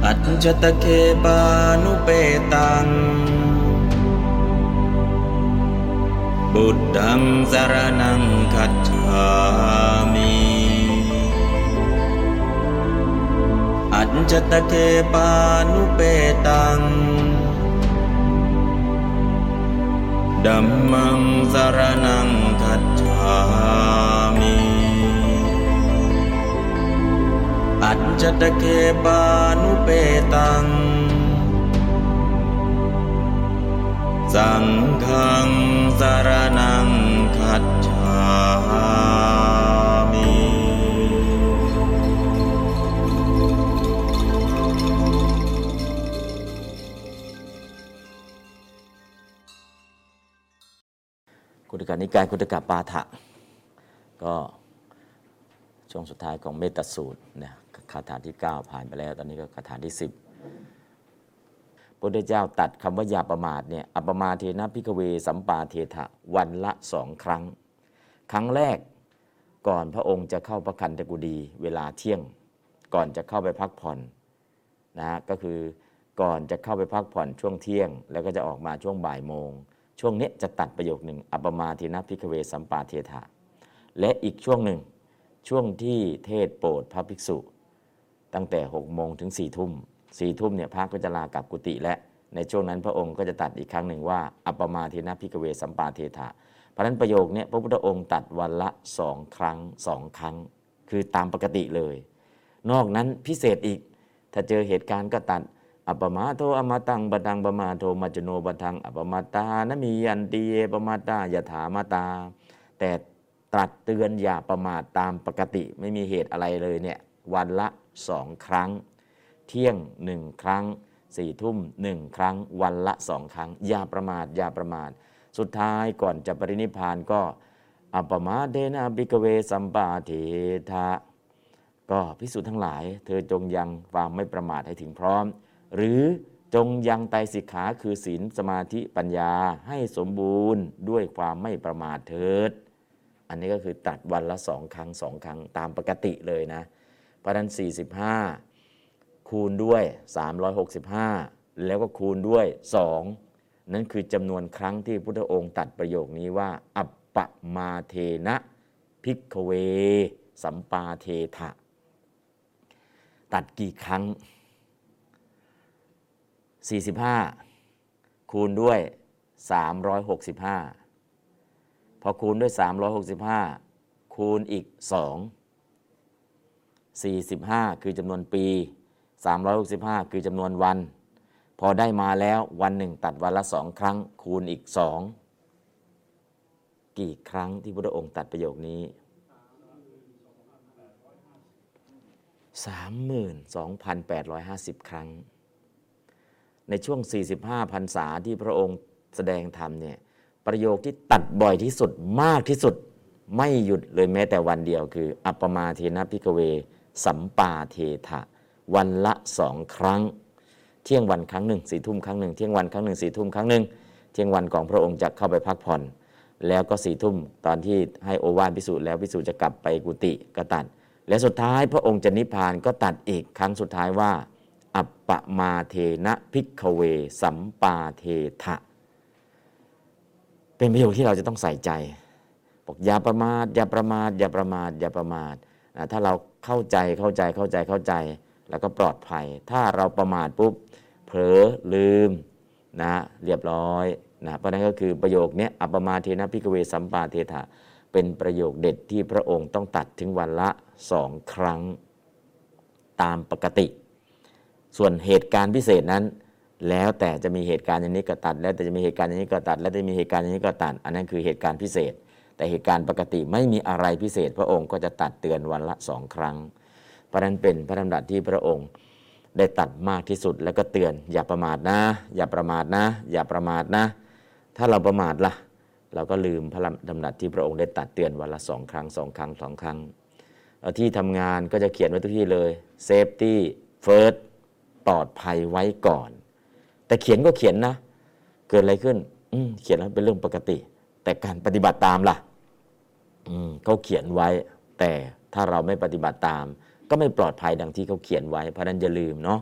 อัจจตเคปานุเปตังบุตตังสรณังคัจฉามิอัจจตเคปานุเปตังธัมมังสรณังคัจฉามิอัจจตเคปานุเปตังสังฆังสรณังคัจฉามิคุตกนิกายคุตกปาฐะก็ช่วงสุดท้ายของเมตตาสูตรนะคาถาที่9ผ่านไปแล้วตอนนี้ก็คาถาที่10พระพุทธเจ้าตัดคำว่าอย่าประมาทเนี่ยอัปปมาเทนะภิกขเวสัมปาเทถะวันละ2ครั้งครั้งแรกก่อนพระองค์จะเข้าพระคันธกุฎีเวลาเที่ยงก่อนจะเข้าไปพักผ่อนนะก็คือก่อนจะเข้าไปพักผ่อนช่วงเที่ยงแล้วก็จะออกมาช่วงบ่ายโมงช่วงนี้จะตัดประโยคหนึ่งอัปปมาเทนะภิกขเวสัมปาเทถะและอีกช่วงหนึ่งช่วงที่เทศโปรดพระภิกษุตั้งแต่6โมงถึง4ทุ่ม4ทุ่มเนี่ยพระก็จะลากลับกุฏิและในช่วงนั้นพระองค์ก็จะตัดอีกครั้งหนึ่งว่าอัปปมาเทนะภิกขเวสัมปาเทถะเพราะฉะนั้นประโยคนี้พระพุทธองค์ตัดวันละ2ครั้ง2ครั้งคือตามปกติเลยนอกนั้นพิเศษอีกถ้าเจอเหตุการณ์ก็ตัดอัปปมาโทอมตังปตังปมาโทมัจจโนปทังอัปปมาตานมียันติเยปมาตายถามาตาแต่ตรัสเตือนอย่าประมาทตามปกติไม่มีเหตุอะไรเลยเนี่ยวันละ2ครั้งเที่ยง1ครั้ง4ทุ่ม1ครั้งวันละ2ครั้งอย่าประมาทอย่าประมาทสุดท้ายก่อนจะปรินิพพานก็อัปปมาเทนะภิกขเวสัมปาเทถะก็ภิกษุทั้งหลายเธอจงยังความไม่ประมาทให้ถึงพร้อมหรือจงยังไตรสิกขาคือศีลสมาธิปัญญาให้สมบูรณ์ด้วยความไม่ประมาทเถิดอันนี้ก็คือตัดวันละ2ครั้ง2ครั้งตามปกติเลยนะเพราะฉะนั้น45คูณด้วย365แล้วก็คูณด้วย2นั่นคือจำนวนครั้งที่พุทธองค์ตัดประโยคนี้ว่าอัปปมาเทนะภิกขเวสัมปาเทถะตัดกี่ครั้ง45คูณด้วย365พอคูณด้วย365คูณอีก245คือจำนวนปี365คือจำนวนวันพอได้มาแล้ววันหนึ่งตัดวันละ2ครั้งคูณอีก2กี่ครั้งที่พระองค์ตัดประโยคนี้ 32,850 ครั้งในช่วง45พรรษาที่พระองค์แสดงธรรมเนี่ยประโยคที่ตัดบ่อยที่สุดมากที่สุดไม่หยุดเลยแม้แต่วันเดียวคืออัปปมาเทนะภิกขเวสัมปาเทถะวันละ2ครั้งเที่ยงวันครั้งหนึ่ง4ทุ่มครั้งหนึ่งเที่ยงวันครั้งหนึ่ง4ทุ่มครั้งหนึ่งเที่ยงวันของพระองค์จะเข้าไปพักผ่อนแล้วก็4ทุ่มตอนที่ให้โอวาทภิกษุแล้วภิกษุจะกลับไปกุฏิก็ตัดและสุดท้ายพระองค์จะนิพพานก็ตัดอีกครั้งสุดท้ายว่าอัปปมาเทนะภิกขเวสัมปาเทถะเป็นประโยคที่เราจะต้องใส่ใจบอกอย่าประมาทอย่าประมาทอย่าประมาทอย่าประมาทถ้าเราเข้าใจแล้วก็ปลอดภัยถ้าเราประมาทปุ๊บเผลอลืมนะเรียบร้อยนะเพราะนั้นก็คือประโยคนี้อัปปมาเทนะภิกขเวสัมปาเทถะเป็นประโยคเด็ดที่พระองค์ต้องตัดถึงวันละ2ครั้งตามปกติส่วนเหตุการณ์พิเศษนั้นแล้วแต่จะมีเหตุการณ์อย่างนี้ก็ตัดแล้วแต่จะมีเหตุการณ์อย่างนี้ก็ตัดแล้วจะมีเหตุการณ์อย่างนี้ก็ตัดอันนั้นคือเหตุการณ์พิเศษแต่เหตุการณ์ปกติไม่มีอะไรพิเศษพระองค์ก็จะตัดเตือนวันละ2ครั้งเพราะนั้นเป็นพระดำรัสที่พระองค์ได้ตัดมากที่สุดแล้วก็เตือนอย่าประมาทนะอย่าประมาทนะอย่าประมาทนะถ้าเราประมาทล่ะเราก็ลืมพระดำรัสที่พระองค์ได้ตัดเตือนวันละ2ครั้ง2ครั้ง2ครั้งที่ทำงานก็จะเขียนไว้ทุกที่เลย safety first ปลอดภัยไว้ก่อนแต่เขียนก็เขียนนะเกิดอะไรขึ้นเขียนแล้วเป็นเรื่องปกติแต่การปฏิบัติตามล่ะเขาเขียนไว้แต่ถ้าเราไม่ปฏิบัติตามก็ไม่ปลอดภัยดังที่เขาเขียนไว้เพราะนั้นอย่าลืมเนาะ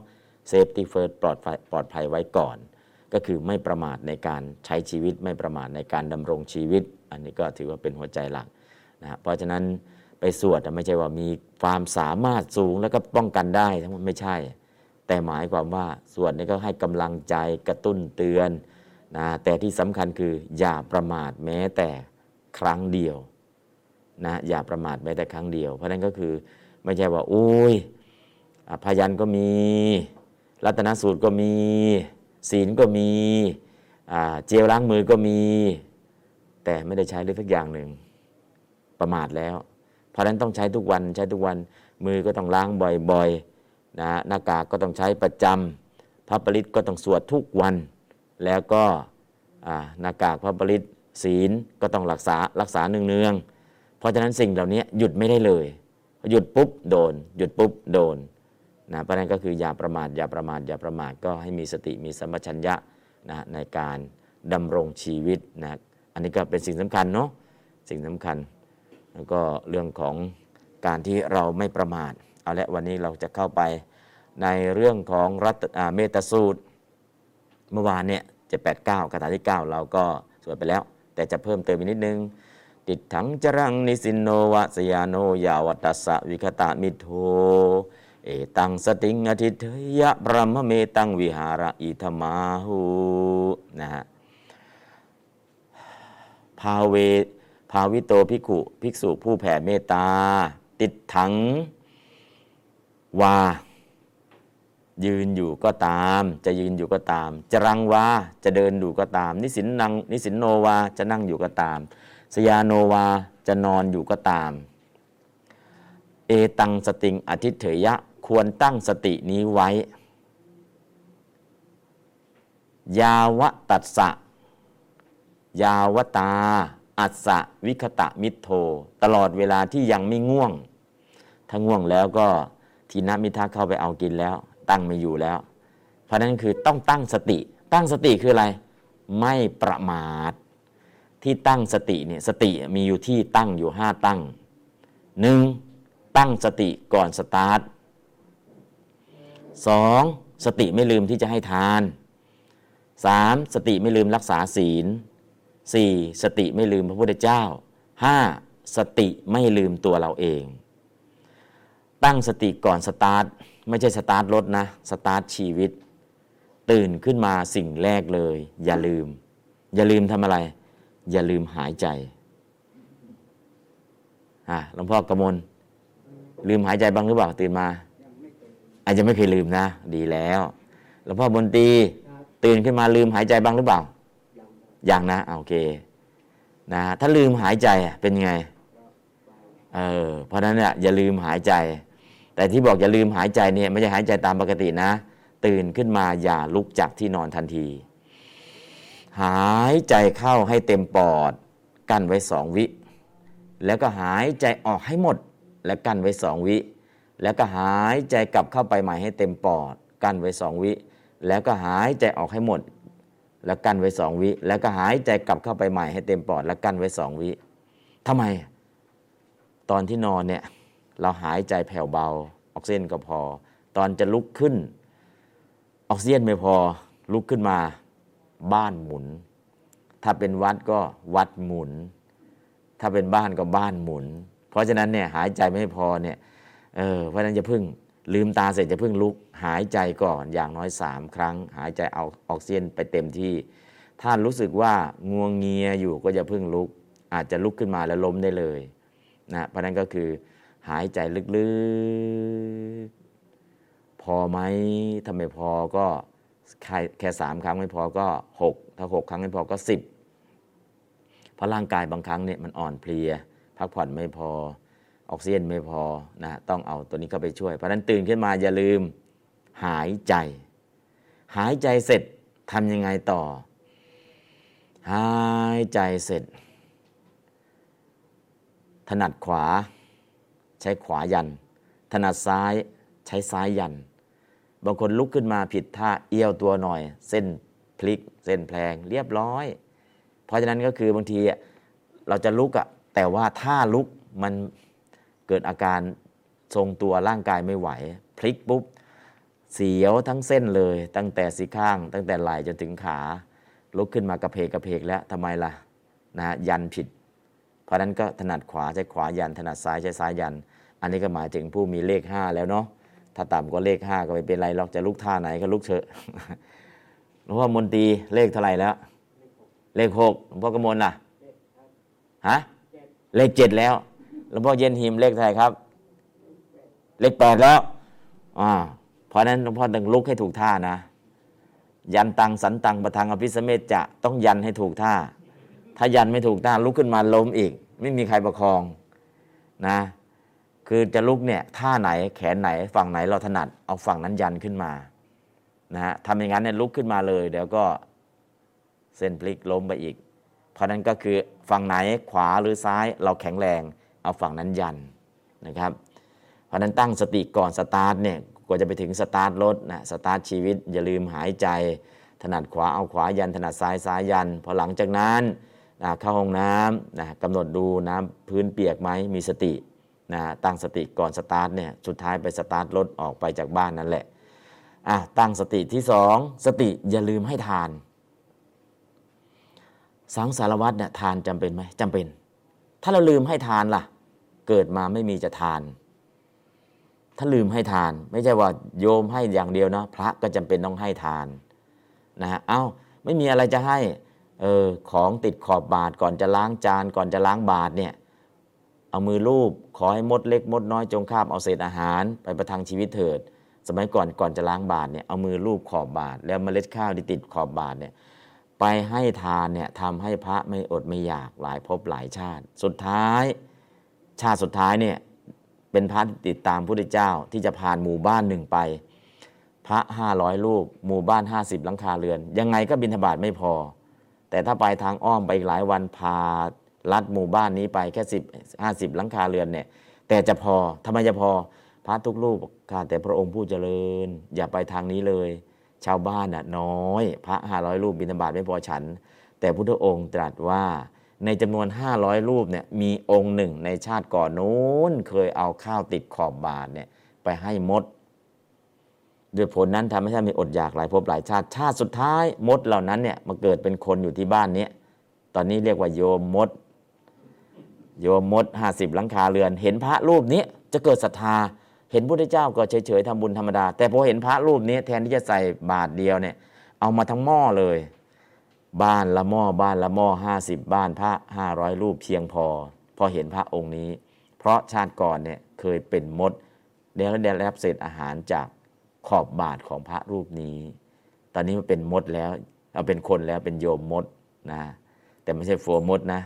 safety first ปลอดภัยไว้ก่อนก็คือไม่ประมาทในการใช้ชีวิตไม่ประมาทในการดำรงชีวิตอันนี้ก็ถือว่าเป็นหัวใจหลักนะเพราะฉะนั้นไปสวดไม่ใช่ว่ามีความสามารถสูงแล้วก็ป้องกันได้ทั้งหมดไม่ใช่แต่หมายความว่าสวดนี่ก็ให้กำลังใจกระตุ้นเตือนนะแต่ที่สำคัญคืออย่าประมาทแม้แต่ครั้งเดียวนะอย่าประมาทแม้แต่ครั้งเดียวเพราะนั้นก็คือไม่ใช่ว่าโอ้ยพยัญชนะก็มีรัตนสูตรก็มีศีลก็มีเจลล้างมือก็มีแต่ไม่ได้ใช้เลยสักอย่างหนึ่งประมาทแล้วเพราะฉะนั้นต้องใช้ทุกวันมือก็ต้องล้างบ่อยๆนะหน้ากากก็ต้องใช้ประจำพระปริตก็ต้องสวดทุกวันแล้วก็หน้ากากพระปริตศีลก็ต้องรักษาเนืองๆเพราะฉะนั้นสิ่งเหล่านี้หยุดไม่ได้เลยหยุดปุ๊บโดนหยุดปุ๊บโดนนะเพราะนั้นก็คืออย่าประมาทก็ให้มีสติมีสัมปชัญญะนะในการดำรงชีวิตนะอันนี้ก็เป็นสิ่งสำคัญเนาะสิ่งสำคัญแล้วก็เรื่องของการที่เราไม่ประมาทเอาละวันนี้เราจะเข้าไปในเรื่องของเมตสูตรเมื่อวานเนี่ย789คาถาที่9เราก็สวดไปแล้วแต่จะเพิ่มเติมอีกนิดนึงติดถังจรังนิสินโนวะสยาโนยาวัตสะวิคตามิโทเอตังสติงอทิเทยะบรมเมตังวิหาระอิธมาหูนะฮะภาวิโตภิกษุผู้แผ่เมตตาติดถังวายืนอยู่ก็ตามจะยืนอยู่ก็ตามจรังวาจะเดินอยู่ก็ตามนิสินโนวาจะนั่งอยู่ก็ตามสยาโนวาจะนอนอยู่ก็ตามเอตังสติงอทิเถยะควรตั้งสตินี้ไว้ยาวะตัสสะยาวตาอัสสะวิคตะมิโทตลอดเวลาที่ยังไม่ง่วงถ้าง่วงแล้วก็ทีนะมิทะเข้าไปเอากินแล้วตั้งไม่อยู่แล้วเพราะนั้นคือต้องตั้งสติคืออะไรไม่ประมาทที่ตั้งสติเนี่ยสติมีอยู่ที่ตั้งอยู่5ตั้ง1ตั้งสติก่อนสตาร์ท2สติไม่ลืมที่จะให้ทาน3สติไม่ลืมรักษาศีล4สติไม่ลืมพระพุทธเจ้า5สติไม่ลืมตัวเราเองตั้งสติก่อนสตาร์ทไม่ใช่สตาร์ทรถนะสตาร์ทชีวิตตื่นขึ้นมาสิ่งแรกเลยอย่าลืมทำอะไรอย่าลืมหายใจหลวงพ่อกมลลืมหายใจบ้างหรือเปล่าตื่นมาอาจจะไม่เคยลืมนะดีแล้วหลวงพ่อบนตรีตื่นขึ้นมาลืมหายใจบ้างหรือเปล่ายังนะโอเคนะถ้าลืมหายใจเป็นไงเพราะนั้นเนี่ยอย่าลืมหายใจแต่ที่บอกอย่าลืมหายใจเนี่ยไม่ใช่หายใจตามปกตินะตื่นขึ้นมาอย่าลุกจากที่นอนทันทีหายใจเข้าให้เต็มปอดกั้นไว้2 วิแล้วก็หายใจออกให้หมดและกั้นไว้2 วิแล้วก็หายใจกลับเข้าไปใหม่ให้เต็มปอดกั้นไว้2 วิแล้วก็หายใจออกให้หมดแล้วกั้นไว้2 วิแล้วก็หายใจกลับเข้าไปใหม่ให้เต็มปอดแล้วกั้นไว้2 วิทำไมตอนที่นอนเนี่ยเราหายใจแผ่วเบาออกซิเจนก็พอตอนจะลุกขึ้นออกซิเจนไม่พอลุกขึ้นมาบ้านหมุนถ้าเป็นวัดก็วัดหมุนถ้าเป็นบ้านก็บ้านหมุนเพราะฉะนั้นเนี่ยหายใจไม่พอเนี่ยเพราะฉะนั้นจะพึ่งลืมตาเสร็จจะพึ่งลุกหายใจก่อนอย่างน้อย3 ครั้งหายใจเอาออกซิเจนไปเต็มที่ถ้ารู้สึกว่างัวเงียอยู่ก็จะพึ่งลุกอาจจะลุกขึ้นมาแล้วล้มได้เลยนะเพราะนั้นก็คือหายใจลึกๆพอไหมถ้าไม่พอก็แค่3 ครั้งไม่พอก็6ถ้า6 ครั้งไม่พอก็10เพราะร่างกายบางครั้งเนี่ยมันอ่อนเพลียพักผ่อนไม่พอออกซิเจนไม่พอนะต้องเอาตัวนี้เข้าไปช่วยเพราะฉะนั้นตื่นขึ้นมาอย่าลืมหายใจเสร็จทำยังไงต่อหายใจเสร็จถนัดขวาใช้ขวายันถนัดซ้ายใช้ซ้ายยันบางคนลุกขึ้นมาผิดท่าเอี้ยวตัวหน่อยเส้นพลิกเส้นแพลงเรียบร้อยเพราะฉะนั้นก็คือบางทีเราจะลุกแต่ว่าถ้าลุกมันเกิดอาการทรงตัวร่างกายไม่ไหวพลิกปุ๊บเสียวทั้งเส้นเลยตั้งแต่สี่ข้างตั้งแต่ไหล่จนถึงขาลุกขึ้นมากระเพกแล้วทำไมล่ะนะยันผิดเพราะนั้นก็ถนัดขวาใช้ขวายันถนัดซ้ายใช้ซ้ายยันอันนี้ก็หมายถึงผู้มีเลข5แล้วเนาะถ้าต่ำกว่าเลข5ก็ไม่เป็นไรหรอกจะลุกท่าไหนก็ลุกเถอะหลวงพ่อมนตรีเลขเท่าไหร่แล้วเลข6หลวงพ่อกมลล่ะฮะเลข7แล้วหลวงพ่อเย็นหิมเลขเท่าไหร่ครับเลข8แล้วเพราะนั้นหลวงพ่อต้องลุกให้ถูกท่านะยันตังสันตังประทังอภิสเมจจะต้องยันให้ถูกท่าถ้ายันไม่ถูกท่าลุกขึ้นมาล้มอีกไม่มีใครประคองนะคือจะลุกเนี่ยท่าไหนแขนไหนฝั่งไหนเราถนัดเอาฝั่งนั้นยันขึ้นมานะฮะทำอย่างนั้นเนี่ยลุกขึ้นมาเลยเดี๋ยวก็เส้นพลิกล้มไปอีกเพราะนั้นก็คือฝั่งไหนขวาหรือซ้ายเราแข็งแรงเอาฝั่งนั้นยันนะครับเพราะนั้นตั้งสติก่อนสตาร์ทเนี่ยกว่าจะไปถึงสตาร์ทรถนะสตาร์ทชีวิตอย่าลืมหายใจถนัดขวาเอาขวายันถนัดซ้ายซ้ายยันพอหลังจากนั้นเข้าห้องน้ำนะกำหนดดูน้ำพื้นเปียกไหมมีสตินะตั้งสติก่อนสตาร์ทเนี่ยสุดท้ายไปสตาร์ทรถออกไปจากบ้านนั่นแหละตั้งสติที่2สติอย่าลืมให้ทานสังสารวัตรเนี่ยทานจำเป็นไหมจำเป็นถ้าเราลืมให้ทานล่ะเกิดมาไม่มีจะทานถ้าลืมให้ทานไม่ใช่ว่าโยมให้อย่างเดียวนะพระก็จำเป็นต้องให้ทานนะฮะไม่มีอะไรจะให้ของติดขอบบาตรก่อนจะล้างจานก่อนจะล้างบาตรเนี่ยเอามือลูบขอให้มดเล็กมดน้อยจงคาบเอาเศษอาหารไปประทังชีวิตเถิดสมัยก่อนจะล้างบาตรเนี่ยเอามือลูบขอบบาตรแล้วเมล็ดข้าวที่ติดขอบบาตรเนี่ยไปให้ทานเนี่ยทำให้พระไม่อดไม่อยากหลายภพหลายชาติสุดท้ายชาติสุดท้ายเนี่ยเป็นพระที่ติดตามพระพุทธเจ้าที่จะผ่านหมู่บ้านหนึ่งไปพระ500รูปหมู่บ้าน50หลังคาเรือนยังไงก็บิณฑบาตไม่พอแต่ถ้าไปทางอ้อมไปอีกหลายวันพาลัดหมู่บ้านนี้ไปแค่50หลังคาเรือนเนี่ยแต่จะพอทำไมจะพอพระทุกรูปข้าแต่พระองค์ผู้เจริญอย่าไปทางนี้เลยชาวบ้านน้อยพระ500รูปบิณฑบาตไม่พอฉันแต่พุทธองค์ตรัสว่าในจำนวน500รูปเนี่ยมีองค์หนึ่งในชาติก่อนนู้นเคยเอาข้าวติดขอบบาตรเนี่ยไปให้มดด้วยผลนั้นทำให้ท่านมีอดอยากหลายภพหลายชาติชาติสุดท้ายมดเหล่านั้นเนี่ยมาเกิดเป็นคนอยู่ที่บ้านนี้ตอนนี้เรียกว่าโยมมด50หลังคาเรือนเห็นพระรูปนี้จะเกิดศรัทธาเห็นพระพุทธเจ้าก็เฉยๆทำบุญธรรมดาแต่พอเห็นพระรูปนี้แทนที่จะใส่บาตรเดียวเนี่ยเอามาทั้งหม้อเลยบ้านละหม้อ50บ้านพระ500รูปเพียงพอเห็นพระองค์นี้เพราะชาติก่อนเนี่ยเคยเป็นมดแล้วได้รับเศษอาหารจากขอบบาตรของพระรูปนี้ตอนนี้มันเป็นมดแล้วเอาเป็นคนแล้วเป็นโยมมดนะแต่ไม่ใช่โฟมดนะ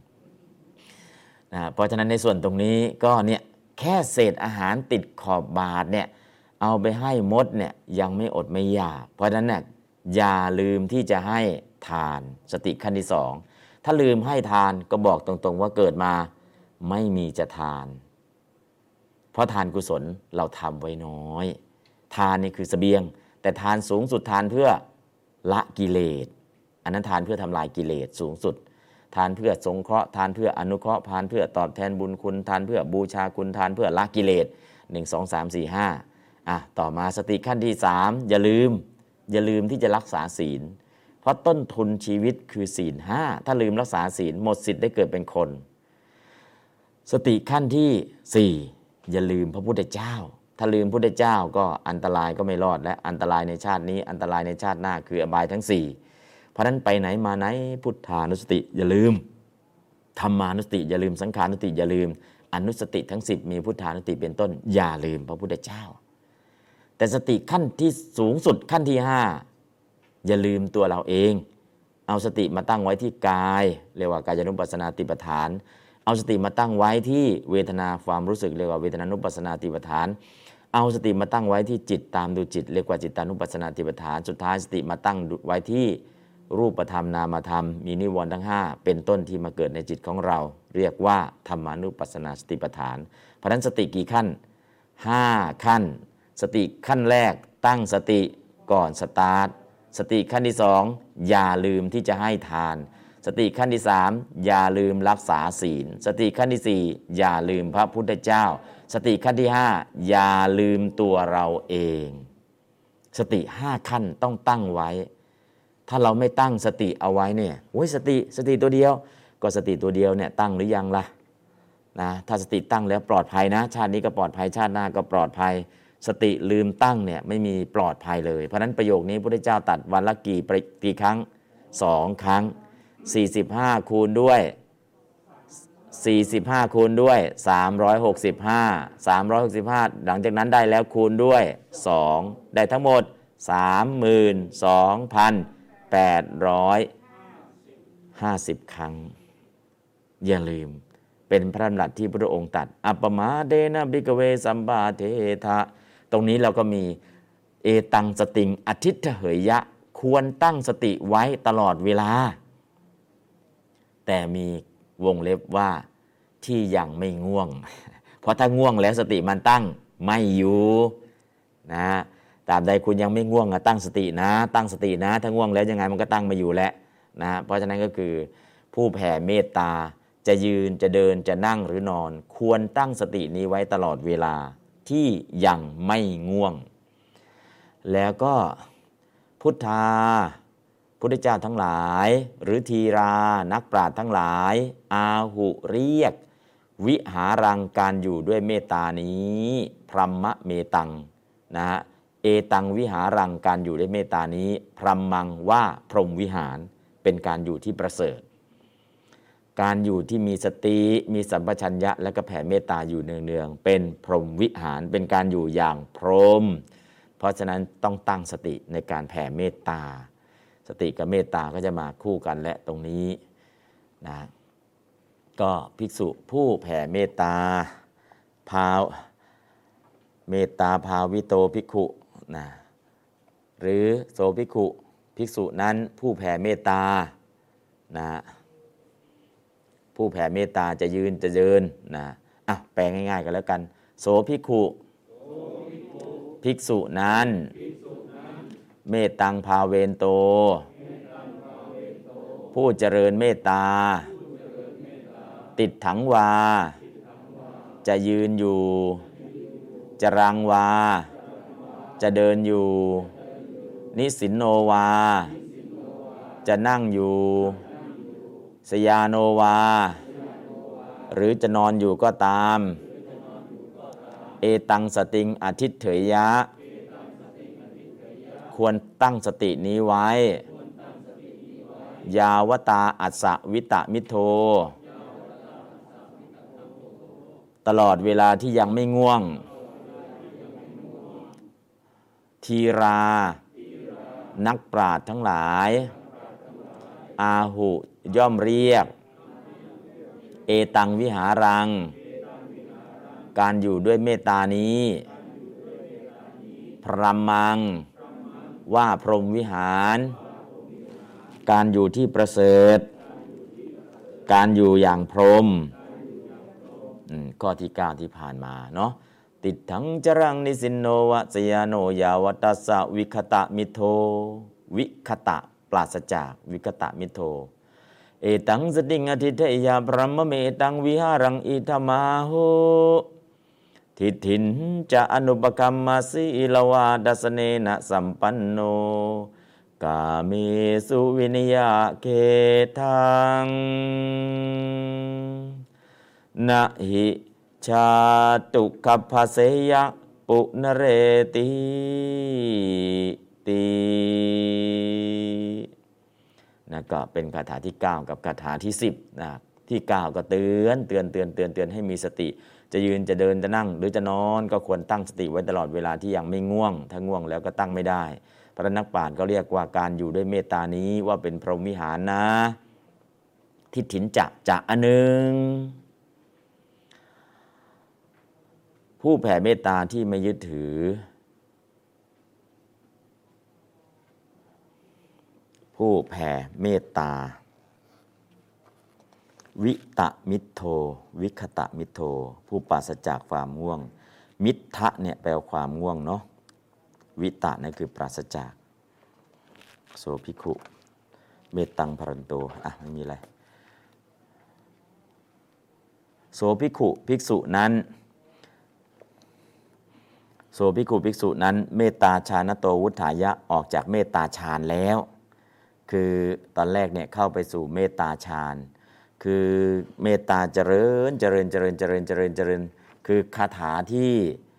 เพราะฉะนั้นในส่วนตรงนี้ก็เนี่ยแค่เศษอาหารติดขอบบาตรเนี่ยเอาไปให้มดเนี่ยยังไม่อดไม่อยากเพราะฉะนั้นเนี่ยอย่าลืมที่จะให้ทานสติขั้นที่2ถ้าลืมให้ทานก็บอกตรงๆว่าเกิดมาไม่มีจะทานเพราะทานกุศลเราทำไว้น้อยทานนี่คือเสบียงแต่ทานสูงสุดทานเพื่อละกิเลสอันนั้นทานเพื่อทำลายกิเลสสูงสุดทานเพื่อสงเคราะห์ทานเพื่ออนุเคราะห์ทานเพื่อตอบแทนบุญคุณทานเพื่อบูชาคุณทานเพื่อละกิเลส1 2 3 4 5ต่อมาสติขั้นที่3อย่าลืมที่จะรักษาศีลเพราะต้นทุนชีวิตคือศีล5ถ้าลืมรักษาศีลหมดสิทธิ์ได้เกิดเป็นคนสติขั้นที่4อย่าลืมพระพุทธเจ้าถ้าลืมพระพุทธเจ้าก็อันตรายก็ไม่รอดและอันตรายในชาตินี้อันตรายในชาติหน้าคืออบายทั้ง4เพราะฉะนั้นไปไหนมาไหนพุทธานุสติอย่าลืมธรรมานุสติอย่าลืมสังขานุสติอย่าลืมอนุสติทั้ง10มีพุทธานุสติเป็นต้นอย่าลืมพระพุทธเจ้าแต่สติขั้นที่สูงสุดขั้นที่5อย่าลืมตัวเราเองเอาสติมาตั้งไว้ที่กายเรียกว่ากายานุปัสสนาติปฐานเอาสติมาตั้งไว้ที่เวทนาความรู้สึกเรียกว่าเวทนานุปัสสนาติปฐานเอาสติมาตั้งไว้ที่จิตตามดูจิตเรียกว่าจิตตานุปัสสนาติปฐานสุดท้ายสติมาตั้งไว้ที่รูปธรรมนามธรรมมีนิวรณ์ทั้ง5เป็นต้นที่มาเกิดในจิตของเราเรียกว่าธรรมานุปัสสนาสติปัฏฐานเพราะฉะนั้นสติกี่ขั้น5ขั้นสติขั้นแรกตั้งสติก่อนสตาร์ทสติขั้นที่2อย่าลืมที่จะให้ทานสติขั้นที่3อย่าลืมรักษาศีลสติขั้นที่4อย่าลืมพระพุทธเจ้าสติขั้นที่5อย่าลืมตัวเราเองสติ5ขั้นต้องตั้งไว้ถ้าเราไม่ตั้งสติเอาไว้เนี่ยโอ้ยสติตัวเดียวก็สติตัวเดียวเนี่ยตั้งหรือยังล่ะนะถ้าสติตั้งแล้วปลอดภัยนะชาตินี้ก็ปลอดภัยชาติหน้าก็ปลอดภัยสติลืมตั้งเนี่ยไม่มีปลอดภัยเลยเพราะนั้นประโยคนี้พระพุทธเจ้าตรัสวันละกี่ครั้ง2 ครั้ง45คูณด้วย45คูณด้วย365หลังจากนั้นได้แล้วคูณด้วย2ได้ทั้งหมด 32,850 ครั้งอย่าลืมเป็นพระดำรัสที่พระองค์ตรัสอัปปมาเดนะภิกขเวสัมปาเททะตรงนี้เราก็มีเอตังสติงอทิฏฐเหยะควรตั้งสติไว้ตลอดเวลาแต่มีวงเล็บว่าที่ยังไม่ง่วงเพราะถ้าง่วงแล้วสติมันตั้งไม่อยู่นะตราบใดคุณยังไม่ง่วงตั้งสตินะตั้งสตินะถ้าง่วงแล้วยังไงมันก็ตั้งไม่อยู่แล้วนะเพราะฉะนั้นก็คือผู้แผ่เมตตาจะยืนจะเดินจะนั่งหรือนอนควรตั้งสตินี้ไว้ตลอดเวลาที่ยังไม่ง่วงแล้วก็พุทธาพุทธเจ้าทั้งหลายหรือทีรานักปราชญ์ทั้งหลายอาหุเรียกวิหารังการอยู่ด้วยเมตตานี้พรัมมะเมตังนะฮะเอตังวิหารังการอยู่ด้วยเมตตานี้พรัมมังว่าพรหมวิหารเป็นการอยู่ที่ประเสริฐการอยู่ที่มีสติมีสัมปชัญญะและก็แผ่เมตตาอยู่เนืองๆเป็นพรหมวิหารเป็นการอยู่อย่างพรหมเพราะฉะนั้นต้องตั้งสติในการแผ่เมตตาสติกับเมตตาก็จะมาคู่กันและตรงนี้นะก็ภิกษุผู้แผ่เมตตาเมตตาภาวิโตภิกขุนะหรือโสภิกขุภิกษุนั้นผู้แผ่เมตตานะผู้แผ่เมตตาจะยืนจะเดินนะแปลง่ายๆกันแล้วกันโสภิกขุภิกษุนั้นเมตตังภาเวนโตผู้เจริญเมตตาติดถังวาจะยืนอยู่จะรังวาจะเดินอยู่นิสินโนวาจะนั่งอยู่สยาโนวาหรือจะนอนอยู่ก็ตามเอตังสติงอทิฏฐเถยะควรตั้งสตินี้ไว้ยาวตาอัสสะวิตะมิโทตลอดเวลาที่ยังไม่ง่วงทีรานักปราชญ์ทั้งหลายอาหุย่อมเรียกเอตังวิหารังการอยู่ด้วยเมตตานี้พรัมมังว่าพรหมวิหารการอยู่ที่ประเสริฐการอยู่อย่างพรหมข้อที่9ที่ผ่านมาเนาะติดถังจรังนิสินโนวะสยาโนยาวัตสสะวิคตะมิโทวิคตะปราศจากวิคตะมิโทเอตังสติงอทิเทยาพรัมมเมตังวิหารังอิธมาโหทิฏฐินจะอนุปคัมมาสีลวาดัสเนนะสัมปันโนกาเมสุวินิยาเกทังนะหิชาตุคัพพเสยะปุนเรติตินะก็เป็นคาถาที่9กับคาถาที่10นะที่9ก็เตือนให้มีสติจะยืนจะเดินจะนั่งหรือจะนอนก็ควรตั้งสติไว้ตลอดเวลาที่ยังไม่ง่วงถ้าง่วงแล้วก็ตั้งไม่ได้พระนักปราชญ์ก็เรียกว่าการอยู่ด้วยเมตตานี้ว่าเป็นพรหมวิหารนะทิฏฐินจะอันหนึ่งผู้แผ่เมตตาที่ไม่ยึดถือผู้แผ่เมตตาวิตะมิโทวิคตะมิโทผู้ปราศจากความง่วงมิทะเนี่ยแปลว่าความง่วงเนาะวิตะนั่นคือปราศจากโสภิกขุเมตตังพรันโตไม่มีอะไรโสภิกขุภิกษุนั้นโภิกขุภิกษุนั้นเมตตาฌานโตวุฒายะออกจากเมตตาฌานแล้วคือตอนแรกเนี่ยเข้าไปสู่เมตตาฌานคือเมตตาเจริญคือคาถาที่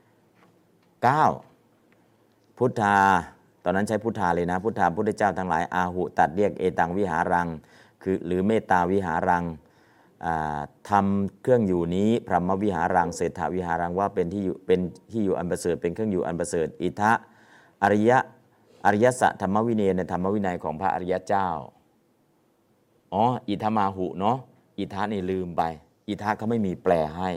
9พุทธาตอนนั้นใช้พุทธาเลยนะพุทธาพุทธเจ้าทั้งหลายอาหุตัดเรียกเอตังวิหารังคือหรือเมตตาวิหารังทำเครื่องอยู่นี้พรหมวิหารังเศรษฐวิหารังว่าเป็นที่อยู่อันประเสริฐเป็นเครื่องอยู่อันประเสริฐอิทะอริยสัทธรรมวินัยในธรรมวินัยของพระอริยเจ้าอิทมาหุเนาะอิทะนี่ลืมไปอิทะเขาไม่มีแปลให้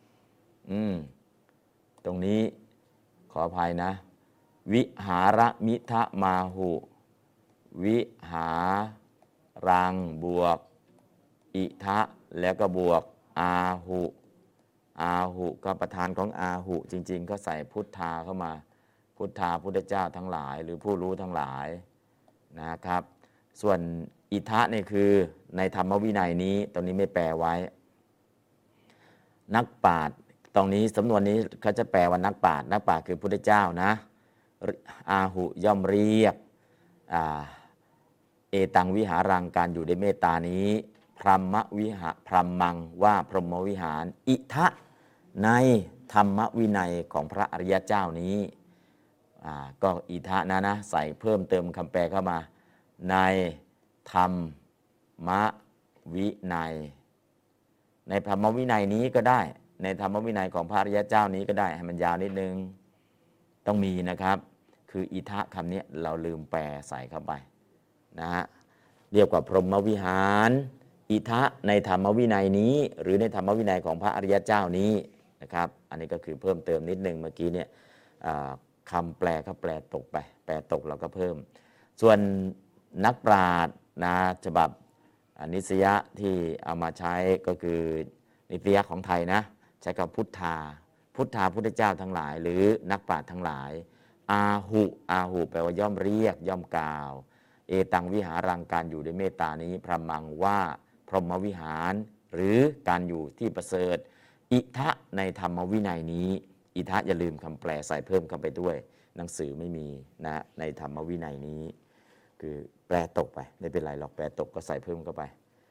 ตรงนี้ขออภัยนะวิหารมิทะมาหุวิหารังบวกอิทะแล้วก็บวกอาหุก็ประธานของอาหุจริงๆก็ใส่พุทธาเข้ามาพุทธาพุทธเจ้าทั้งหลายหรือผู้รู้ทั้งหลายนะครับส่วนอิทะนี่คือในธรรมวินัยนี้ตรงนี้ไม่แปลไว้นักปราชญ์ตรงนี้สำนวนนี้เขาจะแปลว่านักปราชญ์คือพุทธเจ้านะอาหุย่อมเรียกเอตังวิหารังการอยู่ในเมตตานี้พรหมมังว่าพรหมวิหารอิทะในธรรมวินัยของพระอริยเจ้านี้ก็อิทะนะใส่เพิ่มเติมคำแปลเข้ามาในธรรมวินัยในธรรมวินัยนี้ก็ได้ในธรรมวินัยของพระอริยเจ้านี้ก็ได้ให้มันยาวนิดนึงต้องมีนะครับคืออิทะคำนี้เราลืมแปลใส่เข้าไปนะฮะเรียกว่าพรหมวิหารอิทะในธรรมวินัยนี้หรือในธรรมวินัยของพระอริยเจ้านี้นะครับอันนี้ก็คือเพิ่มเติมนิดนึงเมื่อกี้เนี่ยคำแปลเขาแปลตกไปแปลตกเราก็เพิ่มส่วนนักปราชญ์นะฉบับนิสยะที่เอามาใช้ก็คือนิตยะของไทยนะใช้กับพุทธาพุทธเจ้าทั้งหลายหรือนักปราชญ์ทั้งหลายอาหุแปลว่าย่อมเรียกย่อมกล่าวเอตังวิหารังการอยู่ด้วยเมตตานี้พระมังว่าพรหมวิหารหรือการอยู่ที่ประเสริฐอิทะในธรรมวินัยนี้อิทะอย่าลืมคำแปลใส่เพิ่มเข้าไปด้วยหนังสือไม่มีนะในธรรมวินัยนี้คือแปลตกไปไม่เป็นไรหรอกแปลตกก็ใส่เพิ่มเข้าไป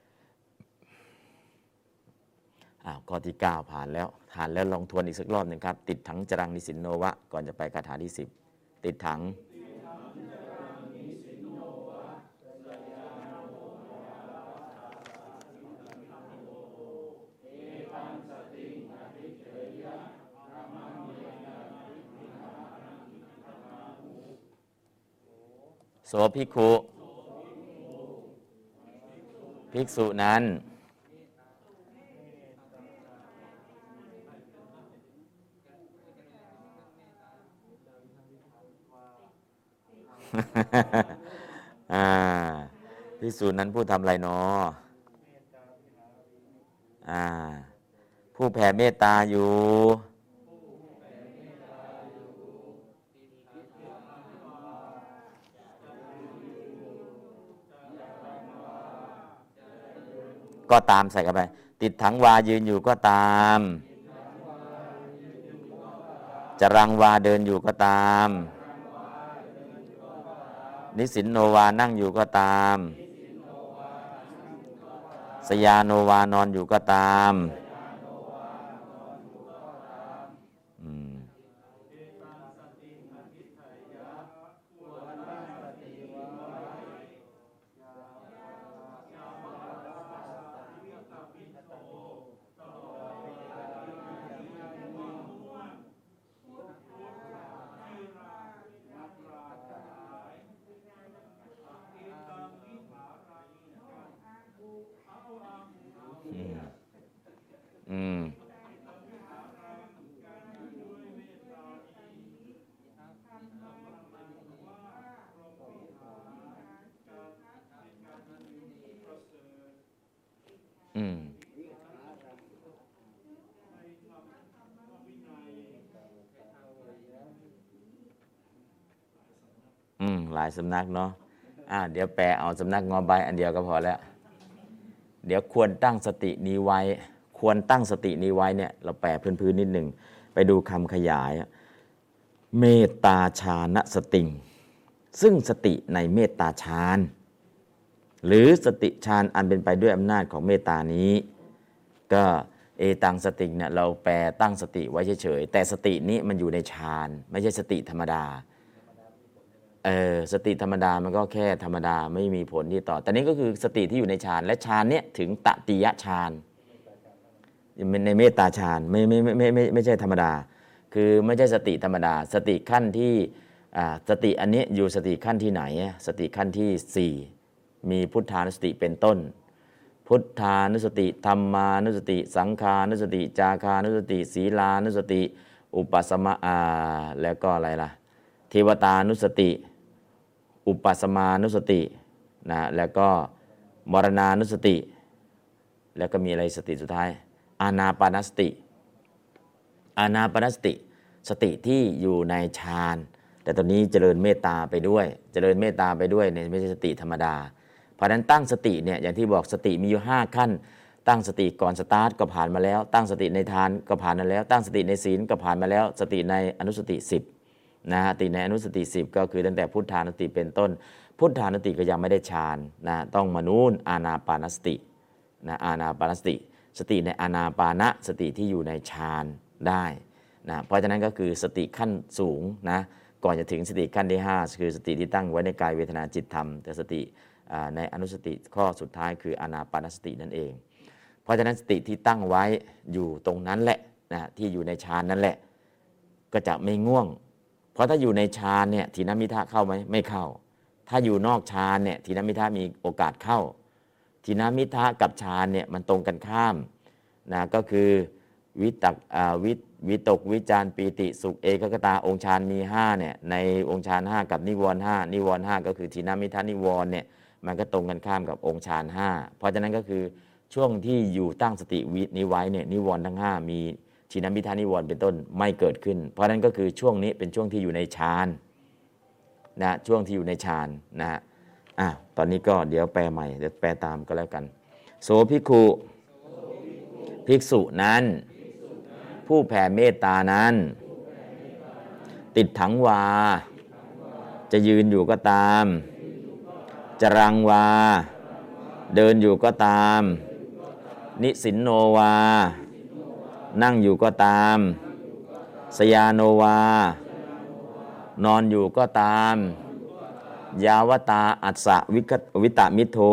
ข้อที่9ผ่านแล้วลองทวนอีกสักรอบหนึ่งครับติดถังจรังนิสินโนวะก่อนจะไปคาถาที่10ติดถังโสภิกขุภิกษุนั้นภิกษุนั้นผู้ทำอะไรเนาะผู้แผ่เมตตาอยู่ก็ตามใส่เข้าไปติดถังวายืนอยู่ก็ตามจรังวาเดินอยู่ก็ตามนิสินโนวานั่งอยู่ก็ตามสยาโนวานอนอยู่ก็ตามหลายสำนักเนาะเดี๋ยวแปลเอาสำนักงอใบอันเดียวก็พอแล้วเดี๋ยวควรตั้งสตินี้ไว้เนี่ยเราแปลพื้นๆนิดหนึ่งไปดูคำขยายเมตตาฌานสติงซึ่งสติในเมตตาฌานหรือสติฌานอันเป็นไปด้วยอำนาจของเมตตานี้ก็เอตังสติเนี่ยเราแปลตั้งสติไว้เฉยๆแต่สตินี้มันอยู่ในฌานไม่ใช่สติธรรมดาสติธรรมดามันก็แค่ธรรมดาไม่มีผลที่ต่อแต่นี้ก็คือสติที่อยู่ในฌานและฌานเนี่ยถึงตติยฌานในเมตตาฌานไม่ใช่ธรรมดาคือไม่ใช่สติธรรมดาสติขั้นที่สติอันนี้อยู่สติขั้นที่ไหนสติขั้นที่4มีพุทธานุสติเป็นต้นพุทธานุสติธรรมานุสติสังฆานุสติจาคานุสติศีลานุสติอุปสมะแล้วก็อะไรล่ะเทวตานุสติอุปสมานุสตินะแล้วก็มรณานุสติแล้วก็มีอะไรสติสุดท้ายอานาปานสติอานาปานสติสติที่อยู่ในฌานแต่ตอนนี้เจริญเมตตาไปด้วยเจริญเมตตาไปด้วยเนี่ยไม่ใช่สติธรรมดาเพราะฉะนั้นตั้งสติเนี่ยอย่างที่บอกสติมีอยู่5ขั้นตั้งสติก่อนสตาร์ทก็ผ่านมาแล้วตั้งสติในทานก็ผ่านมาแล้วตั้งสติในศีลก็ผ่านมาแล้วสติในอนุสติ10นะสติในอนุสติ10ก็คือตั้งแต่พุทธานุสติเป็นต้นพุทธานุสติก็ยังไม่ได้ฌานนะต้องมานู่นอานาปานสตินะอานาปานสติสติในอานาปานะสติที่อยู่ในฌานได้นะเพราะฉะนั้นก็คือสติขั้นสูงนะก่อนจะถึงสติขั้นที่5คือสติที่ตั้งไว้ในกายเวทนาจิตธรรมแต่สติในอนุสติข้อสุดท้ายคืออานาปานสตินั่นเองเพราะฉะนั้นสติที่ตั้งไว้อยู่ตรงนั้นแหละนะที่อยู่ในฌานนั่นแหละก็จะไม่ง่วงเพราะถ้าอยู่ในฌานเนี่ยถีนมิทะเข้าไหมไม่เข้าถ้าอยู่นอกฌานเนี่ยถีนมิทะมีโอกาสเข้าถีนมิทะกับฌานเนี่ยมันตรงกันข้ามนะก็คือวิตกวิจารปีติสุขเอกคตาองค์ฌานมี5เนี่ยในองค์ฌาน5กับนิวรณ์5นิวรณ์5ก็คือถีนมิทะนิวรณ์เนี่ยมันก็ตรงกันข้ามกับองค์ฌาน5เพราะฉะนั้นก็คือช่วงที่อยู่ตั้งสติวินี้ไว้เนี่ยนิวรณ์ทั้ง5มีถีนมิทะนิวรณ์เป็นต้นไม่เกิดขึ้นเพราะฉะนั้นก็คือช่วงนี้เป็นช่วงที่อยู่ในฌานนะช่วงที่อยู่ในฌานนะฮะตอนนี้ก็เดี๋ยวแปลใหม่เดี๋ยวแปลตามก็แล้วกันโสภิกขุภิกษุนั้นผู้แผ่เมตตานั้นติดถังวาจะยืนอยู่ก็ตามจะรังวาเดินอยู่ก็ตามนิสินโนวานั่งอยู่ก็ตามสยาโนวานอนอยู่ก็ตามยาวตาอัสสะวิตมิโท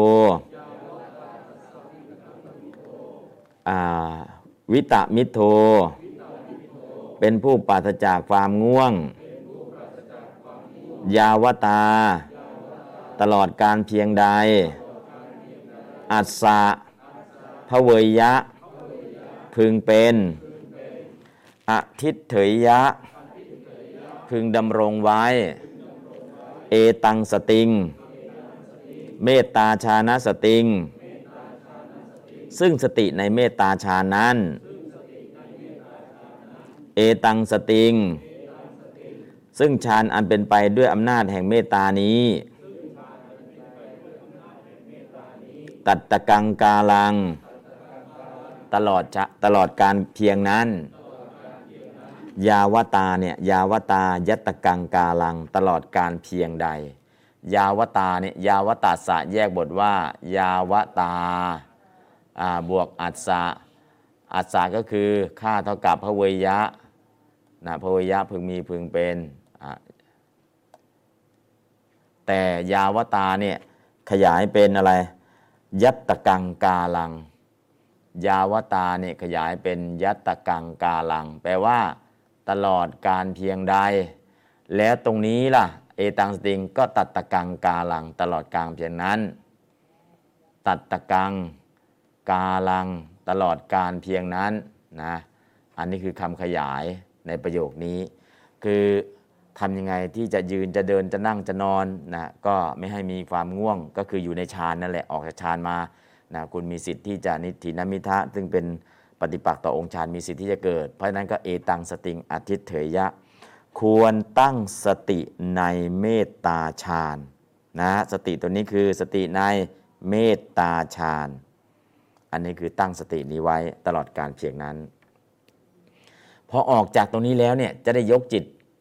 วิตมิโทเป็นผู้ปราศจากความง่วงยาวตาตลอดการเพียงใดอัสสะภเวยะพึงเป็นอทิฏฐิยะพึงดำรงไว้เอตังสติงเมตตาฌานสติงซึ่งสติในเมตตาฌานนั้นเอตังสติงซึ่งฌานอันเป็นไปด้วยอำนาจแห่งเมตตานี้ตัตตกังกาลังตลอดการเพียงนั้นยาวตาเนี่ยยาวตายัตตกังกาลังตลอดการเพียงใดยาวตาเนี่ยยาวตาสะแยกบทว่ายาวตาบวกอัสสะอัสสะก็คือค่าเท่ากับภเวยะนะภเวยะพึงมีพึงเป็นแต่ยาวตาเนี่ยขยายเป็นอะไรยัตตกังกาลังยาวตาเนี่ยขยายเป็นยัตตกังกาลังแปลว่าตลอดการเพียงใดแล้วตรงนี้ล่ะเอตังสติงก็ตัตตกังกาลังตลอดการเพียงนั้นตัตตกังกาลังตลอดการเพียงนั้นนะอันนี้คือคำขยายในประโยคนี้คือทำยังไงที่จะยืนจะเดินจะนั่งจะนอนนะก็ไม่ให้มีความง่วงก็คืออยู่ในฌานนั่นแหละออกจากฌานมานะคุณมีสิทธิ์ที่จะนิถีนมิทะซึ่งเป็นปฏิปักษ์ต่อองค์ฌานมีสิทธิ์ที่จะเกิดเพราะฉะนั้นก็เอตังสติงอทิฏฐิยะควรตั้งสติในเมตตาฌานนะสติตัวนี้คือสติในเมตตาฌานอันนี้คือตั้งสตินี้ไว้ตลอดการเพียงนั้นพอออกจากตรงนี้แล้วเนี่ยจะได้ยกจิต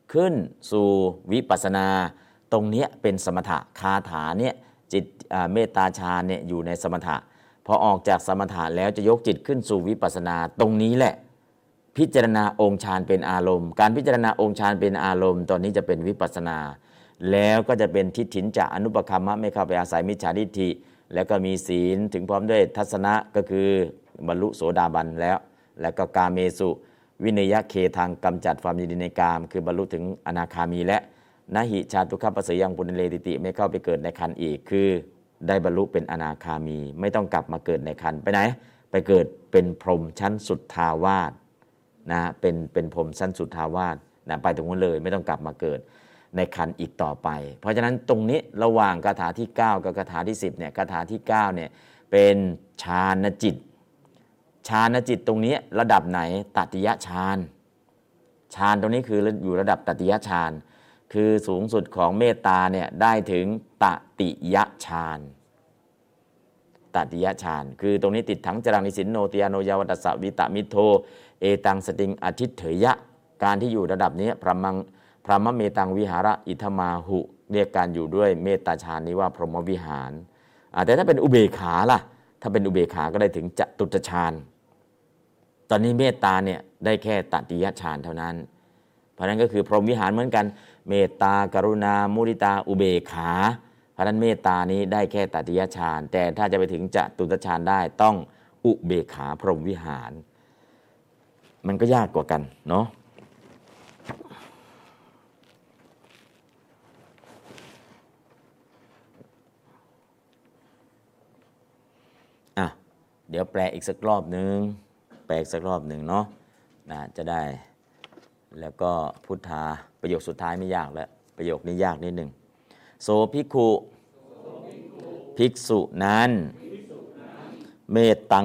ขึ้นสู่วิปัสสนาตรงนี้เป็นสมถะคาถาเนี่ยจิตเมตตาฌานเนี่ยอยู่ในสมถะพอออกจากสมถะแล้วจะยกจิตขึ้นสู่วิปัสสนาตรงนี้แหละพิจารณาองค์ฌานเป็นอารมณ์การพิจารณาองค์ฌานเป็นอารมณ์ตอนนี้จะเป็นวิปัสสนาแล้วก็จะเป็นทิฏฐินจะอนุปคัมมะไม่เข้าไปอาศัยมิจฉาทิฏฐิแล้วก็มีศีลถึงพร้อมด้วยทัศนะก็คือบรรลุโสดาบันแล้วก็กาเมสุวินยเคทางกำจัดความยินดีในกามคือบรรลุถึงอนาคามีและนะหิชาตุขปัสสยังปุณเลติติไม่เข้าไปเกิดในคันอีกคือได้บรรลุเป็นอนาคามีไม่ต้องกลับมาเกิดในคันไปไหนไปเกิดเป็นพรหมชั้นสุทธาวาสนะเป็นพรหมชั้นสุทธาวาสนะไปตรงนั้นเลยไม่ต้องกลับมาเกิดในคันอีกต่อไปเพราะฉะนั้นตรงนี้ระหว่างคาถาที่9กับคาถาที่10เนี่ยคาถาที่9เนี่ยเป็นฌานจิตฌานจิตตรงนี้ระดับไหนตติยฌานฌานตรงนี้คืออยู่ระดับตติยฌานคือสูงสุดของเมตตาเนี่ยได้ถึงตติยฌานตติยฌานคือตรงนี้ติดถังจรังนิสินโนติยาโนยาวัตสวิตมิโทเอตังสติงอทิเถยะการที่อยู่ระดับนี้พรหมเมตังวิหาระอิทมาหุเรียกการอยู่ด้วยเมตตาฌานนี้ว่าพรหมวิหารแต่ถ้าเป็นอุเบกขาล่ะถ้าเป็นอุเบกขาก็ได้ถึงจตุตฌานตอนนี้เมตตาเนี่ยได้แค่ตติยฌานเท่านั้นเพราะนั้นก็คือพรหมวิหารเหมือนกันเมตตากรุณามุทิตาอุเบกขาเพราะนั้นเมตตานี้ได้แค่ตติยฌานแต่ถ้าจะไปถึงจตุตฌานได้ต้องอุเบกขาพรหมวิหารมันก็ยากกว่ากันเนาะเดี๋ยวแปลอีกสักรอบหนึ่งเนาะจะได้แล้วก็พุทธาประโยคสุดท้ายไม่ยากแล้วประโยคนี้ยากนิดหนึ่งโสภิกขุภิกษุนั้นเมตตัง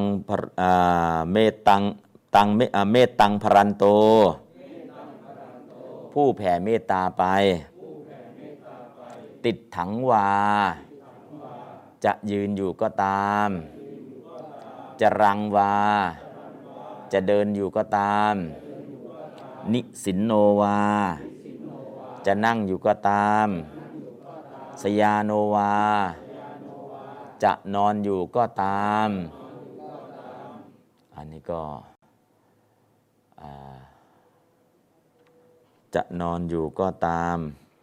พรันโตผู้แผ่เมตตาไปติดถังวาจะยืนอยู่ก็ตามจะรังวาจะเดินอยู่ก็ตามนิสินโนวาจะนั่งอยู่ก็ตามสยาโนวาจะนอนอยู่ก็ตามอันนี้ก็จะนอนอยู่ก็ตาม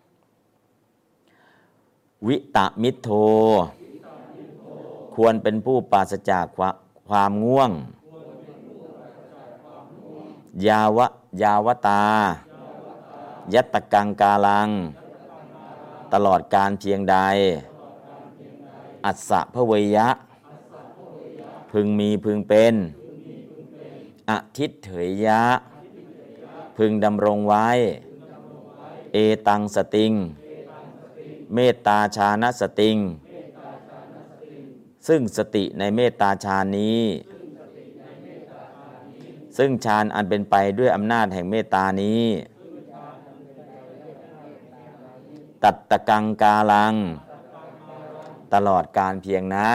วิตมิโทควรเป็นผู้ปราศจากความง่วงยาวตายัตตกังกาลังตลอดการเพียงใดอัสสะภเวยะพึงมีพึงเป็นอทิเถยะพึงดำรงไว้เอตังสติงเมตตาฌานสติงซึ่งสติในเมตตาฌานนี้ซึ่งฌานอันเป็นไปด้วยอำนาจแห่งเมตตานี้ตัตตกังกาลังตลอดการเพียงนั้น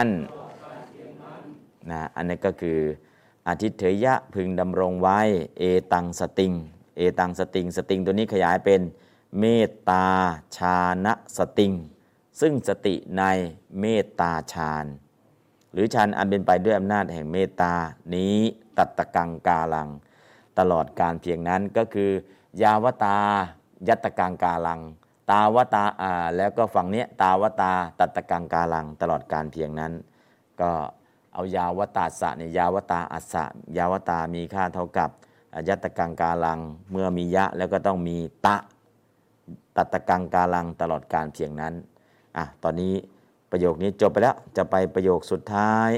อันนี้ก็คืออทิเถยะพึงดำรงไว้เอตังสติงสติงตัวนี้ขยายเป็นเมตตาฌานสติงซึ่งสติในเมตตาฌานหรือฌานอันเป็นไปด้วยอำนาจแห่งเมตตานี้ตัตตกังกาลังตลอดการเพียงนั้นก็คือยาวตายัตตกังกาลังตาวตาแล้วก็ฝั่งนี้ตาวตาตัตตกังกาลังตลอดการเพียงนั้นก็เอายาวตาสะเนี่ยยาวตาอัสสะยาวตามีค่าเท่ากับยัตตกังกาลังเมื่อมียะแล้วก็ต้องมีตัตตกังกาลังตลอดการเพียงนั้นตอนนี้ประโยคนี้จบไปแล้วจะไปประโยคสุดท้าย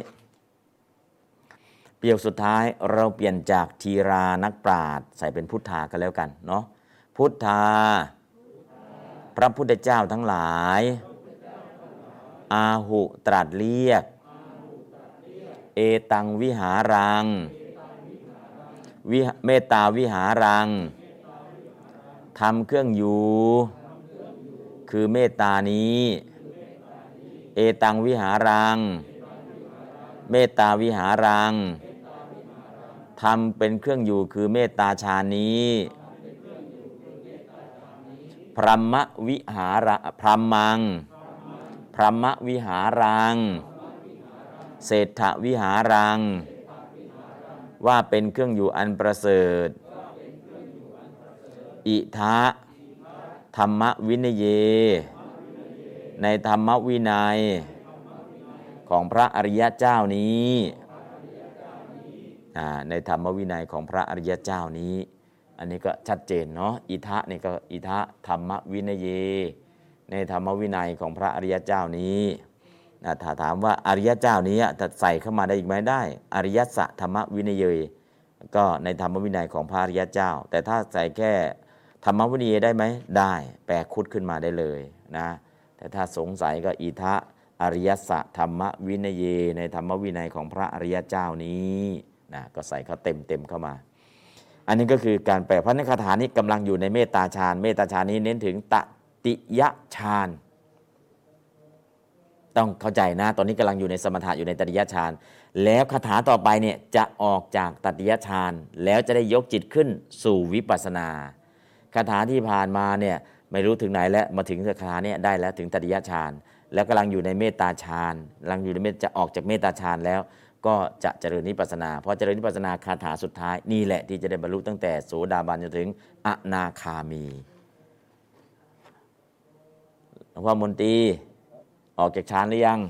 เราเปลี่ยนจากทีรานักปราชญ์ใส่เป็นพุทธากันแล้วกันเนาะพุทธาพระพุทธเจ้าทั้งหลายอาหุตรัสเรียกเอตังวิหารังเมตตาวิหารังทำเครื่องอยู่คือเมตตานี้เอตังวิหารังเมตตาวิหารังทำเป็นเครื่องอยู่คือเมตตาฌานนี้พรหมวิหาระพรหมังพรหมวิหารังเศรษฐวิหารังว่าเป็นเครื่องอยู่อันประเสริฐอิทะธรรมวินัยเยในธรรมวินัยของพระอริยเจ้านี้ในธรรมวินัยของพระอริยเจ้านี้อันนี้ก็ชัดเจนเนาะอิทะนี่ก็อิทะธรรมวินัยเยในธรรมวินัยของพระอริยเจ้านี้ถ้าถามว่าอริยเจ้านี้จะใส่เข้ามาได้อีกไหมได้อริยสัธรรมวินัยเยก็ในธรรมวินัยของพระอริยเจ้าแต่ถ้าใส่แค่ธรรมวินัยได้ไหมได้แปลคุดขึ้นมาได้เลยนะแต่ถ้าสงสัยก็อิทะอริยสัธรรมวินัยเยในธรรมวินัยของพระอริยเจ้านี้นะก็ใส่เขาเต็มเข้ามาอันนี้ก็คือการแปลเพราะในคาถานี้กำลังอยู่ในเมตตาฌานเมตตาฌานนี้เน้นถึงตติยฌานต้องเข้าใจนะตอนนี้กำลังอยู่ในสมถะอยู่ในตติยฌานแล้วคาถาต่อไปเนี่ยจะออกจากตติยฌานแล้วจะได้ยกจิตขึ้นสู่วิปัสสนาคาถาที่ผ่านมาเนี่ยไม่รู้ถึงไหนแล้วมาถึงคาถาเนี่ยได้แล้วถึงตติยฌานแล้วกำลังอยู่ในเมตตาฌานกำลังอยู่ในจะออกจากเมตตาฌานแล้วก็จะเจริญวิปัสสนาพอเจริญวิปัสสนาคาถาสุดท้ายนี่แหละที่จะได้บรรลุตั้งแต่โสดาบันจนถึงอนาคามีหลวงพ่อมนตรีออกจากฌานหรือยัง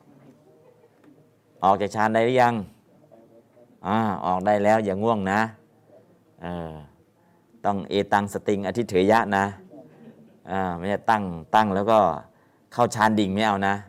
ออกจากฌานได้หรือยังออกได้แล้วอย่าง่วงนะต้องเอตังสติงอธิเถยะนะไม่ใช่ตั้งแล้วก็เข้าฌานดิ่งไม่เอานะ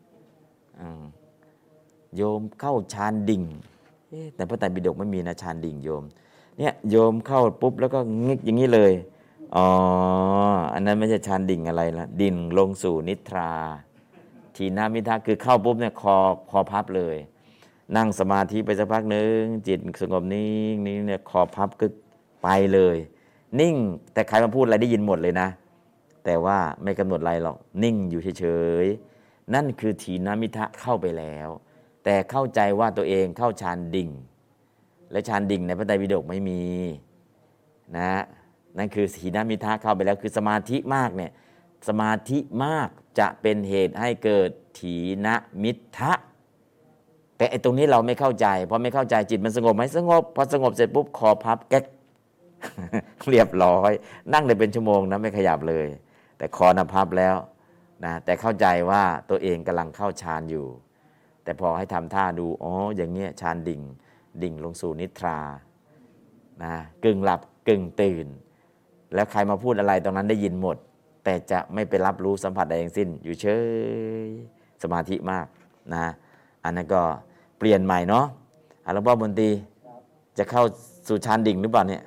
โยมเข้าฌานดิ่งแต่พระไตรปิฎกไม่มีนะฌานดิ่งโยมเนี่ยโยมเข้าปุ๊บแล้วก็งึกอย่างนี้เลยอันนั้นไม่ใช่ฌานดิ่งอะไรละดิ่งลงสู่นิทราทีนามิทะคือเข้าปุ๊บเนี่ยคอพับเลยนั่งสมาธิไปสักพักนึงจิตสงบนิ่งนี่เนี่ยคอพับกึกไปเลยนิ่งแต่ใครมาพูดอะไรได้ยินหมดเลยนะแต่ว่าไม่กำหนดอะไรหรอกนิ่งอยู่เฉยๆนั่นคือทีนามิทะเข้าไปแล้วแต่เข้าใจว่าตัวเองเข้าฌานดิ่งและฌานดิ่งในพระไตรปิฎกไม่มีนะนั่นคือทีนามิทะเข้าไปแล้วคือสมาธิมากเนี่ยสมาธิมากจะเป็นเหตุให้เกิดถีนมิทะแต่ไอ้ตรงนี้เราไม่เข้าใจพอไม่เข้าใจจิตมันสงบไหมสงบพอสงบเสร็จปุ๊บคอพับแก๊ก เรียบร้อยนั่งได้เป็นชั่วโมงนะไม่ขยับเลยแต่คอน่ะพับแล้วนะแต่เข้าใจว่าตัวเองกำลังเข้าฌานอยู่แต่พอให้ทำท่าดูอย่างเงี้ยฌานดิ่งลงสู่นิทรานะกึ่งหลับกึ่งตื่นแล้วใครมาพูดอะไรตรงนั้นได้ยินหมดแต่จะไม่ไปรับรู้สัมผัสใดทั้งสิ้นอยู่เฉยสมาธิมากนะอันนั้นก็เปลี่ยนใหม่เนาะหลวงพ่อบนตรีจะเข้าสู่ฌานดิ่งหรือเปล่าเนี่ย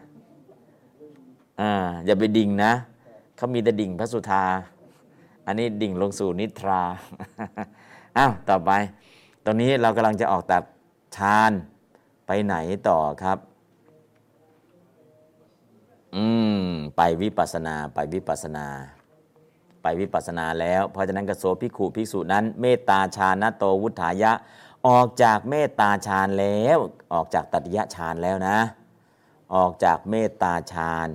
อย่าไปดิ่งนะเขามีแต่ดิ่งพระสุธาอันนี้ดิ่งลงสู่นิทราต่อไปตอนนี้เรากำลังจะออกจากฌานไปไหนต่อครับไปวิปัสสนาไปวิปัสสนาแล้วเพราะฉะนั้นกโสภิกขุภิกษุนั้นเมตตาฌานโตวุฒายะออกจากเมตตาฌานแล้วออกจากตติยฌานแล้วนะออกจากเมตตาฌาน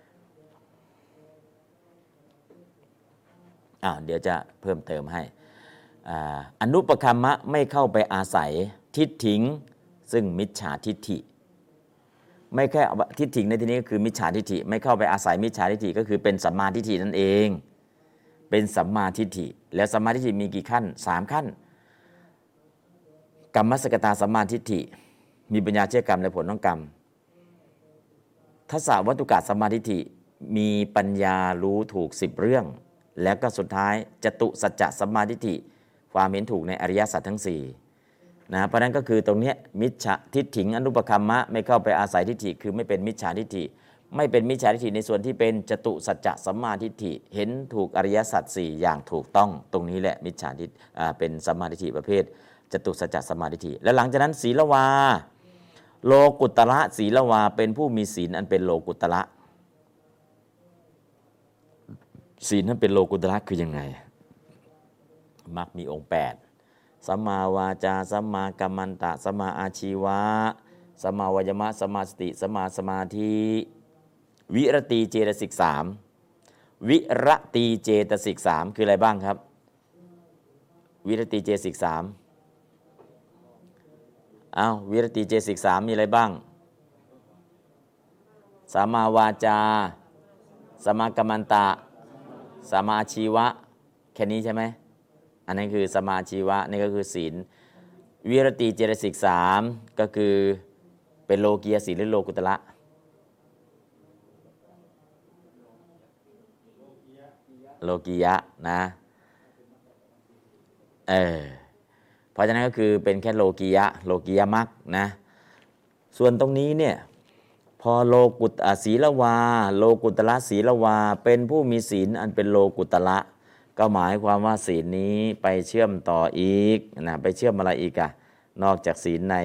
เดี๋ยวจะเพิ่มเติมให้อนุปคัมมะไม่เข้าไปอาศัยทิฏฐิงซึ่งมิจฉาทิฏฐิไม่แค่ทิฏฐิในที่นี้ก็คือมิจฉาทิฏฐิไม่เข้าไปอาศัยมิจฉาทิฏฐิก็คือเป็นสัมมาทิฏฐินั่นเองเป็นสัมมาทิฏฐิแล้วสัมมาทิฏฐิมีกี่ขั้น3ขั้นกัมมสกตาสัมมาทิฏฐิมีปัญญาเชื่อกรรมและผลของกรรมทัสสะวัตถุกะสัมมาทิฏฐิมีปัญญารู้ถูก10เรื่องแล้วก็สุดท้ายจตุสัจจะสัมมาทิฏฐิความเห็นถูกในอริยสัจทั้ง4นะเพราะนั้นก็คือตรงนี้มิจฉาทิฏฐิอนุปคัมมะไม่เข้าไปอาศัยทิฏฐิคือไม่เป็นมิจฉาทิฏฐิไม่เป็นมิจฉาทิฏฐิในส่วนที่เป็นจตุสัจจะสัมมาทิฏฐิเห็นถูกอริยสัจ4อย่างถูกต้องตรงนี้แหละมิจฉาทิฏฐิเป็นสัมมาทิฏฐิประเภทจตุสัจจะสัมมาทิฏฐิแล้วหลังจากนั้นศีลวาโลกุตระศีลวาเป็นผู้มีศีลอันเป็นโลกุตระศีลนั้นเป็นโลกุตระคือยังไงมรรคมีองค์8สัมมาวาจาสัมมากัมมันตะสัมมาอาชีวะสัมมาวายามะสัมมาสติสัมมาสมาธิวิรติเจตสิก3 วิรติเจตสิก3คืออะไรบ้างครับวิรติเจตสิก3วิรติเจตสิก3มีอะไรบ้างสัมมาวาจาสัมมากัมมันตะสัมมาอาชีวะแค่นี้ใช่ไหมอันนั้นคือสัมมาอาชีวะนี่ก็คือศีลวิรติเจตสิก3ก็คือเป็นโลกียศีลหรือโลกุตระโลกียะนะเพราะฉะนั้นก็คือเป็นแค่โลกียะมรรคนะส่วนตรงนี้เนี่ยพอโลกุตศีลวาโลกุตระศีลวาเป็นผู้มีศีลอันเป็นโลกุตระก็หมายความว่าศีลนี้ไปเชื่อมต่ออีกนะไปเชื่อมอะไรอีกนอกจากศีลใน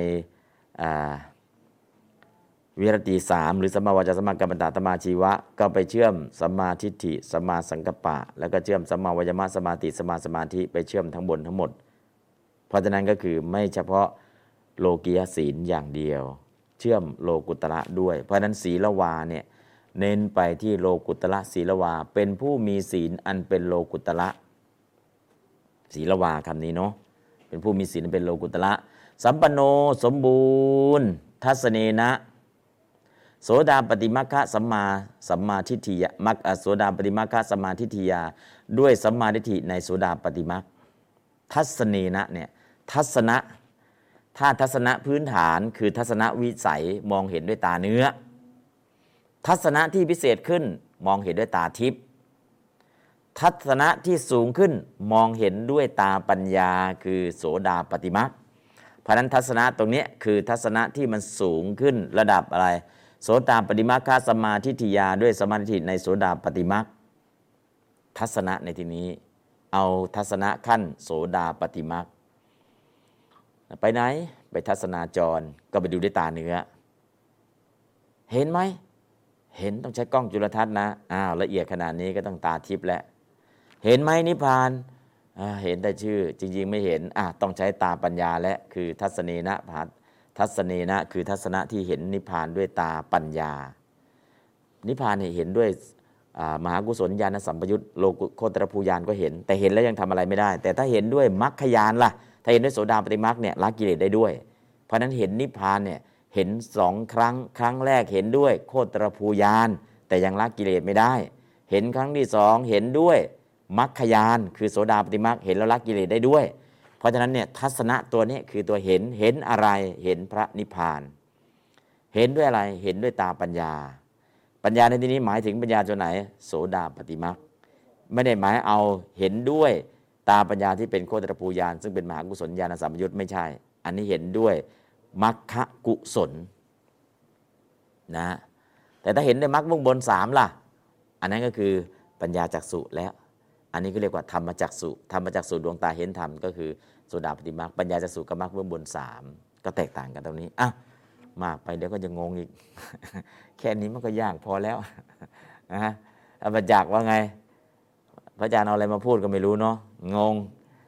วิรติ3หรือสัมมาวาจาสัมมากัมมันตะสัมมาชีวะก็ไปเชื่อมสัมมาทิฏฐิสัมมาสังกัปปะแล้วก็เชื่อมสัมมาวายามะสมาติสัมมาสมาธิไปเชื่อมทั้งบนทั้งหมดเพราะฉะนั้นก็คือไม่เฉพาะโลกียศีลอย่างเดียวเชื่อมโลกุตระด้วยเพราะฉะนั้นศีลวาเนี่ยเน้นไปที่โลกุตระศีลวาเป็นผู้มีศีลอันเป็นโลกุตระศีลวาคำนี้เนาะเป็นผู้มีศีลเป็นโลกุตระสัมปันโนสมบูรณ์ทัสเนนะโสดาปฏิมัคคะสัมมาทิฏฐิยะมัคโสดาปฏิมัคคะสัมมาทิฏฐิยาด้วยสัมมาทิฏฐิในโสดาปฏิมัคทัสเนนะเนี่ยทัศนะถ้าทัศนะพื้นฐานคือทัศนวิสัยมองเห็นด้วยตาเนื้อทัศนะที่พิเศษขึ้นมองเห็นด้วยตาทิพย์ทัศนะที่สูงขึ้นมองเห็นด้วยตาปัญญาคือโสดาปฏิมัคเพราะนั้นทัศนะตรงนี้คือทัศนะที่มันสูงขึ้นระดับอะไรโสดาปฏิมัคคะสัมมาทิฏฐิยาด้วยสัมมาทิฏฐิในโสดาปฏิมัคทัศนะในที่นี้เอาทัศนะขั้นโสดาปฏิมัคไปไหนไปทัศนาจรก็ไปดูด้วยตาเนื้อเห็นไหมเห็นต้องใช้กล้องจุลทรรศน์นะละเอียดขนาดนี้ก็ต้องตาทิพย์แล้วเห็นไหมนิพพานเห็นแต่ชื่อจริงๆไม่เห็นต้องใช้ตาปัญญาและคือทัศเนนะทัศเนนะคือทัศนะที่เห็นนิพพานด้วยตาปัญญานิพพานเห็นด้วยมหากุศลญาณสัมปยุตโลกุโคตรภูญาณก็เห็นแต่เห็นแล้วยังทำอะไรไม่ได้แต่ถ้าเห็นด้วยมรรคญาณล่ะถ้าเห็นด้วยโสดาปฏิมรรคเนี่ยละกิเลสได้ด้วยเพราะนั้นเห็นนิพพานเนี่ยเห็น2 ครั้งแรกเห็นด้วยโคตรภูญาณแต่ยังละกิเลสไม่ได้เห็นครั้งที่2เห็นด้วยมรรคญาณคือโสดาปฏิมรรคเห็นแล้วละกิเลสได้ด้วยเพราะฉะนั้นเนี่ยทัศนะตัวนี้คือตัวเห็นอะไรเห็นพระนิพพานเห็นด้วยอะไรเห็นด้วยตาปัญญาในที่นี้หมายถึงปัญญาตัวไหนโสดาปฏิมรรคไม่ได้หมายเอาเห็นด้วยตาปัญญาที่เป็นโคตรภูญาณซึ่งเป็นมหากุศลญาณสัมปยุตไม่ใช่อันนี้เห็นด้วยมรรคกุศลนะแต่ถ้าเห็นในมรรคเบื้องบน3ล่ะอันนั้นก็คือปัญญาจักษุแล้วอันนี้ก็เรียกว่าธรรมจักษุดวงตาเห็นธรรมก็คือโสดาปฏิมรรคปัญญาจักษุกับมรรคเบื้องบน3ก็แตกต่างกันตรงนี้มากไปเดี๋ยวก็จะงงอีก แค่นี้มันก็ยากพอแล้วนะปัญญาว่าไงพระอาจารย์เอาอะไรมาพูดก็ไม่รู้เนาะงง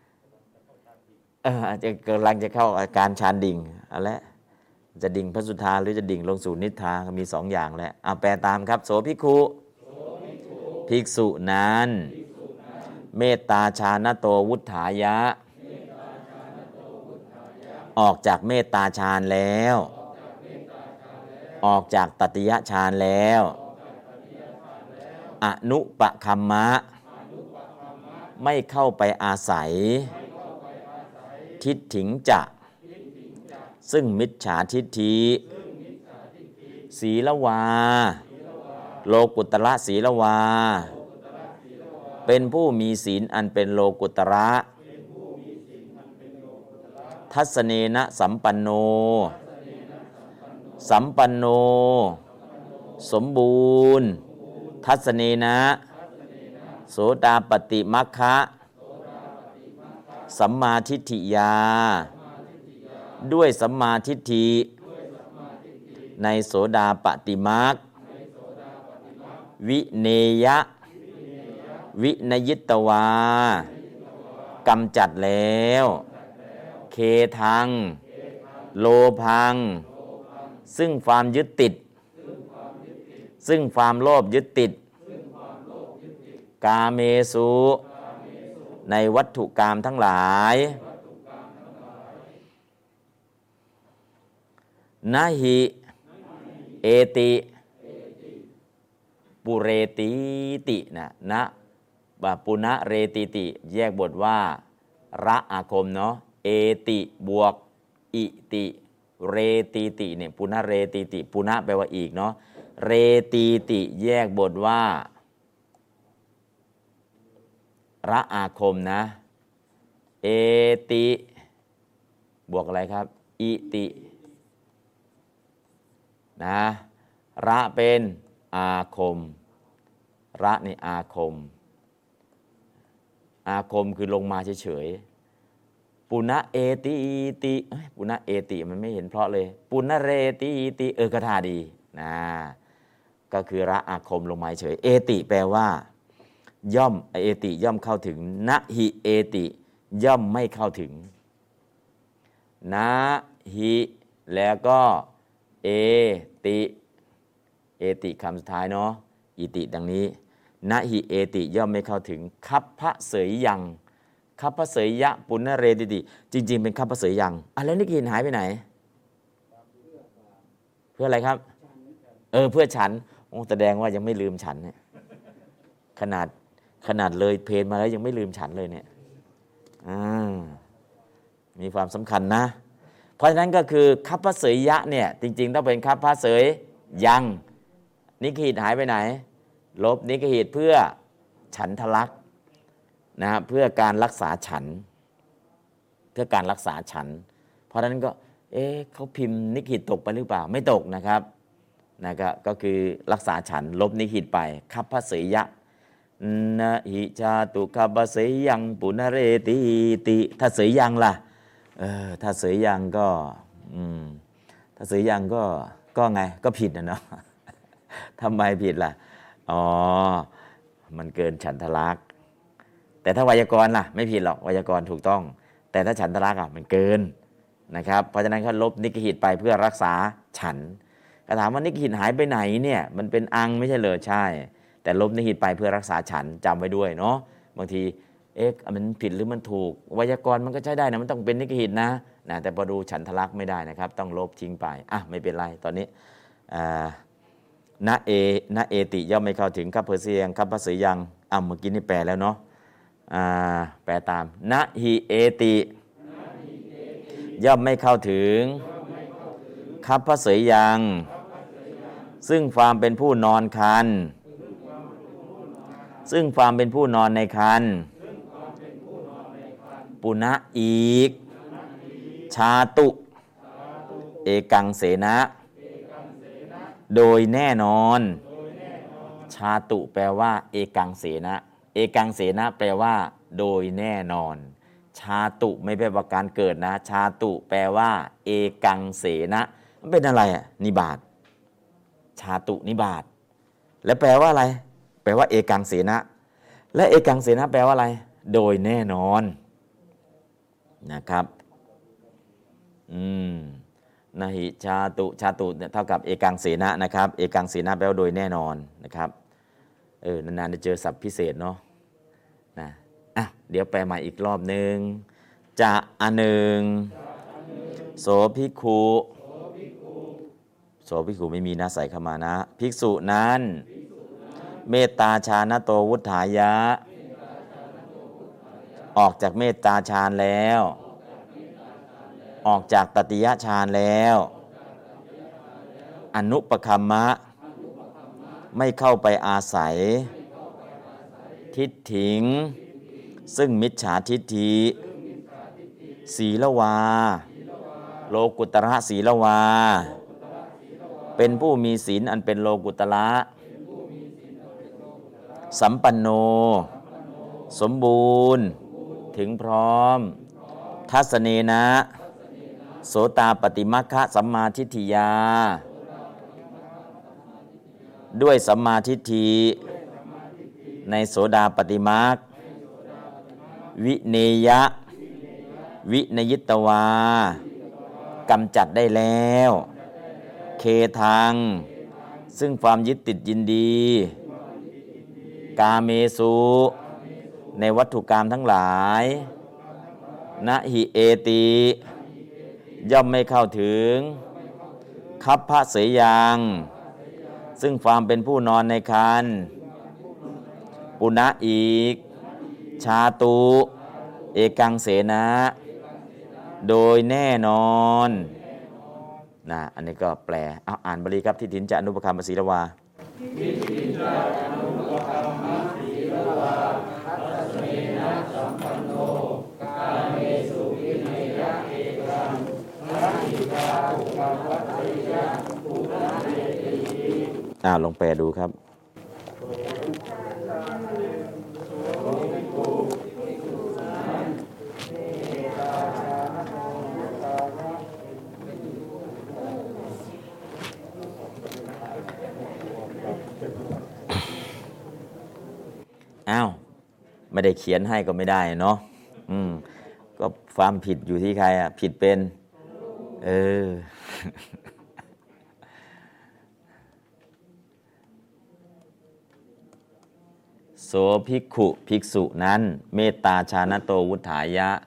จะกำลังจะเข้าอาการฌานดิ่งอะไรจะดิ่งพระสุธาหรือจะดิ่งลงสู่นิพพานมี2อย่างแหละแปลตามครับโสภิกขุภิกษุนั้นเมตตาฌานโตวุฏฐายะออกจากเมตตาฌานแล้วออกจากตติยฌานแล้วอนุปคัมมะไม่เข้าไปอาศัยทิฏฐิงจะซึ่งมิจฉาทิฏฐิศีลวาโลกุตระศีลวาเป็นผู้มีศีลอันเป็นโลกุตระทัสเนนะสัมปันโนสมบูรณ์ทัสเนนะโสดาปฏิมัคคะสัมมาทิฏฐิยาด้วยสัมมาทิฏฐิในโสดาปฏิมัควิเนยะวินยิตวากำจัดแล้วเคทังโลภังซึ่งความยึดติดซึ่งความโลภยึดติดกาเมสุในวัตถุกามทั้งหลายนะหิเอติปุเรติตินะปุณะเรติติแยกบทว่าระอาคมเนาะเอติบวกอิติเรติติเนี่ยปุณะเรติติปุณะแปลว่าอีกเนาะเรติติแยกบทว่าระอาคมนะเอติบวกอะไรครับอิตินะระเป็นอาคมระนี่อาคมอาคมคือลงมาเฉยๆปุณะเอติติปุณะเอติมันไม่เห็นเพราะเลยปุณะเรติติกระทาดีนะก็คือระอาคมลงมาเฉยเอติแปลว่าย่อมเอติย่อมเข้าถึงนะหิเอติย่อมไม่เข้าถึงนะหิแล้วก็เอติเอติคำสุดท้ายเนาะอิติดังนี้นะหิเอติย่อมไม่เข้าถึงคัพพะเสยยังคัพพะเสยยะปุณณเรติติจริงๆเป็นคัพพะเสยยังแล้วนิกหินหายไปไหนเพื่ออะไรครับเพื่อฉันแสดงว่ายังไม่ลืมฉันเนี่ยขนาดเลยเพลมาแล้วยังไม่ลืมฉันเลยเนี่ยมีความสำคัญนะเพราะฉะนั้นก็คือคัพพะเสยยะเนี่ยจริงๆต้องเป็นคัพพะเสยยังนิกหิตหายไปไหนลบนิกหิตเพื่อฉันทลักษณ์นะเพื่อการรักษาฉันเพื่อการรักษาฉันเพราะฉะนั้นก็เขาพิมพ์นิกหิตตกไปหรือเปล่าไม่ตกนะครับก็คือรักษาฉันลบนิกหิตไปคัพพะเสยยะนะหิจาตุคัพพะเสยยังปุณเรติติถ้าเสยยังล่ะถ้าเสยยังก็ถ้าเสยยังก็ไงก็ผิดนะเนาะทำไมผิดล่ะมันเกินฉันทลักษณ์แต่ถ้าไวยากรณ์ล่ะไม่ผิดหรอกไวยากรณ์ถูกต้องแต่ถ้าฉันทลักษณ์มันเกินนะครับเพราะฉะนั้นเขาลบนิกหิตไปเพื่อรักษาฉันก็ถามว่านิกหิตหายไปไหนเนี่ยมันเป็นอังไม่ใช่เลยใช่แต่ลบนิกหิตไปเพื่อรักษาฉันจำไว้ด้วยเนาะบางทีมันผิดหรือมันถูกไวยากรณ์มันก็ใช้ได้นะมันต้องเป็นนิกหิตนะแต่พอดูฉันทลักษณ์ไม่ได้นะครับต้องลบทิ้งไปไม่เป็นไรตอนนี้นะเอติย่อมไม่เข้าถึงคัพพะเสยยังคัพพะเสยยังเมื่อกี้นี่แปลแล้วเนาะแปลตามนะหิเอติย่อมไม่เข้าถึงคัพพะเสยยังซึ่งความเป็นผู้นอนคันซึ่งความเป็นผู้นอนในคันปุณะอีกชาตุเอกังเสนะโดยแน่นอนชาตุแปลว่าเอกังเสนะเอกังเสนะแปลว่าโดยแน่นอนชาตุไม่แปลว่าการเกิดนะชาตุแปลว่าเอกังเสนะมันเป็นอะไรนิบาตชาตุนิบาตแล้วแปลว่าอะไรแปลว่าเอกังเสนะและเอกังเสนะแปลว่าอะไรโดยแน่นอนนะครับนะหิชาตุเท่ากับเอกังเสนะนะครับเอกังเสนะแปลว่าโดยแน่นอนนะครับนานๆจะเจอศัพท์พิเศษเนาะเดี๋ยวแปลใหม่อีกรอบนึงจะอันหนึ่งโสภิกขุไม่มีนะใส่เข้ามานะภิกษุนั้นเมตตาฌานโตวุฏฐายะออกจากเมตตาฌานแล้วออกจากตติยฌานแล้วอนุปคัมมะไม่เข้าไปอาศัยทิฏฐิงซึ่งมิจฉาทิฏฐิศีลวาโลกุตระศีลวาเป็นผู้มีศีลอันเป็นโลกุตระสัมปันโนสมบูรณ์ถึงพร้อมทัสเนนะโสตาปฏิมัคคะสัมมาทิฏฐิยาด้วยสัมมาทิฏฐิในโสดาปฏิมัควิเนยะวินยิตวากำจัดได้แล้วเคทังซึ่งความยึดติดยินดีกาเมสุในวัตถุกรรมทั้งหลายนะหิเอติย่อมไม่เข้าถึงคัพพะเสยังซึ่งความเป็นผู้นอนในคันปุณะอีกชาตุเอกังเสนะโดยแน่นอนนะอันนี้ก็แปลเอาอ่านบาลีครับทิฏฐินจะอนุปคัมภศีลวาทิฏฐินจะอนุปคัมภศีลวาทัสสเมนะสัมปันโนกาเมสุวินัยะเอกังรัติกาอุปวัตติยะปุณะเอติลองแปลดูครับไม่ได้เขียนให้ก็ไม่ได้เนาะก็ความผิดอยู่ที่ใครอ่ะผิดเป็นโสภิกขุภิกษุนั้นเมตตาชานโตวุฒายะ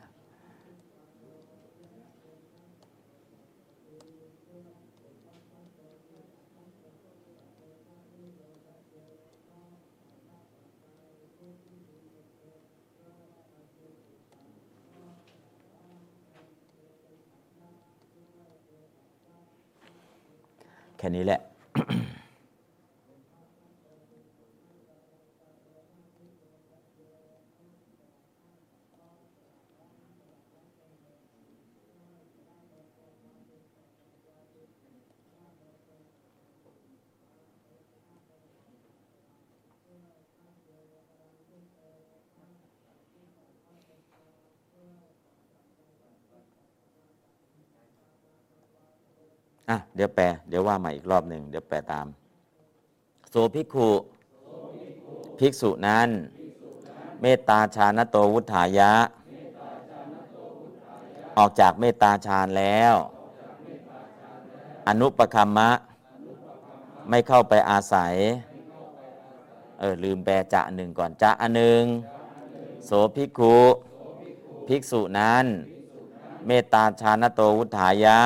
แค่นี้แหละ เดี๋ยวแปลเดี๋ยวว่าใหม่อีกรอบหนึ่งเดี๋ยวแปลตามโสภิกขุภิกษุนั้นเมตตาฌานโตวุฒายะออกจากเมตตาฌานแล้วอนุปคัมมะไม่เข้าไปอาศัยลืมแปลจะหนึ่งก่อนจะอันหนึ่งโสภิกขุภิกษุนั้นเมตตาฌานโตวุฒายะ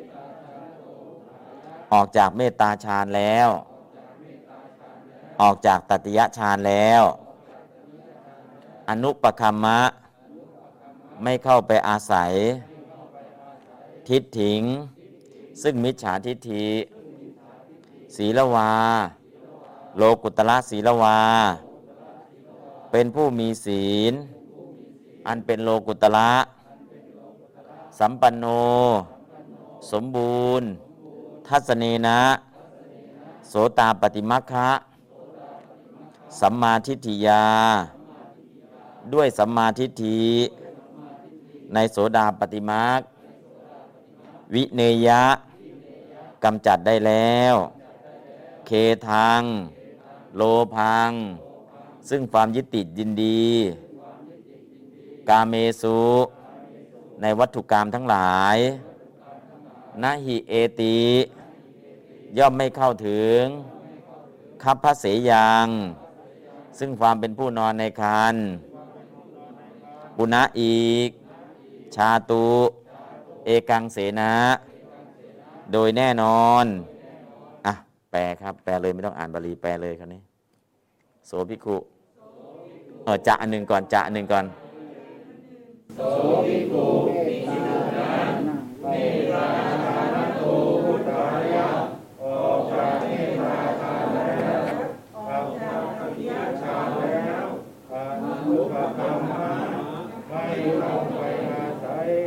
ออกจากเมตตาฌานแล้วออกจากตติยฌานแล้วอนุปคัมมะไม่เข้าไปอาศัยทิฏฐิงซึ่งมิจฉาทิฏฐิศีลวาโลกุตระศีลวาเป็นผู้มีศีลอันเป็นโลกุตระสัมปันโนสมบูรณ์ทัสเนนะโสตาปฏิมัคคะสัมมาทิฏฐิยาด้วยสัมมาทิฏฐิในโสดาปฏิมัควิเนยะกำจัดได้แล้วเคทังโลพังซึ่งความยึดติดยินดีกาเมสุในวัตถุกรรมทั้งหลายนะหิเอติย่อมไม่เข้าถึงคัพพะเสยังซึ่งความเป็นผู้นอนในคันปุณะอีกชาตุเอกังเสนะโดยแน่นอนแปลครับแปลเลยไม่ต้องอ่านบาลีแปลเลยครับนี้โสภิกขุจะอันหนึ่งก่อนจะอันหนึ่งก่อนโสภิกขุภิกษุนั้นเมตตาฌานโตวุฒายะออกจากเมตตาฌานแล้วออกจากตติยฌานแล้วอนุปคัมมะไม่เข้าไปอาศัย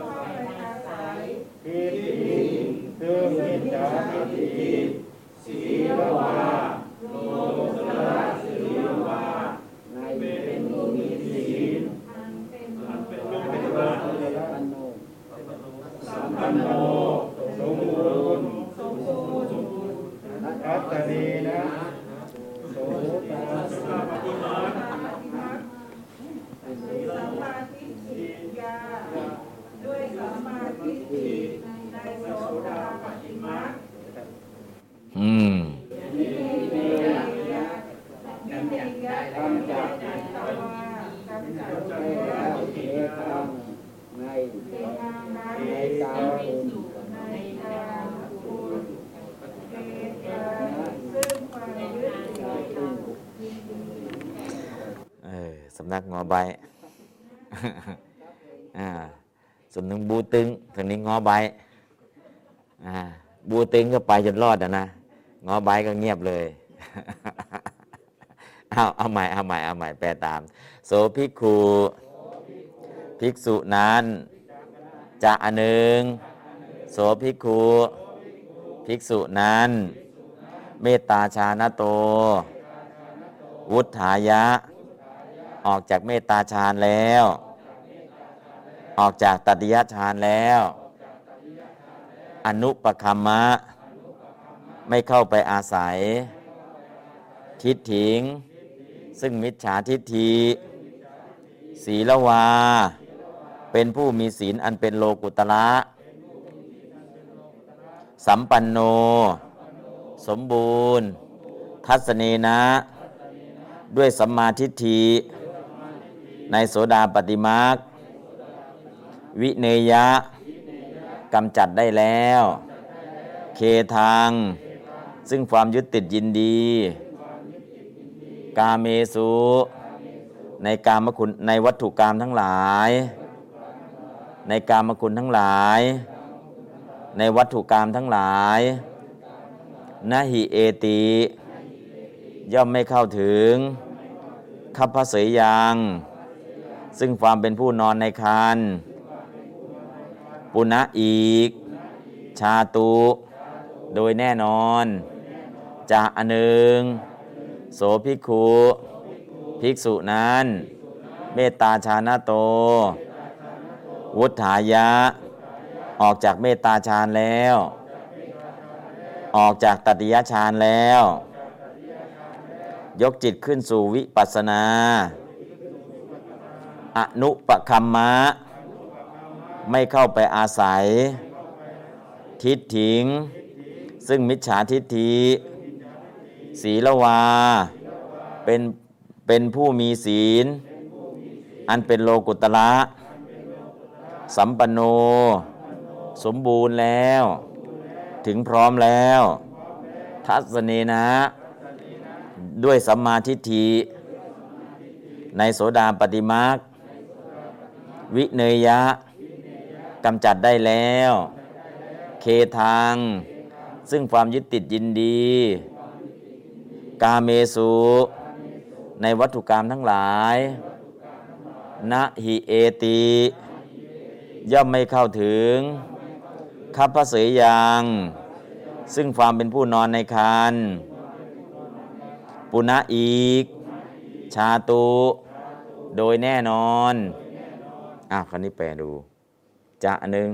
ทิฏฐิซึ่งมิจฉาทิฏฐิศีลวาโลกุตระศีลวาเป็นผู้มีศีลอันเป็นสัมปันโนสมบูรณ์ทัสสเนนะโสตาปฏิมัคสัมมาทิฏฐิยาด้วยสัมมาทิฏฐิในโสดาปฏิมัคในในกามคุณสำนักงอใบ ส่วนหนึ่งบูตึงส่วนนี้งอใบบูตึงก็ไปจนรอดนะงอใบก็เงียบเลย เอาใหม่แปลตามโสภิกขุภิกษุนั้นจะอันหนึ่งโสภิกขุภิกษุนั้นเมตตาชานโตวุฒายะออกจากเมตตาฌานแล้วออกจากตัตติยฌานแล้วอนุปคัมมะไม่เข้าไปอาศัยทิฏฐิงซึ่งมิจฉาทิฏฐิศีลวาเป็นผู้มีศีลอันเป็นโลกุตระสัมปันโนสมบูรณ์ทัสเนนะด้วยสัมมาทิฏฐิในโสดาปัตติมรรควิเนยะกำจัดได้แล้วเคทังซึ่งความยึดติดยินดีกาเมสุในกามคุณในวัตถุกรรมทั้งหลายในกามคุณทั้งหลายในวัตถุกรรมทั้งหลายนะหิเอติย่อมไม่เข้าถึงคัพพเสยยังซึ่งความเป็นผู้นอนในครรภ์ปุณะอีกชาตุโดยแน่นอนจะอันหนึ่งโสภิกขุภิกษุนั้นเมตตาฌานโตวุฒายะออกจากเมตตาฌานแล้วออกจากตัตติยฌานแล้วยกจิตขึ้นสู่วิปัสสนาอนุปคัมมะไม่เข้าไปอาศัยทิฏฐิงซึ่งมิจฉาทิฏฐิศีลวาเป็นผู้มีศีลอันเป็นโลกุตระสัมปันโนสมบูรณ์แล้วถึงพร้อมแล้วทัสเนนะด้วยสัมมาทิฏฐิในโสดาปัตติมรรควิเนยะกำจัดได้แล้วเคทังซึ่งความยึดติดยินดีกาเมสุในวัตถุกรรมทั้งหลายนะหิเอติย่อมไม่เข้าถึงคัพพเสยยังซึ่งความเป็นผู้นอนในครรภ์ปุณะอีกชาตุโดยแน่นอนคราวนี้แปลดูจะอันหนึ่ง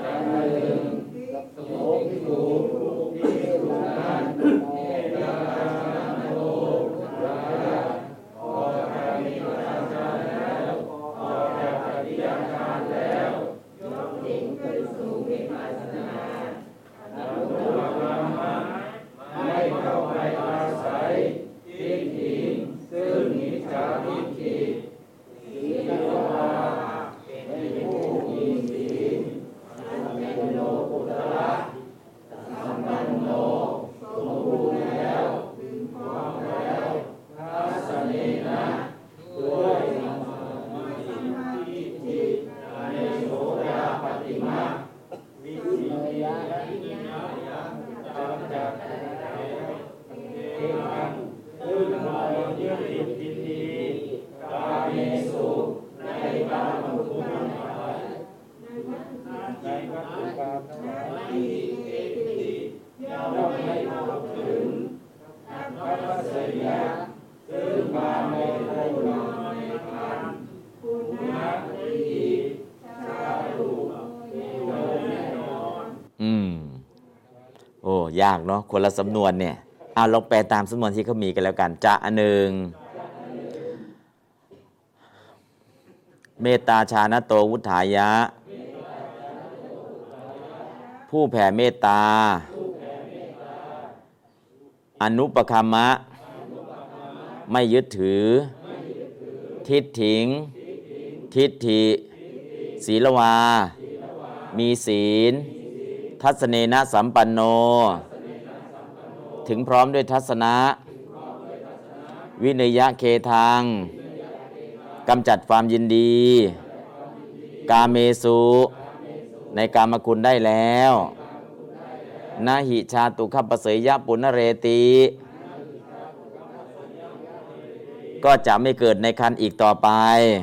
ยากเนาะคนละสำนวนเนี่ยลองแปลตามสำนวนที่เขามีกันแล้วกันจะอันหนึ่งเมตตาฌานโตวุฒายะผู้แผ่เมตตาอนุปคัมมะไม่ยึดถือทิฏฐิงทิฏฐิศีลวามีศีลทัศเนนะสัมปันโนถึงพร้อมด้วยทัศนะวินยะเคทังกำจัดความยินดีกาเมสุในกามคุณได้แล้วนาหิชาตุขัปปเสยยะปุณเรติก็จะไม่เกิดในคันอีกต่อไป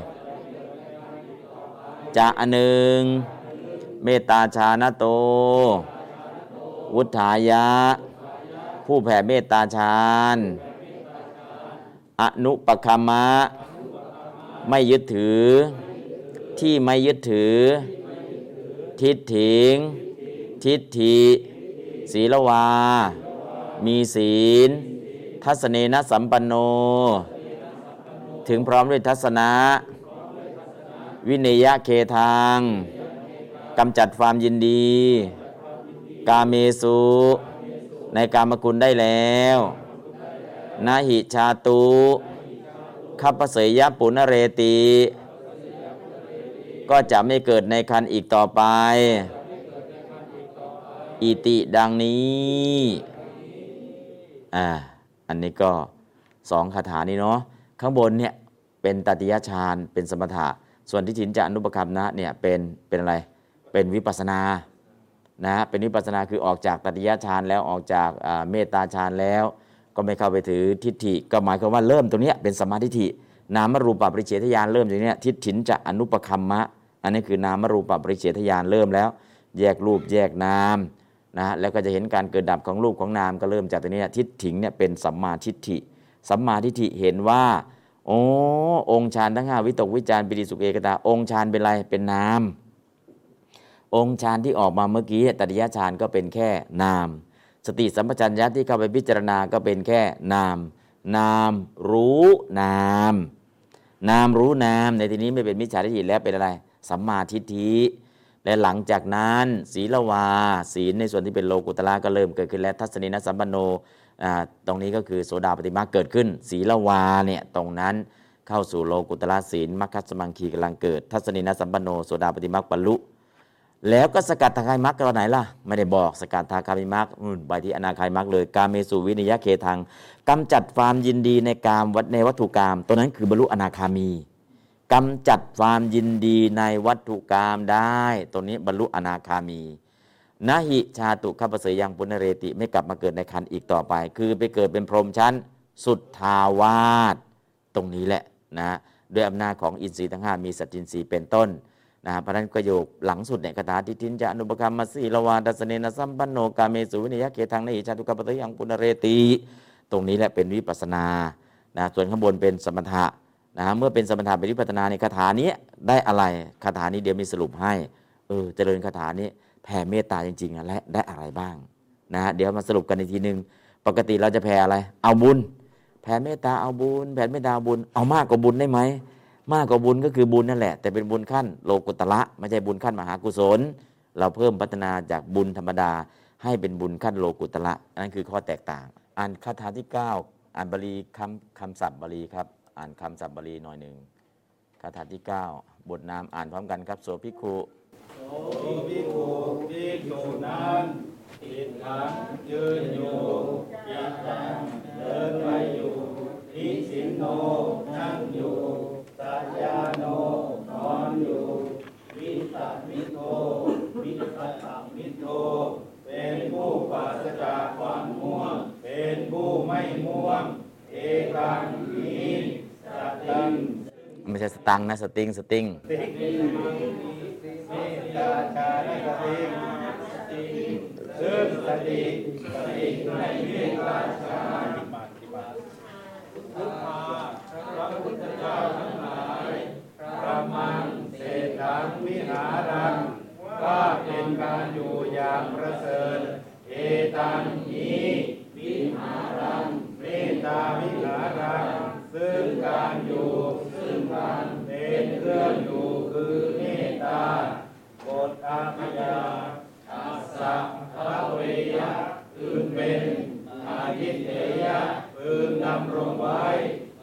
จะอันหนึ่งเมตตาชานะโตวุฒายะผู้แผ่เมตตาฌานอนุปคัมมะไม่ยึดถือที่ไม่ยึดถือทิฏฐิงทิฏฐิศีลวามีศีลทัศเนนะสัมปันโนถึงพร้อมด้วยทัศนะวินยะเคทังกำจัดความยินดีกาเมสุในกามคุณได้แล้วนาหิชาตุขัปปเสยยะปุณเรติก็จะไม่เกิดในคันอีกต่อไปอิติดังนี้อันนี้ก็2คาถานี้เนาะข้างบนเนี่ยเป็นตติยฌานเป็นสมถะส่วนทิฏฐิจะอนุปคัมนะเนี่ยเป็นอะไรเป็นวิปัสสนานะเป็นวิปัสสนาคือออกจากตติยฌานแล้วออกจากเมตตาฌานแล้วก็ไม่เข้าไปถือทิฏฐิก็หมายความว่าเริ่มตรงนี้เป็นสัมมาทิฏฐินามรูปปริเฉทญาณเริ่มจากนี้ทิฏฐิจะอนุปคัมมะอันนี้คือนามรูปปริเฉทญาณเริ่มแล้วแยกรูปแยกนามนะแล้วก็จะเห็นการเกิดดับของรูปของนามก็เริ่มจากตรงนี้ทิฏฐิเนี่ยเป็นสัมมาทิฏฐิสัมมาทิฏฐิเห็นว่าองค์ฌานทั้ง5วิตกวิจารปิติสุขเอกตาองค์ฌานเป็นอะไรเป็นนามองค์ฌานที่ออกมาเมื่อกี้ตติยฌานก็เป็นแค่นามสติสัมปชัญญะที่เข้าไปพิจารณาก็เป็นแค่นามนามรู้นามนามรู้นามในที่นี้ไม่เป็นมิจฉาทิฏฐิแล้วเป็นอะไรสัมมาทิฏฐิและหลังจากนั้นศีลวาศีลในส่วนที่เป็นโลกุตระก็เริ่มเกิดขึ้นแล้วทัศเนนะสัมปันโนตรงนี้ก็คือโสดาปัตติมรรคเกิดขึ้นศีลวาเนี่ยตรงนั้นเข้าสู่โลกุตระศีลมรรคสมังคีกำลังเกิดทัศเนนะสัมปันโนโสดาปัตติมรรคบรรลุแล้วก็สกัดทาคายมรรคตอนไหนล่ะไม่ได้บอกสกัดทาคามิมรรคไปที่อนาคายมรรคเลยกาเมสุวินิยะเคทังกำจัดความยินดีในกามในวัตถุกามตัวนั้นคือบรรลุอนาคามีกำจัดความยินดีในวัตถุกามได้ตัวนี้บรรลุอนาคามีนะหิชาตุขัปปเสยยังปุณเรติไม่กลับมาเกิดในคันอีกต่อไปคือไปเกิดเป็นพรหมชั้นสุทธาวาสตรงนี้แหละนะด้วยอำนาจของอินทรีย์ทั้ง5มีสัจจินทรีย์เป็นต้นนะเพราะนั้นประโยคหลังสุดเนี่ยคาถาทิฏฐิจะอนุปคัมมสีลวาดัสเนนะสัมปันโนกาเมสุวินิยะเกทังนะหิชาตุขัปปเสยยังปุณเรติตรงนี้แหละเป็นวิปัสสนานะส่วนข้างบนเป็นสมถะนะเมื่อเป็นสมถะเป็นวิปัสสนาในคาถานี้ได้อะไรคาถานี้เดี๋ยวมีสรุปให้เจริญคาถานี้แผ่เมตตาจริงๆและได้อะไรบ้างนะเดี๋ยวมาสรุปกันอีกทีนึงปกติเราจะแผ่อะไรเอาบุญแผ่เมตตาเอาบุญแผ่เมตตาเอาบุญเอามากกว่าบุญได้ไหมมากกว่าบุญก็คือบุญนั่นแหละแต่เป็นบุญขั้นโลกุตระไม่ใช่บุญขั้นมหากุศลเราเพิ่มพัฒนาจากบุญธรรมดาให้เป็นบุญขั้นโลกุตระนั่นคือข้อแตกต่างอ่านคาถาที่9อ่านบาลีคำศัพท์บาลีครับอ่านคำศัพท์บาลีหน่อยหนึ่งคาถาที่9บทนามอ่านพร้อมกันครับโสภิกขุโสภิกขุภิกษุนั้นติดขังยืนอยู่กิจจังเดินไปอยู่ทิสินโนนั่งอยู่สัจญาโนนอนอยู่วิสัทมิโตวิสัทธมิโตเป็นผู้ปราศจากความง่วงเป็นผู้ไม่ง่วงเอกังนี้สติงไม่ใช่สตังนะสติงเมตตาชาลิกติซึ่งสติในเมตตาชาพุทธาพระพุทธเจ้าทั้งหลายพระมังเศรษฐังวิหารังว่าเป็นการอยู่อย่างประเสริฐเอตังนี้วิหารังเมตตาวิหารังซึ่งการอยู่ซึ่งการเป็นเครื่องอยู่คือเมตตาบทอาภิยาอาสัพพะเวยะคือเป็นอาทิเตยะพึงดำรงไว้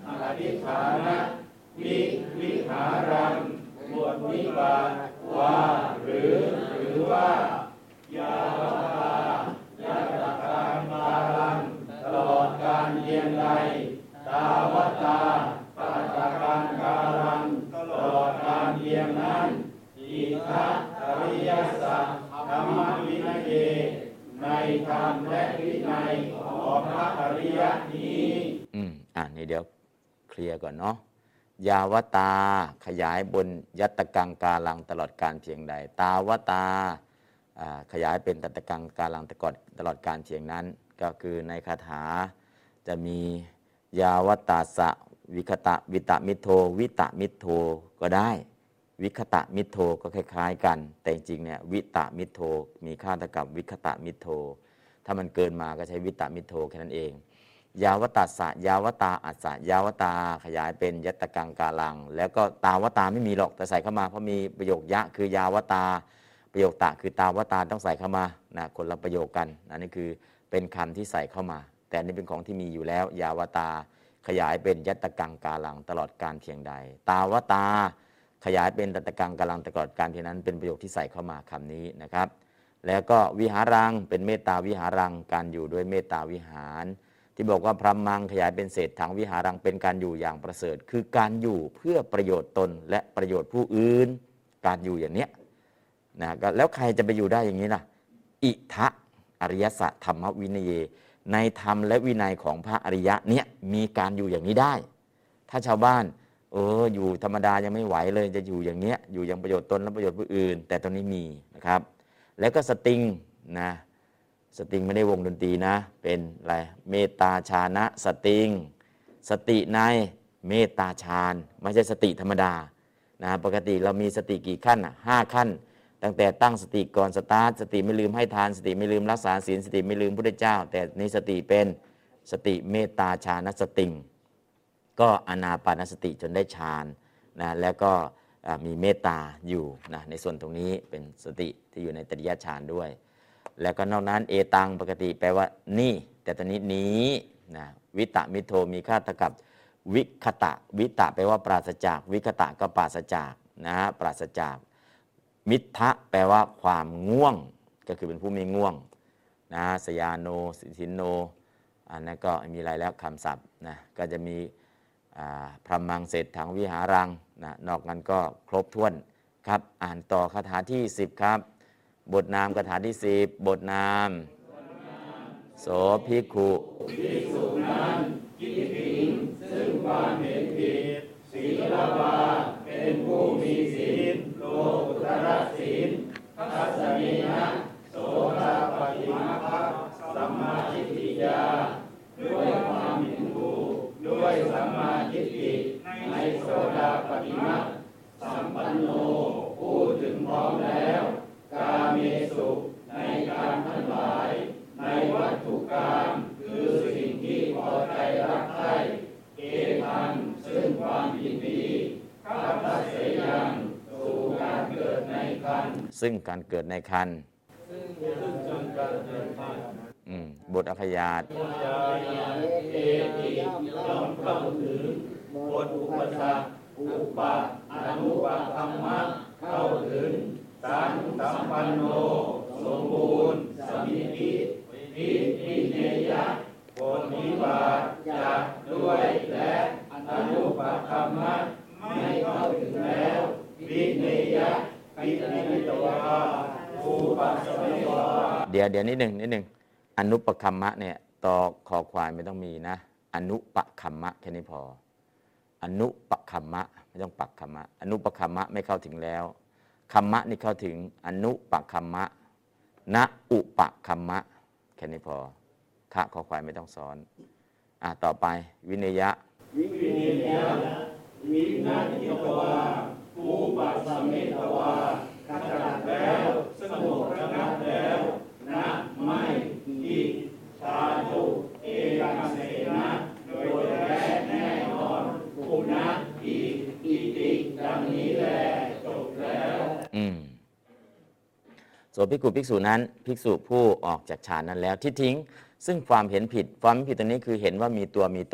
อธิฐานะวิหารังบทวิบาทว่าหรือว่ายาวตายะตะการกาลังตลอดการเพียงใดตาวตาปัตตการกาลังตลอดการเพียงนั้นอิทัปอริยสัจธรรมวินัยในธรรมและวินัยของพระอริยนี้นี่เดี๋ยวเคลียร์ก่อนเนาะยาวตาขยายบนยัตตกังกาลังตลอดการเพียงใดตาวตาขยายเป็นตัตตกังกาลังตลอดการเพียงนั้นก็คือในคาถาจะมียาวตาสะวิคตะวิตะมิโทวิตะมิโทก็ได้วิคตะมิโทก็คล้ายๆกันแต่จริงเนี่ยวิตะมิโทมีค่าเท่ากับวิคตะมิโทถ้ามันเกินมาก็ใช้วิตะมิโทแค่นั้นเองยาวตาสะยาวตาอัสสะยาวตาขยายเป็นยัตตกังกาลังแล้วก็ตาวตาไม่มีหรอกแต่ใส่เข้ามาเพราะมีประโยคยะคือยาวตาประโยคตะคือตาวตาต้องใส่เข้ามานะคนละประโยคกันอันนี้คือเป็นคำที่ใส่เข้ามาแต่นี่เป็นของที่มีอยู่แล้วยาวตาขยายเป็นยัตตกังกาลังตลอดการเพียงใดตาวตาขยายเป็นตัตตกังกาลังตลอดการเพียงนั้นเป็นประโยคที่ใส่เข้ามาคำนี้นะครับแล้วก็วิหารังเป็นเมตตาวิหารังการอยู่ด้วยเมตตาวิหารที่บอกว่าพรหมังขยายเป็นเศษถังวิหารังเป็นการอยู่อย่างประเสริฐคือการอยู่เพื่อประโยชน์ตนและประโยชน์ผู้อื่นการอยู่อย่างเนี้ยนะแล้วใครจะไปอยู่ได้อย่างนี้ล่ะอิทะอริยสัจธรรมวินัยในธรรมและวินัยของพระอริยะเนี่ยมีการอยู่อย่างนี้ได้ถ้าชาวบ้านอยู่ธรรมดายังไม่ไหวเลยจะอยู่อย่างเนี้ยอยู่อย่างประโยชน์ตนและประโยชน์ผู้อื่นแต่ตรงนี้มีนะครับแล้วก็สติงนะสติงไม่ได้วงดนตรีนะเป็นอะไรเมตตาฌานะสติงสติในเมตตาฌานไม่ใช่สติธรรมดานะปกติเรามีสติกี่ขั้น5 ขั้นตั้งแต่ตั้งสติก่อนสตาร์ทสติไม่ลืมให้ทานสติไม่ลืมรักษาศีลสติไม่ลืมพุทธเจ้าแต่นี้สติเป็นสติเมตตาฌานสติงก็อานาปานสติจนได้ฌานนะแล้วก็มีเมตตาอยู่นะในส่วนตรงนี้เป็นสติที่อยู่ในตริยฌานด้วยแล้วก็นอกนั้นเอตังปกติแปลว่านี่แต่ตอนนี้นะวิตะมิโทมีค่าเท่ากับวิคตะวิตะแปลว่าปราศจากวิคตะก็ปราศจากนะปราศจากมิทะแปลว่าความง่วงก็คือเป็นผู้ไม่ง่วงนะสยาโนสินโนอันนั้นก็มีอะไรแล้วคำศัพท์นะก็จะมีพรหมังเศษถังวิหารังนะนอกนั้นก็ครบถ้วนครับอ่านต่อคาถาที่10ครับบทนามคาถาที่10บทนามโสภิกขุภิกษุนั้นคิดถึงซึ่งความเห็นผิดศีลบาเป็นผู้มีศีลโลกุตระศีลทัสสมินะโสตปฏิมัคคะสัมมาทิฏฐิญาณด้วยความเห็นถูกด้วยสัมมาทิฏฐิในโสดาปฏิมัคคะสัมปันโนพูดถึงพร้อมแล้วกาเมสุในการทั้งหลายในวัตถุกรรมคือสิ่งที่พอใจรักใคร่เอตังซึ่งความยินดีคัพพะเสยังสู่การเกิดในครรภ์ซึ่งการเกิดในครรภ์บทอภยาตเอติย่อมเข้าถึงบทอุปสรรคอุปะอนุปะธรรมะเข้าถึงสัมปันโนสมบูรณ์สมิติวิเนยะผลนิบาตจากด้วยและอนุปะธรรมะไม่เข้าถึงแล้ววิเนยะปิณิตวาภูปัสสมิวาเดี๋ยวนิดหนึ่งอนุปคัมมะเนี่ยต่อคอควายไม่ต้องมีนะอนุปคัมมะแค่นี้พออนุปคัมมะไม่ต้องปักคัมมะอนุปคัมมะไม่เข้าถึงแล้วคัมมะนี่เข้าถึงอนุปคัมมะณอุปคัมมะแค่นี้พอขะคอควายไม่ต้องซ้อนต่อไปวิเนยะวินาทิตวาภูปัสสมิตวาขจัดแล้วสงบระงับแล้วนะไม่อิชาตุเอกังเสนะโดยแท้แน่นอนภูนะอิติดังนี้แลจบแล้วส่วนภิกขุภิกษุนั้นภิกษุผู้ออกจากฌานนั้นแล้วที่ทิ้งซึ่งความเห็นผิดตรงนี้คือเห็นว่ามีตัวมีตน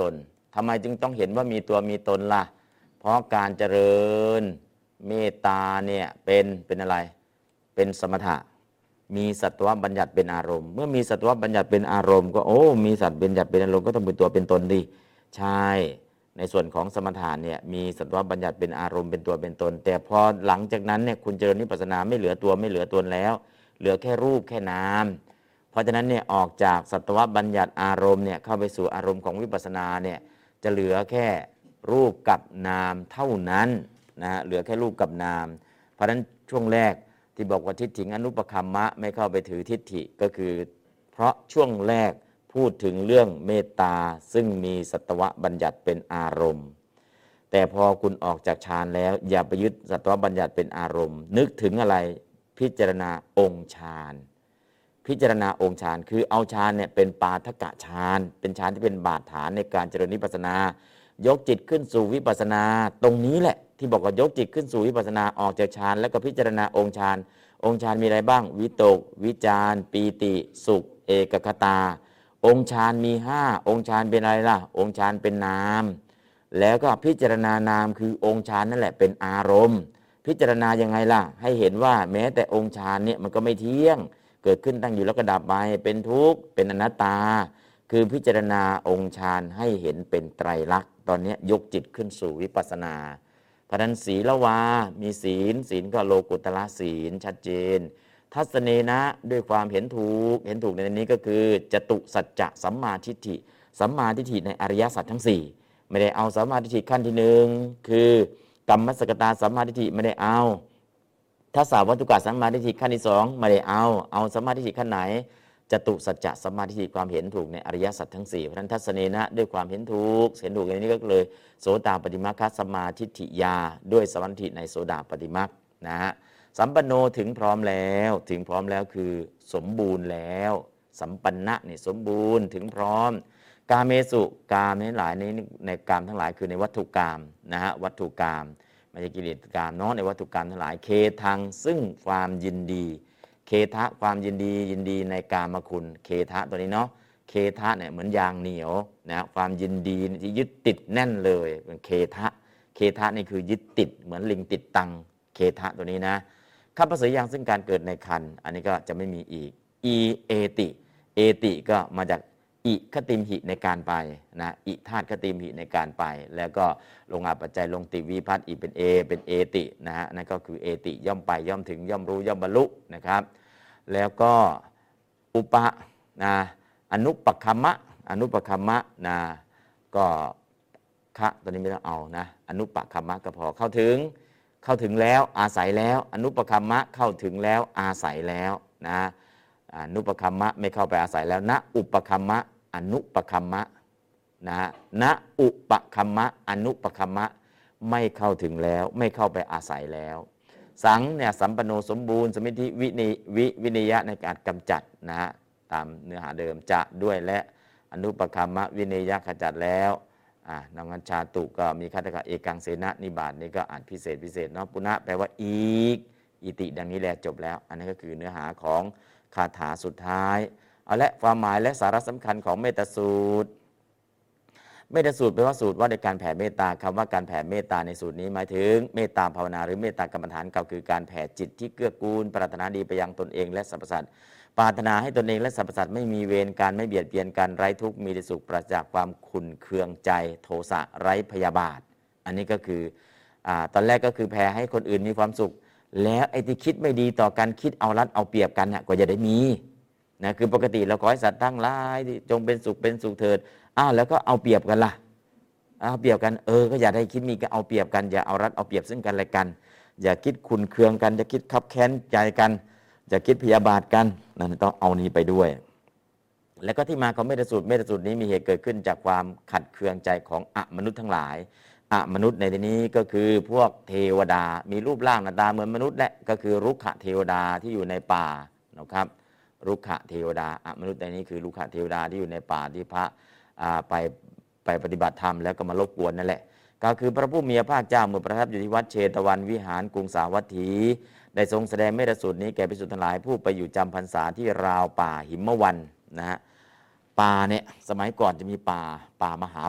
ทำไมจึงต้องเห็นว่ามีตัวมีตนล่ะเพราะการเจริญเมตตาเนี่ยเป็นอะไรเป็นสมถะมีสัตวบัญญัติเป็นอารมณ์เมื่อมีสัตวบัญญัติเป็นอารมณ์ก็มีสัตว์บัญญัติเป็นอารมณ์ก็ต้องเป็นตัวเป็นตนดิใช่ในส่วนของสมถะเนี่ยมีสัตวบัญญัติเป็นอารมณ์เป็นตัวเป็นตนแต่พอหลังจากนั้นเนี่ยคุณเจริญวิปัสสนาไม่เหลือตัวไม่เหลือตนแล้วเหลือแค่รูปแค่นามเพราะฉะนั้นเนี่ยออกจากสัตวบัญญัติอารมณ์เนี่ยเข้าไปสู่อารมณ์ของวิปัสสนาเนี่ยจะเหลือแค่รูปกับนามเท่านั้นนะเหลือแค่รูปกับนามเพราะฉะนั้นช่วงแรกที่บอกว่าทิฏฐิอนุปคัมมะไม่เข้าไปถือทิฏฐิก็คือเพราะช่วงแรกพูดถึงเรื่องเมตตาซึ่งมีสัตวบัญญัติเป็นอารมณ์แต่พอคุณออกจากฌานแล้วอย่าไปยึดสัตวบัญญัติเป็นอารมณ์นึกถึงอะไรพิจารณาองค์ฌานพิจารณาองค์ฌานคือเอาฌานเนี่ยเป็นปาฐกฌานเป็นฌานที่เป็นบาดฐานในการเจริญวิปัสสนายกจิตขึ้นสู่วิปัสสนาตรงนี้แหละที่บอกว่ายกจิตขึ้นสู่วิปัสสนาออกจากฌานแล้วก็พิจารณาองค์ฌานองค์ฌานมีอะไรบ้างวิตกวิจารปีติสุขเอกคตาองค์ฌานมี5องค์ฌานเป็นอะไรล่ะองค์ฌานเป็นนามแล้วก็พิจารณานามคือองค์ฌานนั่นแหละเป็นอารมณ์พิจารณายังไงล่ะให้เห็นว่าแม้แต่องค์ฌานเนี่ยมันก็ไม่เที่ยงเกิดขึ้นตั้งอยู่แล้วก็ดับไปเป็นทุกข์เป็นอนัตตาคือพิจารณาองค์ฌานให้เห็นเป็นไตรลักษณ์ตอนนี้ยกจิตขึ้นสู่วิปัสสนาเพราะฉะนั้นศีลวามีศีลก็โลกุตละศีลชัดเจนทัศเนนะด้วยความเห็นถูกในนี้ก็คือจตุสัจจะสัมมาทิฏฐิสัมมาทิฏฐิในอริยสัจทั้ง4ไม่ได้เอาสัมมาทิฏฐิขั้นที่1คือกรรมสกตาสัมมาทิฏฐิไม่ได้เอาทัสสาวัตถุกะสัมมาทิฏฐิขั้นที่2ไม่ได้เอาสัมมาทิฏฐิขั้นไหนจตุสัจจะสัมมาทิฏฐิความเห็นถูกในอริยสัจทั้ง4เพราะฉะนั้นทัศเนนะด้วยความเห็นถูกในนี้ก็เลยโสตาปฏิมัคคสัมมาทิฏฐิญาด้วยสัมมาทิฏฐิในโสดาปฏิมัคนะฮะสัมปันโนถึงพร้อมแล้วคือสมบูรณ์แล้วสัมปันนะนี่สมบูรณ์ถึงพร้อมกาเมสุกามในหลายในกามทั้งหลายคือในวัตถุกามนะฮะวัตถุกามไม่ใช่กิเลสกามเนาะในวัตถุกามทั้งหลายเคทังซึ่งความยินดีเคทะความยินดีในกามคุณเคทะตัวนี้เนาะเคทะเนี่ยเหมือนยางเหนียวนะความยินดีที่ยึดติดแน่นเลยเป็นเคทะนี่คือยึดติดเหมือนลิงติดตังเคทะตัวนี้นะข้าพเจ้าอย่างซึ่งการเกิดในคันอันนี้ก็จะไม่มีอีกเอติก็มาจากอิคติมหิในการไปนะอิธาตุคติมหิในการไปแล้วก็ลงอาปัจจัยลงติวิภัตติเป็นเอตินะฮะนั่นก็คือเอติย่อมไปย่อมถึงย่อมรู้ย่อมบรรลุนะครับแล้วก็อุปะนะอนุปคัมมะนะก็คะตอนนี้ไม่ต้องเอานะอนุปคัมมะก็พอเข้าถึงแล้วอาศัยแล้วอนุปคัมมะเข้าถึงแล้วอาศัยแล้วนะอนุปคัมมะไม่เข้าไปอาศัยแล้วณอุปคัมมะอนุปคัมมะนะณอุปคัมมะอนุปคัมมะไม่เข้าถึงแล้วไม่เข้าไปอาศัยแล้วสังเนี่ยสัมปันโนสมบูรณ์สมิธิวินิยะในการกำจัดนะฮะตามเนื้อหาเดิมจะด้วยและอนุปคัมมะวินิยะขจัดแล้วนังกัญชาตุก็มีคาถาเอกังเสนะนิบาตนี่ก็อ่านพิเศษเนาะปุณะแปลว่าอีกอิติดังนี้แหละจบแล้วอันนี้ก็คือเนื้อหาของคาถาสุดท้ายเอาละความหมายและสาระสำคัญของเมตตาสูตรแปลว่าสูตรว่าในการแผ่เมตตาคำว่าการแผ่เมตตาในสูตรนี้หมายถึงเมตตาภาวนาหรือเมตตากรรมฐานก็คือการแผ่จิตที่เกื้อกูลปรารถนาดีไปยังตนเองและสรรพสัตว์ปรารถนาให้ตนเองและสรรพสัตว์ไม่มีเวรการไม่เบียดเบียนกันไร้ทุกข์มีแต่สุขปราศจากความขุ่นเคืองใจโทสะไร้พยาบาทอันนี้ก็คือตอนแรกก็คือแผ่ให้คนอื่นมีความสุขแล้วไอ้ที่คิดไม่ดีต่อกันคิดเอารัดเอาเปรียบกันน่ะก็จะได้มีนะคือปกติเราขอให้สัตว์ทั้งหลายจงเป็นสุขเถิดแล้วก็เอาเปรียบกันล่ะเอาเปรียบกันก็อย่าได้คิดมีก็เอาเปรียบกันอย่าเอารัดเอาเปรียบซึ่งกันและกันอย่าคิดขุ่นเคืองกันอย่าคิดคับแค้นใจกันอย่าคิดพยาบาทกันนั่นต้องเอานี้ไปด้วยแล้วก็ที่มาของเมตตาสูตรนี้มีเหตุเกิดขึ้นจากความขัดเคืองใจของมนุษย์ทั้งหลายมนุษย์ในที่นี้ก็คือพวกเทวดามีรูปร่างหน้าตาเหมือนมนุษย์แหละก็คือรุกขเทวดาที่อยู่ในป่านะครับรุกขเทวดามนุษย์ในนี้คือรุกขเทวดาที่อยู่ในป่าที่พระไปปฏิบัติธรรมแล้วก็มารบกวนนั่นแหละก็คือพระผู้มีพระภาคเจ้าเมื่อประทับอยู่ที่วัดเชตวันวิหารกรุงสาวัตถีได้ทรงแสดงเมตตาสูตรนี้แก่ภิกษุทั้งหลายผู้ไปอยู่จำพรรษาที่ราวป่าหิมวันนะฮะป่าเนี่ยสมัยก่อนจะมีป่ามหาวัน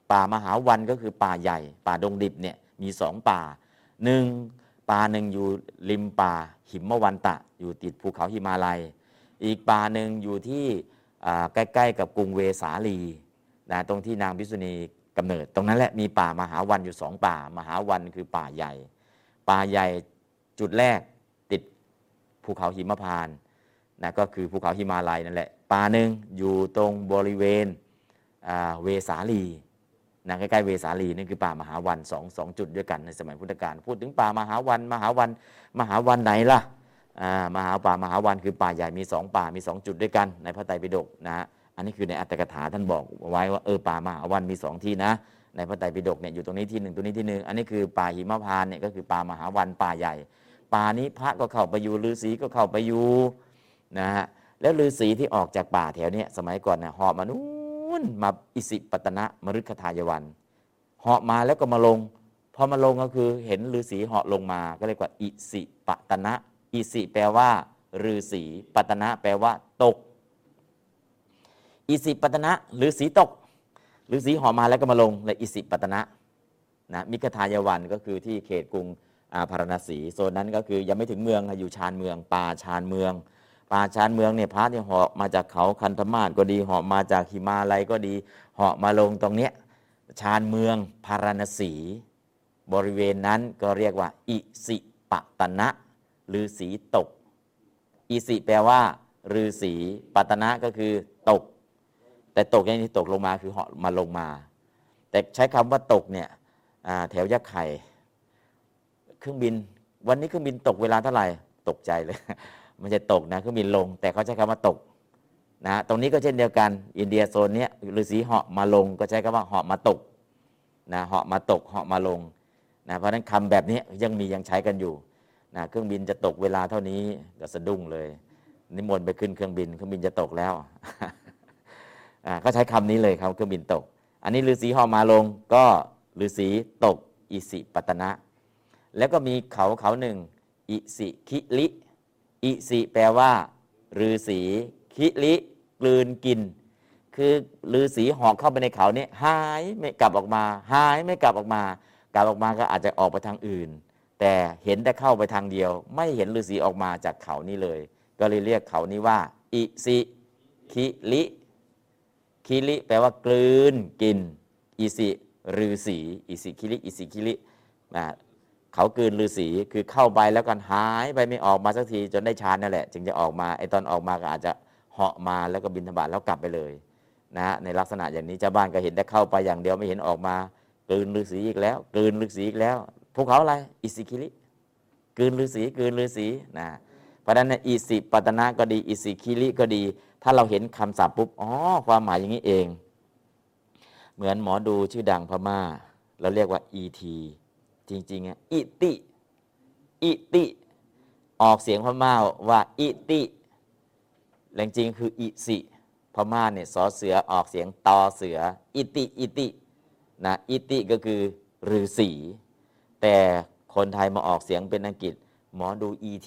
ป่ามหาวันก็คือป่าใหญ่ป่าดงดิบเนี่ยมี2ป่าป่าหนึ่งอยู่ริมป่าหิมวันตะอยู่ติดภูเขาหิมาลัยอีกป่าหนึ่งอยู่ที่ใกล้ๆกับกรุงเวสาลีนะตรงที่นางภิกษุณีกำเนิดตรงนั้นแหละมีป่ามหาวันอยู่2ป่ามหาวันคือป่าใหญ่จุดแรกติดภูเขาหิมพานต์นะก็คือภูเขาหิมาลัยนั่นแหละป่าหนึ่งอยู่ตรงบริเวณเวสาลีนะใกล้ๆเวสาลีนี่คือป่ามหาวันสองจุดด้วยกันในสมัยพุทธกาลพูดถึงป่ามหาวันไหนล่ะมหาวันคือป่าใหญ่มี2ป่ามี2จุดด้วยกันในพระไตรปิฎกนะฮะอันนี้คือในอัตถกถาท่านบอกไว้ว่าป่ามหาวันมี2ที่นะในพระไตรปิฎกเนี่ยอยู่ตรงนี้ที่1ตรงนี้ที่1อันนี้คือป่าหิมพานต์เนี่ยก็คือป่ามหาวันป่าใหญ่ป่านี้พระก็เข้าไปอยู่ฤาษีก็เข้าไปอยู่นะฮะแล้วฤาษีที่ออกจากป่าแถวนี้สมัยก่อนเนี่ยหอบมานู้นมาอิสิปตนะมฤคทายวันเหาะมาแล้วก็มาลงพอมาลงก็คือเห็นฤาษีเหาะลงมาก็เรียกว่าอิสิปตนะอิสิแปลว่าฤาษีปตนะแปลว่าตกอิสิปตนะฤาษีตกฤาษีเหาะมาแล้วก็มาลงเลยอิสิปตนะนะมิคทายวันก็คือที่เขตกรุงพาราณสีโซนนั้นก็คือยังไม่ถึงเมืองอยู่ชานเมืองป่าชานเมืองเนี่ยพระที่เหาะมาจากเขาคันธมาศก็ดีเหาะมาจากหิมาลัยก็ดีเหาะมาลงตรงเนี้ยชานเมืองพาราณสีบริเวณนั้นก็เรียกว่าอิสิปตนะฤาษีตกอิสิแปลว่าฤาษีปตนะก็คือตกแต่ตกอย่างที่ตกลงมาคือเหาะมาลงมาแต่ใช้คำว่าตกเนี่ยแถวยักษ์ไข่เครื่องบินวันนี้เครื่องบินตกเวลาเท่าไหร่ตกใจเลยไม่ใช่ตกนะเครื่องบินลงแต่เขาใช้คำว่าตกนะตรงนี้ก็เช่นเดียวกันอินเดียโซนนี้ฤาษีเหาะมาลงก็ใช้คำว่าเหาะมาตกนะเหาะมาตกเหาะมาลงนะเพราะฉะนั้นคำแบบนี้ยังใช้กันอยู่นะเครื่องบินจะตกเวลาเท่านี้ก็สะดุ้งเลยนิมนต์ไปขึ้นเครื่องบินจะตกแล้วก็ใช้คำนี้เลยครับเครื่องบินตกอันนี้ฤาษีเหาะมาลงก็ฤาษีตกอิสิปตนะแล้วก็มีเขาหนึ่งอิสิคิลิอิสิแปลว่าฤาษีคิลิกลืนกินคือฤาษีเหาะเข้าไปในเขาเนี่ยหายไม่กลับออกมาหายไม่กลับออกมาก็อาจจะออกไปทางอื่นแต่เห็นแต่เข้าไปทางเดียวไม่เห็นฤาษีออกมาจากเขานี้เลยก็เลยเรียกเขานี้ว่าอิสิคิลิแปลว่ากลืนกินอิสิฤาษีอิสิคิลิเขากลืนฤาษีคือเข้าไปแล้วกันหายไปไม่ออกมาสักทีจนได้ฌานนั่นแหละจึงจะออกมาไอตอนออกมาก็อาจจะเหาะมาแล้วก็บิณฑบาตแล้วกลับไปเลยนะในลักษณะอย่างนี้ชาวบ้านก็เห็นได้เข้าไปอย่างเดียวไม่เห็นออกมากลืนฤาษีอีกแล้วพวกเขาอะไรอิสิคิลิกลืนฤาษีนะเพราะฉะนั้นอิสิปตนะก็ดีอิสิคิลิก็ดีถ้าเราเห็นคำศัพท์ปุ๊บความหมายอย่างนี้เองเหมือนหมอดูชื่อดังพม่าเราเรียกว่า ETจริงๆอิติออกเสียงพม่าว่าอิติแรงจริงคืออิสิพม่าเนี่ยสอเสือออกเสียงตอเสืออิตินะอิติก็คือฤาษีแต่คนไทยมาออกเสียงเป็นอังกฤษหมอดู ET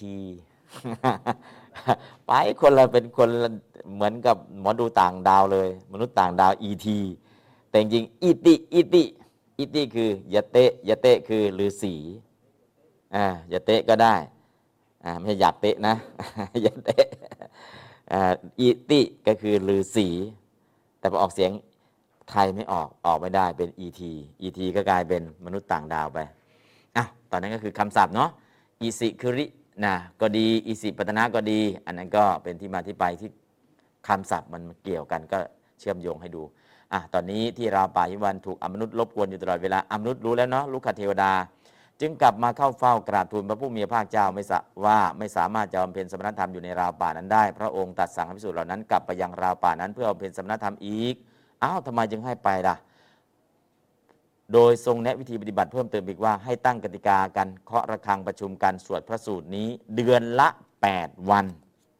ไปคนละเป็นคนเหมือนกับหมอดูต่างดาวเลยมนุษย์ต่างดาว ET แต่จริงอิติคือยะเตะคือฤาษียะเตะก็ได้ไม่ใช่อยากเตะนะยะเตะอิติก็คือฤาษีแต่พอออกเสียงไทยไม่ออกไม่ได้เป็น ET ก็กลายเป็นมนุษย์ต่างดาวไปตอนนั้นก็คือคำศัพท์เนาะอิสิคิรินะก็ดีอิสิปตนะก็ดีอันนั้นก็เป็นที่มาที่ไปที่คำศัพท์มันเกี่ยวกันก็เชื่อมโยงให้ดูตอนนี้ที่ราวป่าหิมวันถูกอมนุษย์รบกวนอยู่ตลอดเวลาอมนุษย์รู้แล้วเนาะลูกขเทวดาจึงกลับมาเข้าเฝ้ากราบทูลพระผู้มีพระภาคเจ้าไม่สามารถจะบำเพ็ญสมณธรรมอยู่ในราวป่านั้นได้พระองค์ตรัสสั่งให้ภิกษุเหล่านั้นกลับไปยังราวป่านั้นเพื่อบำเพ็ญสมณธรรมอีกทำไมจึงให้ไปล่ะโดยทรงแนะวิธีปฏิบัติเพิ่มเติมอีกว่าให้ตั้งกติกากันเคาะระฆังประชุมกันสวดพระสูตรนี้เดือนละ8วัน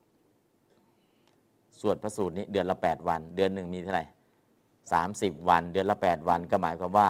สวดพระสูตรนี้เดือนละ8วันเดือนหนึ่งมีเท่าไหร่30วันเดือนละ8วันก็หมายความว่า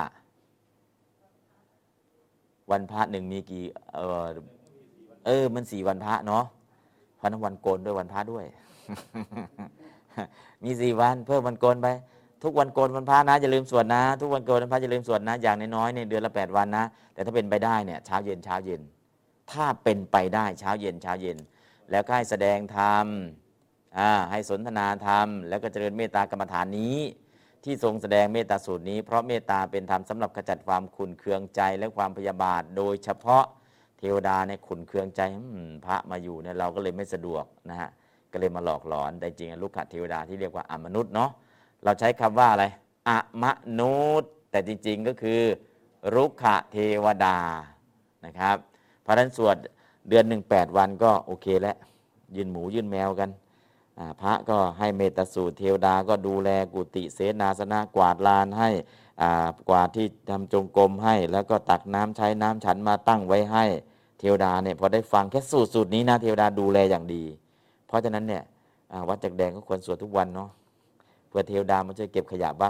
วันพระหนึ่งมีกี่มัน4วันพระเนาะเพราะนั้นวันโกนด้วยวันพระด้วย มี4วันเพิ่มวันโกนไปทุกวันโกนวันพระนะอย่าลืมสวดนะทุกวันโกนวันพระอย่าลืมสวดนะอย่างน้อยๆเนี่ยเดือนละ8 วันนะแต่ถ้าเป็นไปได้เนี่ยเช้าเย็นเช้าเย็นถ้าเป็นไปได้เช้าเย็นเช้าเย็นแล้วก็ให้แสดงธรรมให้สนทนาธรรมแล้วก็เจริญเมตตากรรมฐานนี้ที่ทรงแสดงเมตตาสูตรนี้เพราะเมตตาเป็นธรรมสำหรับขจัดความขุ่นเคืองใจและความพยาบาทโดยเฉพาะเทวดาเนี่ยขุ่นเคืองใจพระมาอยู่เนี่ยเราก็เลยไม่สะดวกนะฮะก็เลยมาหลอกหลอนแต่จริงลูกขเทวดาที่เรียกว่าอมนุษย์เนาะเราใช้คำว่าอะไรอมนุษย์แต่จริงๆก็คือรุกขเทวดานะครับเพราะฉะนั้นสวดเดือน1 8 วันก็โอเคแล้วยื่นหมูยื่นแมวกันพระก็ให้เมตตาสูตรเทวดาก็ดูแลกุฏิเสนาสนะกวาดลานให้กวาดที่ทำจงกรมให้แล้วก็ตักน้ำใช้น้ำฉันมาตั้งไว้ให้เทวดาเนี่ยพอได้ฟังแค่สูตรนี้นะเทวดาดูแลอย่างดีเพราะฉะนั้นเนี่ยวัดจักแดงก็ควรสวดทุกวันเนาะเพื่อเทวดามันช่วยเก็บขยะบ้าง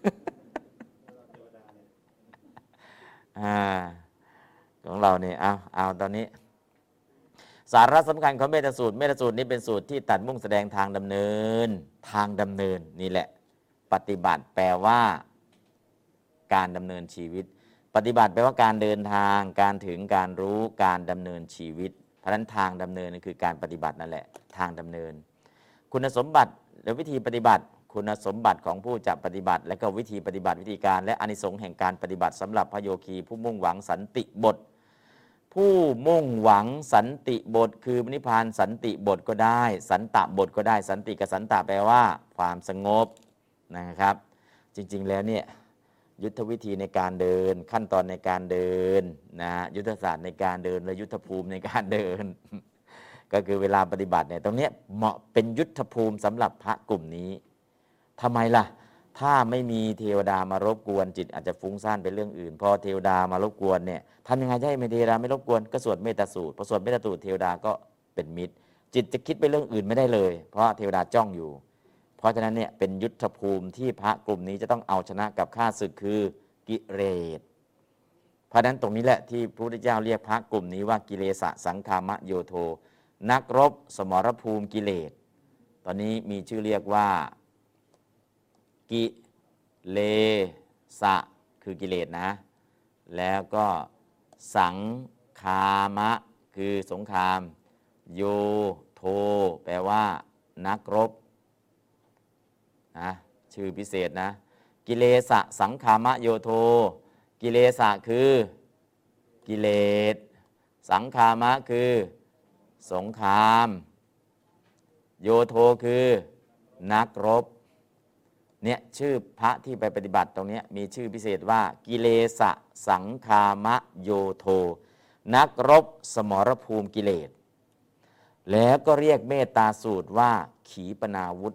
ของเราเนี่ยเอาตอนนี้สาระสำคัญของเมตสูตรนี้เป็นสูตรที่ตัดมุ่งแสดงทางดำเนินนี่แหละปฏิบัติแปลว่าการดำเนินชีวิตปฏิบัติแปลว่าการเดินทางการถึงการรู้การดำเนินชีวิตเพราะฉะนั้นทางดำเนินคือการปฏิบัตินั่นแหละทางดำเนินคุณสมบัติและวิธีปฏิบัติคุณสมบัติของผู้จะปฏิบัติและก็วิธีปฏิบัติวิธีการและอานิสงส์แห่งการปฏิบัติสำหรับพระโยคีผู้มุ่งหวังสันติบทผู้มุ่งหวังสันติบทคือนิพพานสันติบทก็ได้สันตบทก็ได้สันติกับสันตะแปลว่าความสงบนะครับจริงๆแล้วเนี่ยยุทธวิธีในการเดินขั้นตอนในการเดินนะยุทธศาสตร์ในการเดินและยุทธภูมิในการเดิน ก็คือเวลาปฏิบัติเนี่ยตรงนี้เหมาะเป็นยุทธภูมิสำหรับพระกลุ่มนี้ทำไมล่ะถ้าไม่มีเทวดามารบกวนจิตอาจจะฟุ้งซ่านไปเรื่องอื่นพอเทวดามารบกวนเนี่ยทำยังไงจะให้เทวดาไม่รบกวนก็สวดเมตตาสูตรพอสวดเมตตาสูตรเทวดาก็เป็นมิตรจิตจะคิดไปเรื่องอื่นไม่ได้เลยเพราะเทวดาจ้องอยู่เพราะฉะนั้นเนี่ยเป็นยุทธภูมิที่พระกลุ่มนี้จะต้องเอาชนะกับข้าศึกคือกิเลสเพราะฉะนั้นตรงนี้แหละที่พระพุทธเจ้าเรียกพระกลุ่มนี้ว่ากิเลสสังคามโยโทนักรบสมรภูมิกิเลสตอนนี้มีชื่อเรียกว่ากิเลสะคือกิเลสนะแล้วก็สังคามะคือสงครามโยโทแปลว่านักรบนะชื่อพิเศษนะกิเลสะสังคามะโยโทกิเลสะคือกิเลสสังคามะคือสงครามโยโทคือนักรบเนี่ยชื่อพระที่ไปปฏิบัติตรงนี้มีชื่อพิเศษว่ากิเลสะสังคามะโยโทนักรบสมรภูมิกิเลสแล้วก็เรียกเมตตาสูตรว่าขีปนาวุธ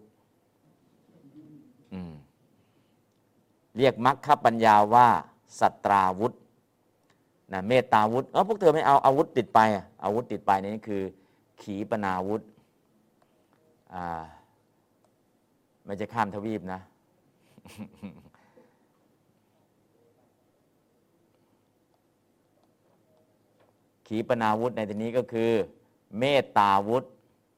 เรียกมรรคปัญญาว่าสัตราวุธนะเมตตาวุธพวกเธอไม่เอาอาวุธติดไปอาวุธติดไปนี่คือขีปนาวุธไม่จะข้ามทวีปนะ ขีปนาวุธในที่นี้ก็คือเมตตาวุธ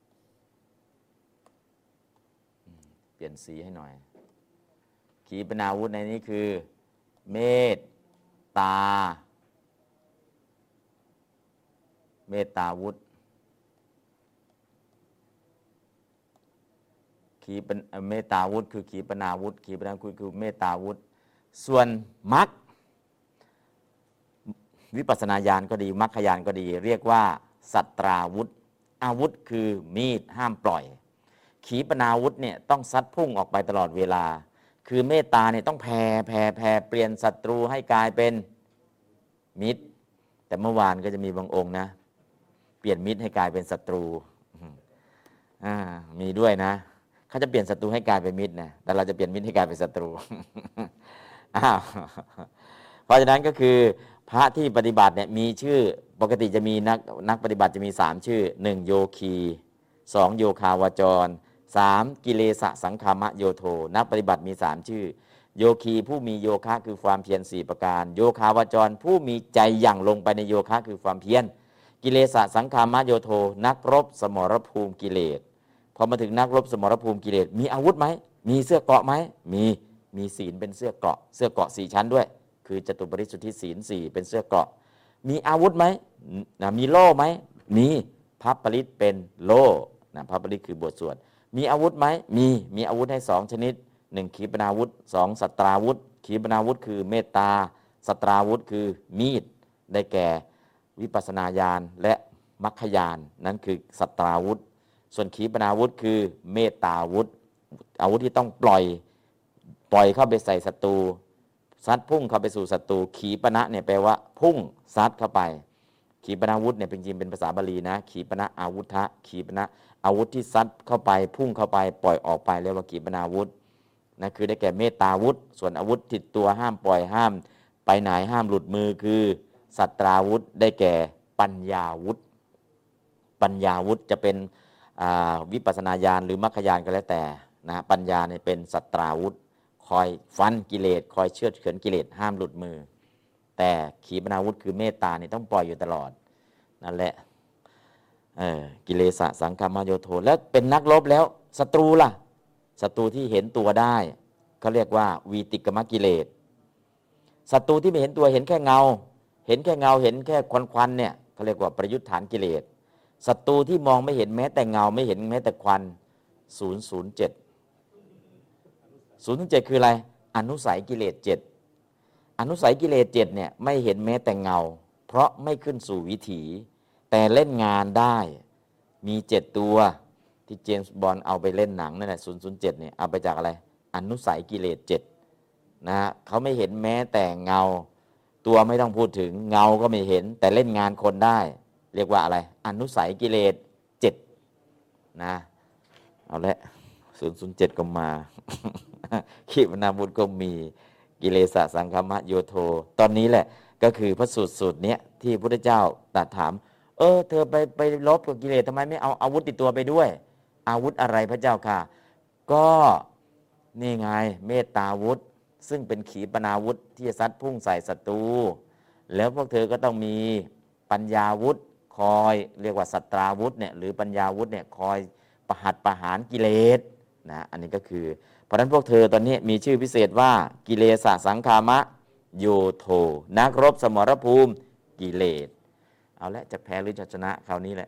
เปลี่ยนสีให้หน่อยขีปนาวุธในนี้คือเมตตาวุธขีปเมตตาวุธคือขีปนาวุธขีปนาวุธคือเมตตาวุธส่วนมรรควิปัสสนาญาณก็ดีมรรคญาณก็ดีเรียกว่าสัตราวุธอาวุธคือมีดห้ามปล่อยขีปนาวุธเนี่ยต้องซัดพุ่งออกไปตลอดเวลาคือเมตตาเนี่ยต้องแผ่เปลี่ยนศัตรูให้กลายเป็นมิตรแต่เมื่อวานก็จะมีบางองค์นะเปลี่ยนมิตรให้กลายเป็นศัตรูมีด้วยนะเขาจะเปลี่ยนศัตรูให้กลายเป็นมิตรนะแต่เราจะเปลี่ยนมิตรให้กลายเป็นศัตรู เพราะฉะนั้นก็คือพระที่ปฏิบัติเนี่ยมีชื่อปกติจะมีนักปฏิบัติจะมี3ชื่อ1โยคี2โยคาวจร3กิเลสะสังคามะโยโทนักปฏิบัติมี3ชื่อโยคีผู้มีโยคะคือความเพียร4ประการโยคาวจรผู้มีใจอย่างลงไปในโยคะคือความเพียรกิเลสะสังคามะโยโทนักรบสมรภูมิกิเลสพอมาถึงนักรบสมรภูมิกิเลสมีอาวุธไหมมีเสื้อเกราะไหมมีมีศีลเป็นเสื้อเกราะ4 ชั้นด้วย คือจตุปริสุทธิศีล4เป็นเสื้อเกราะมีอาวุธไหมมีโล่ไหมมีพระปริตเป็นโล่พระปริตคือบทสวดมีอาวุธไหมมีอาวุธให้2 ชนิด1ขีปนาวุธ2สัตราวุธขีปนาวุธคือเมตตาสัตราวุธคือมีดได้แก่วิปัสสนาญาณและมรรคญาณนั้นคือสัตราวุธส่วนขีปนาวุธคือเมตตาวุธอาวุธที่ต้องปล่อยเข้าไปใส่ศัตรูซัดพุ่งเข้าไปสู่ศัตรูขีปนะเนี่ยแปลว่าพุ่งซัดเข้าไปขีปนาวุธเนี่ยเป็นจริงเป็นภาษาบาลีนะขีปนะอาวุธะขีปนะอาวุธที่ซัดเข้าไปพุ่งเข้าไปปล่อยออกไปเรียกว่าขีปนาวุธนะคือได้แก่เมตตาวุธส่วนอาวุธติดตัวห้ามปล่อยห้ามไปไหนห้ามหลุดมือคือสัตราวุธได้แก่ปัญญาวุธปัญญาวุธจะเป็นวิปัสสนาญาณหรือมรรคญาณก็แล้วแต่นะปัญญาเนี่ยเป็นสัตราวุธคอยฟันกิเลสคอยเชือดเฉือนกิเลสห้ามหลุดมือแต่ขีปนาวุธคือเมตตานี่ต้องปล่อยอยู่ตลอดนั่นแหละกิเลสสังคามโยโทแล้วเป็นนักรบแล้วศัตรูล่ะศัตรูที่เห็นตัวได้เขาเรียกว่าวีติกมกิเลสศัตรูที่ไม่เห็นตัวเห็นแค่เงาเห็นแค่ควันเนี่ยเขาเรียกว่าประยุทธ์ฐานกิเลสศัตรูที่มองไม่เห็นแม้แต่เงาไม่เห็นแม้แต่ควัน007คืออะไรอนุสัยกิเลส7อนุสัยกิเลส7เนี่ยไม่เห็นแม้แต่เงาเพราะไม่ขึ้นสู่วิถีแต่เล่นงานได้มี7ตัวที่เจมส์บอนด์เอาไปเล่นหนังนั่นแหละ007เนี่ยเอาไปจากอะไรอนุสัยกิเลส7นะเขาไม่เห็นแม้แต่เงาตัวไม่ต้องพูดถึงเงาก็ไม่เห็นแต่เล่นงานคนได้เรียกว่าอะไรอนุสัยกิเลส7นะเอาละ007ก็มาขีปนาวุธก็มีกิเลสสังคามโยโทตอนนี้แหละก็คือพระสูตรเนี้ยที่พระพุทธเจ้าตรัสถามเธอไปลบกับกิเลสทำไมไม่เอาอาวุธติดตัวไปด้วยอาวุธอะไรพระเจ้าค่ะก็นี่ไงเมตตาวุธซึ่งเป็นขีปนาวุธที่จะซัดพุ่งใส่ศัตรูแล้วพวกเธอก็ต้องมีปัญญาวุธคอยเรียกว่าสัตราวุธเนี่ยหรือปัญญาวุธเนี่ยคอยประหารกิเลสนะอันนี้ก็คือเพราะฉะนั้นพวกเธอตอนนี้มีชื่อพิเศษว่ากิเลสสังคามโยโทนักรบสมรภูมิกิเลสเอาละจะแพ้หรือจะชนะคราวนี้แหละ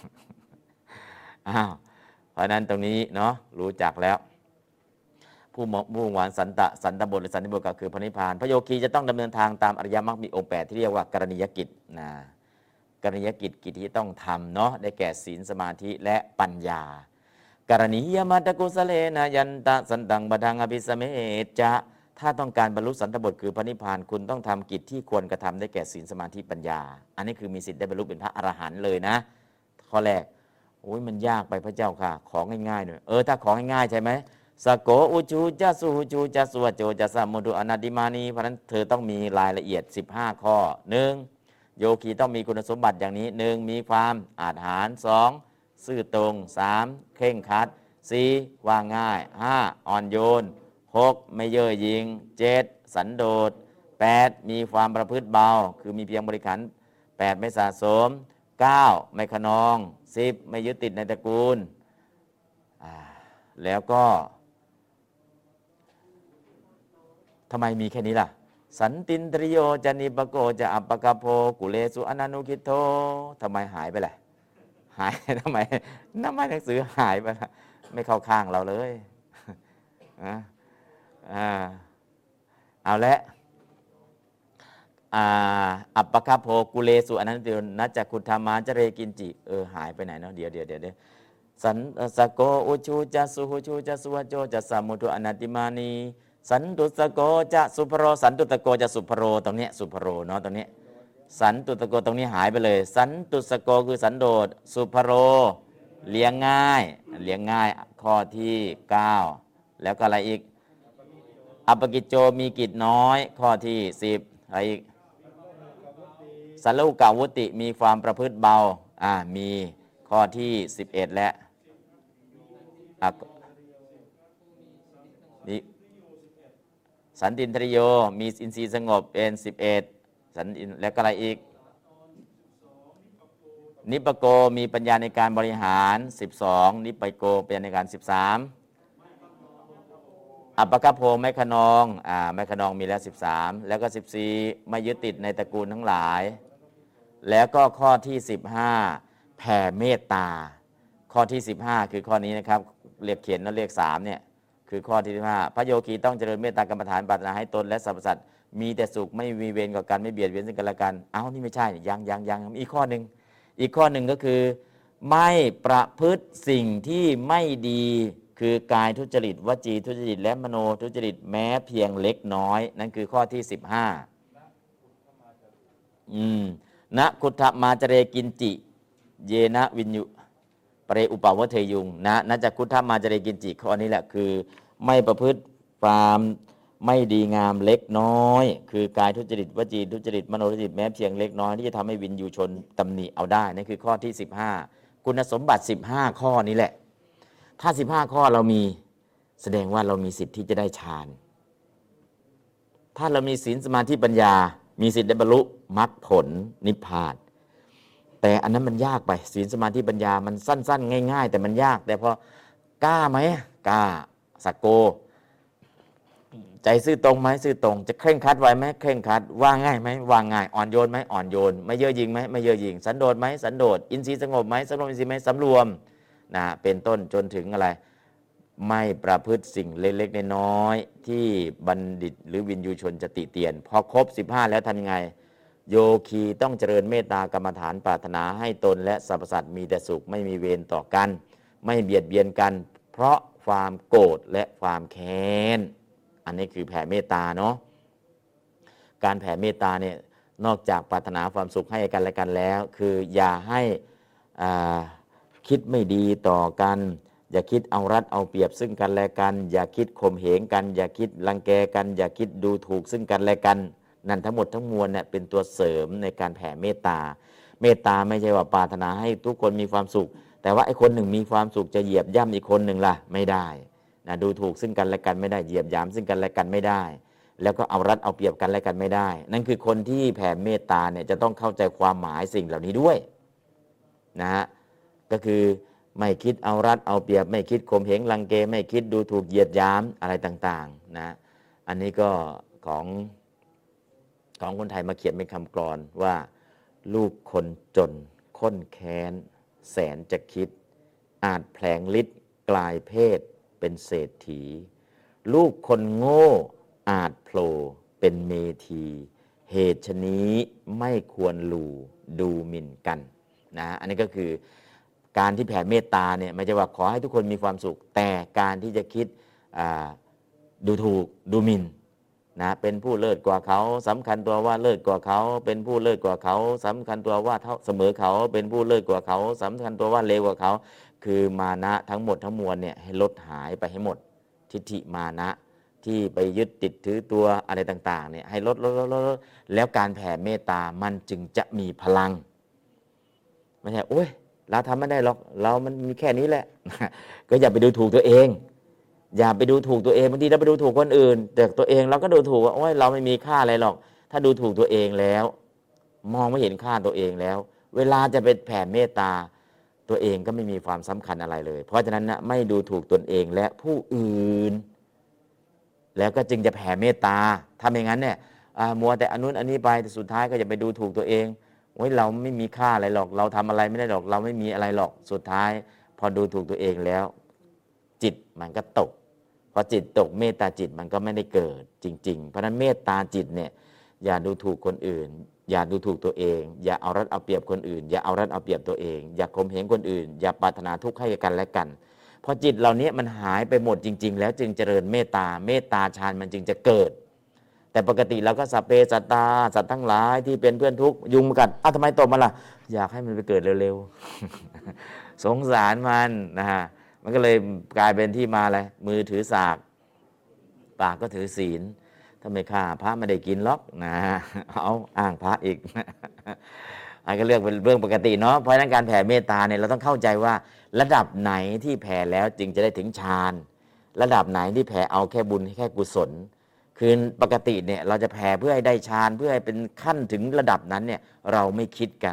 เพราะนั้นตรงนี้เนาะรู้จักแล้วผู้หวานสันตบทหรือสันติบทก็คือพระนิพพานพระโยคีจะต้องดำเนินทางตามอริยมรรคมีองค์8ที่เรียกว่ากรณียกิจนะกรณียกิจที่ต้องทำเนาะได้แก่ศีลสมาธิและปัญญากรณียมัตตกุสเลนะยันตะสันตังบดังอภิสเมจะถ้าต้องการบรรลุสันตบทคือพระนิพพานคุณต้องทำกิจที่ควรกระทำได้แก่ศีลสมาธิปัญญาอันนี้คือมีสิทธิ์ได้บรรลุเป็นพระอรหันต์เลยนะข้อแรกโอ้ยมันยากไปพระเจ้าค่ะของง่ายๆหน่อยถ้าของง่ายๆใช่ไหมสโกอุจูจัสุหูจูจัสุวโจจัสสมุตุอนัตติมานีเพราะนั้นเธอต้องมีรายละเอียด15ข้อ1โยคีต้องมีคุณสมบัติอย่างนี้1มีความอาจหาญ2ซื่อตรง3เคร่งครัด4ว่าง่าย5อ่อนโยน6ไม่เย่อหยิ่ง7สันโดษ8มีความประพฤติเบาคือมีเพียงบริขันธ์8ไม่สะสม9ไม่ขนอง10ไม่ยึดติดในตระกูลแล้วก็ทำไมมีแค่นี้ล่ะสันตินตริโยจนิปโกจะอัปปกโพกุเลสุอนันุคิโตทำไมหายไปล่ะหายทำไมหนังสือหายไปล่ะไม่เข้าข้างเราเลยเอาละอัปปกโพกุเลสุอนันตินัจจคุธามาจเรกินจิหายไปไหนเนาะเดี๋ยวสันสโกอุชูจัสสุหูชูจัสสุวโจจัสสมุตุอนัตติมานีสันตุสโกจะสุภโรสันตุตโกจะสุภโรตรงนี้สุภโรเนาะตรงนี้สันตุตโกตรงนี้หายไปเลยสันตุสโกคือสันโดษสุภโรเลี้ยงง่ายข้อที่9แล้วก็อะไรอีกอัปปกิจโจมีกิจน้อยข้อที่10อะไรอีกสัลลุกาวุติมีความประพฤติเบามีข้อที่11และนี่สันตินทริโยมีอินทรีย์สงบเป็น11สันแล้วก็อะไรอีกนิปโกมีปัญญาในการบริหาร12นิปโกปัญญาในการ13 อัปปกโพไม้ขนองไม้ขนองมีแล้ว13แล้วก็14ไม่ยึดติดในตระกูลทั้งหลายแล้วก็ข้อที่15แผ่เมตตาข้อที่15คือข้อนี้นะครับเรียกเขียนแล้วเรียก3เนี่ยคือข้อที่15พระโยคีต้องเจริญเมตตากรรมฐานปรารถนาให้ตนและสรรพสัตว์มีแต่สุขไม่มีเวรก่อกันไม่เบียดเบียนซึ่งกันและกันนี่ไม่ใช่ยังอีกข้อหนึ่งก็คือไม่ประพฤติสิ่งที่ไม่ดีคือกายทุจริตวจีทุจริตและมโนทุจริตแม้เพียงเล็กน้อยนั่นคือข้อที่15ณคุถมาจเรกินจิเยนะวินยุปเรอุปาวเทยุงนะจากคุถมาจเรกินจิข้อนี้แหละคือไม่ประพฤติความไม่ดีงามเล็กน้อยคือกายทุจริตวจีทุจริตมโนทุจริตแม้เพียงเล็กน้อยที่จะทำให้วินยูชนตำหนิเอาได้นั่นคือข้อที่15คุณสมบัติ15ข้อนี้แหละถ้า15ข้อเรามีแสดงว่าเรามีสิทธิ์ที่จะได้ฌานถ้าเรามีศีลสมาธิปัญญามีสิทธิ์ได้บรรลุมรรคผลนิพพานแต่อันนั้นมันยากไปศีลสมาธิปัญญามันสั้นๆง่ายๆแต่มันยากแต่พอกล้าไหมกล้าสักโกใจซื่อตรงไหมซื่อตรงจะเคร่งครัดไว้ไหมเคร่งครัดว่าง่ายไหมว่าง่ายอ่อนโยนไหมอ่อนโยนไม่เย่อหยิ่งไหมไม่เย่อหยิ่งสันโดษไหมสันโดษอินทรีย์สงบไหมสำรวมอินทรีย์ไหมสำรวมเป็นต้นจนถึงอะไรไม่ประพฤติสิ่งเล็กๆน้อยๆที่บัณฑิตหรือวินยูชนจะติเตียนพอครบ15แล้วทำยังไงโยคีต้องเจริญเมตตากรรมฐานปรารถนาให้ตนและสรรพสัตว์มีแต่สุขไม่มีเวรต่อกันไม่เบียดเบียนกันเพราะความโกรธและความแค้นอันนี้คือแผ่เมตตาเนาะการแผ่เมตตาเนี่ยนอกจากปรารถนาความสุขให้กันและกันแล้วคืออย่าให้คิดไม่ดีต่อกันอย่าคิดเอารัดเอาเปรียบซึ่งกันและกันอย่าคิดข่มเหงกันอย่าคิดรังแกกันอย่าคิดดูถูกซึ่งกันและกันนั่นทั้งหมดทั้งมวลเนี่ยเป็นตัวเสริมในการแผ่เมตตาเมตตาไม่ใช่ว่าปรารถนาให้ทุกคนมีความสุขแต่ว่าไอ้คนหนึ่งมีความสุขจะเหยียบย่ำอีกคนหนึ่งล่ะไม่ได้ดูถูกซึ่งกันและกันไม่ได้เหยียบย่ำซึ่งกันและกันไม่ได้แล้วก็เอารัดเอาเปรียบกันและกันไม่ได้นั่นคือคนที่แผ่เมตตาเนี่ยจะต้องเข้าใจความหมายสิ่งเหล่านี้ด้วยนะฮะก็คือไม่คิดเอารัดเอาเปรียบไม่คิดข่มเหงรังแกไม่คิดดูถูกเหยียดหยามอะไรต่างๆนะอันนี้ก็ของคนไทยมาเขียนเป็นคำกลอนว่าลูกคนจนข้นแค้นแสนจะคิดอาจแผลงฤทธิ์กลายเพศเป็นเศรษฐีลูกคนโง่อาจโผล่เป็นเมธีเหตุชนี้ไม่ควรดูหมิ่นกันนะอันนี้ก็คือการที่แผ่เมตตาเนี่ยไม่ใช่ว่าขอให้ทุกคนมีความสุขแต่การที่จะคิดดูถูกดูหมิ่นนะเป็นผู้เลิศกว่าเขาสำคัญตัวว่าเลิศกว่าเขาเป็นผู้เลิศกว่าเขาสำคัญตัวว่าเสมอเขาเป็นผู้เลิศกว่าเขาสำคัญตัวว่าเลวกว่าเขาคือมานะทั้งหมดทั้งมวลเนี่ยให้ลดหายไปให้หมดทิฏฐิมานะที่ไปยึดติดถือตัวอะไรต่างๆเนี่ยให้ลดแล้วการแผ่เมตตามันจึงจะมีพลังไม่ใช่โอ๊ยเราทำไม่ได้หรอกเรามันมีแค่นี้แหละ ก็อย่าไปดูถูกตัวเองอย่าไปดูถูกตัวเองบางทีเราไปดูถูกคนอื่นแต่ตัวเองเราก็ดูถูกว่าโอ๊ยเราไม่มีค่าอะไรหรอกถ้าดูถูกตัวเองแล้วมองไม่เห็นค่าตัวเองแล้วเวลาจะไปแผ่เมตตาตัวเองก็ไม่มีความสำคัญอะไรเลยเพราะฉะนั้นนะไม่ดูถูกตนเองและผู้อื่นแล้วก็จึงจะแผ่เมตตาถ้าไม่งั้นเนี่ยมัวแต่อันนู้นอันนี้ไปแต่สุดท้ายก็จะไปดูถูกตัวเองโอ้ยเราไม่มีค่าอะไรหรอกเราทำอะไรไม่ได้หรอกเราไม่มีอะไรหรอกสุดท้ายพอดูถูกตัวเองแล้วจิตมันก็ตกพอจิตตกเมตตาจิตมันก็ไม่ได้เกิดจริงๆเพราะนั้นเมตตาจิตเนี่ยอย่าดูถูกคนอื่นอย่าดูถูกตัวเองอย่าเอารัดเอาเปรียบคนอื่นอย่าเอารัดเอาเปรียบตัวเองอย่าข่มเหงคนอื่นอย่าปรารถนาทุกข์ให้กันและกันพอจิตเหล่านี้มันหายไปหมดจริงๆแล้วจึงเจริญเมตตาฌานมันจึงจะเกิดแต่ปกติเราก็สัพเพสัตตาสัตว์ทั้งหลายที่เป็นเพื่อนทุกข์ยุงมากัดทำไมตบมันล่ะอยากให้มันไปเกิดเร็วๆ สงสารมันนะฮะมันก็เลยกลายเป็นที่มาอะไรมือถือสากปากก็ถือศีลถ้าไม่ฆ่าพระไม่ได้กินหรอกนะเอาอ้างพระอีก อันก็เรื่องเป็นเรื่องปกติเนาะเพราะฉะนั้นการแผ่เมตตาเนี่ยเราต้องเข้าใจว่าระดับไหนที่แผ่แล้วจึงจะได้ถึงฌานระดับไหนที่แผ่เอาแค่บุญแค่กุศลคือปกติเนี่ยเราจะแผ่เพื่อให้ได้ฌานเพื่อให้เป็นขั้นถึงระดับนั้นเนี่ยเราไม่คิดกัน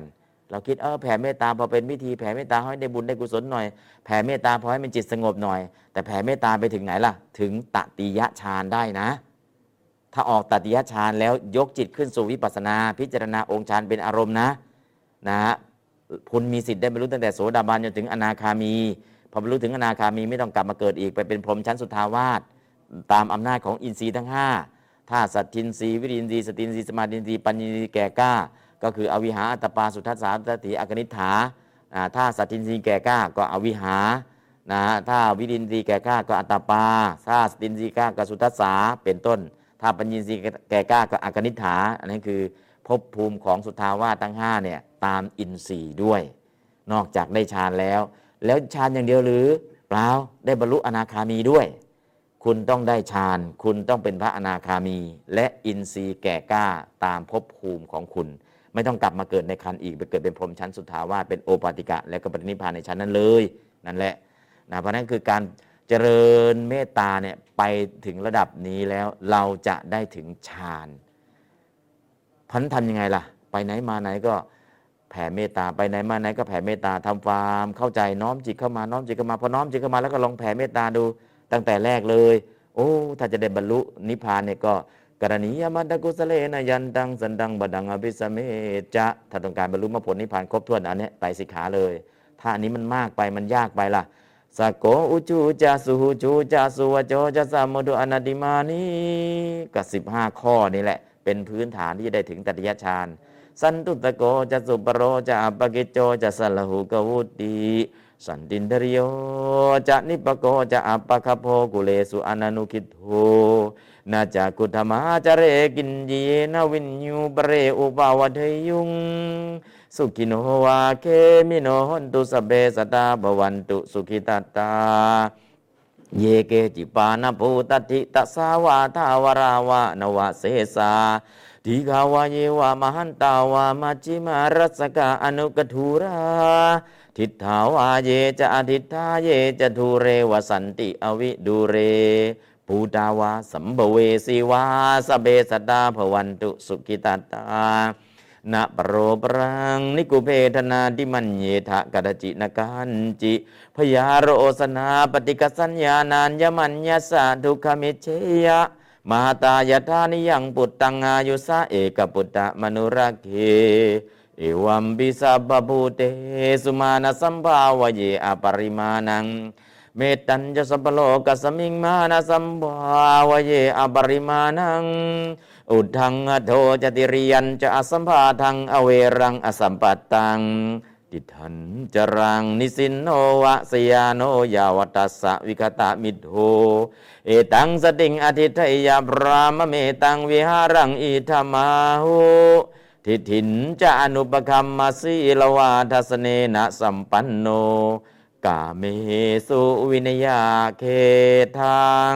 เราคิดแผ่เมตตาพอเป็นพิธีแผ่เมตตาให้ได้บุญได้กุศลหน่อยแผ่เมตตาพอให้มันจิตสงบหน่อยแต่แผ่เมตตาไปถึงไหนล่ะถึงตติยฌานได้นะถ้าออกตติยฌานแล้วยกจิตขึ้นสู่วิปัสสนาพิจารณาองค์ฌานเป็นอารมณ์นะคุณมีสิทธิ์ได้บรรลุตั้งแต่โสดาบันจนถึงอนาคามีพอบรรลุถึงอนาคามีไม่ต้องกลับมาเกิดอีกไปเป็นพรหมชั้นสุทธาวาสตามอำนาจของอินทรีย์ทั้ง5ถ้าสัตทินทรีย์วิริยินทรีย์สตินทรีย์สมาธินทรีย์ปัญญินทรีย์แก่กล้าก็คืออวิหาอัตตปาสุทัสสาสติอกนิษฐาถ้าสัตทินทรีย์แก่กล้าก็อวิหาถ้าวิริยินทรีย์แก่กล้าก็อัตตปาถ้าสตินทรีย์แก่กล้าก็สุทัสสาเป็นต้นถ้าปัญญินทรีย์แก่กล้าก็อกนิษฐาอันนั้นคือภพภูมิของสุทธาวาสทั้ง5เนี่ยตามอินทรีย์ด้วยนอกจากได้ฌานแล้วฌานอย่างเดียวหรือเปล่าได้บรรลุอนาคามีด้วยคุณต้องได้ฌานคุณต้องเป็นพระอนาคามีและอินทรีย์แก่กล้าตามภพภูมิของคุณไม่ต้องกลับมาเกิดในคันอีกไปเกิดเป็นพรหมชั้นสุทธาวาสเป็นโอปาติกะแล้วก็ปรินิพพานในชั้นนั้นเลยนั่นแหละเพราะนั้นคือการเจริญเมตตาเนี่ยไปถึงระดับนี้แล้วเราจะได้ถึงฌานพันทำยังไงล่ะไปไหนมาไหนก็แผ่เมตตาไปไหนมาไหนก็แผ่เมตตาทำความเข้าใจน้อมจิตเข้ามาน้อมจิตเข้ามาพอน้อมจิตเข้ามาแล้วก็ลองแผ่เมตตาดูตั้งแต่แรกเลยถ้าจะได้บรรลุนิพพานเนี่ยก็กรณียมัตตกุสเลนะยันตังสันตังบดังอภิสเมจะถ้าต้องการบรรลุมรรคผลนิพพานครบถ้วนอันนี้ไตรสิกขาเลยถ้าอันนี้มันมากไปมันยากไปล่ะสโกอุจูจาสุหูจูจาสุวโจจะสามโมดุอนาติมานีก็15ข้อนี่แหละเป็นพื้นฐานที่จะได้ถึงตติยฌานสันตุตโกจะสุปโรจะอัปปกิจโจจะสลหุกวุติสันตินทริโยจะนิปโกจะอัปปคโพกุเลสุอนันุคิโธนาจากกุธมาจเรกินเยนวินยูปเรอุปาวเทยุงสุขิโนวาเคมิโนหนตุสเบสตาบวันตุสุขิตตาเยเกจิปานภูตติตัสสาวาทาวราวะนวะเสสาทีฆาวาเยวามหันตาวามัจจิมารัสกะอนุกทูราทิฏฐาวาเยจะอทิฏฐาเยจะทูเรวสันติอวิดูเรปูตาวาสัมภเวสีวาสเบสตาภวันตุสุขิตตานะปโรปรังนิกุเพทนาดิมัญเยทะกดจินกันจิพยาโรสนาปฏิกสัญญานานยมัญญสะทุกขมิเชยะมาตายธานิยังปุตตังอายุสะเอกปุตตะมนุรักเขเอวัมปิสัพพภูเตสุมาณสัมภาวเยอปริมาณังเมตตัญจะสัพพโลกสมิงมานะสัมภาวเยอปริมาณังอุทังอโทจติริยันจะอสัมภาทังอเวรังอสัมปัตตังติทันจรังนิสินโนวะสยาโนยาวัตสะวิคตามิโทเอตังสติงอธิทยาพรามเมตังวิหารังอิธามาหุทิถินจะอนุปคัมมาสีลวาทัสเนนะสัมปันโนกาเมสุวินยาเคทัง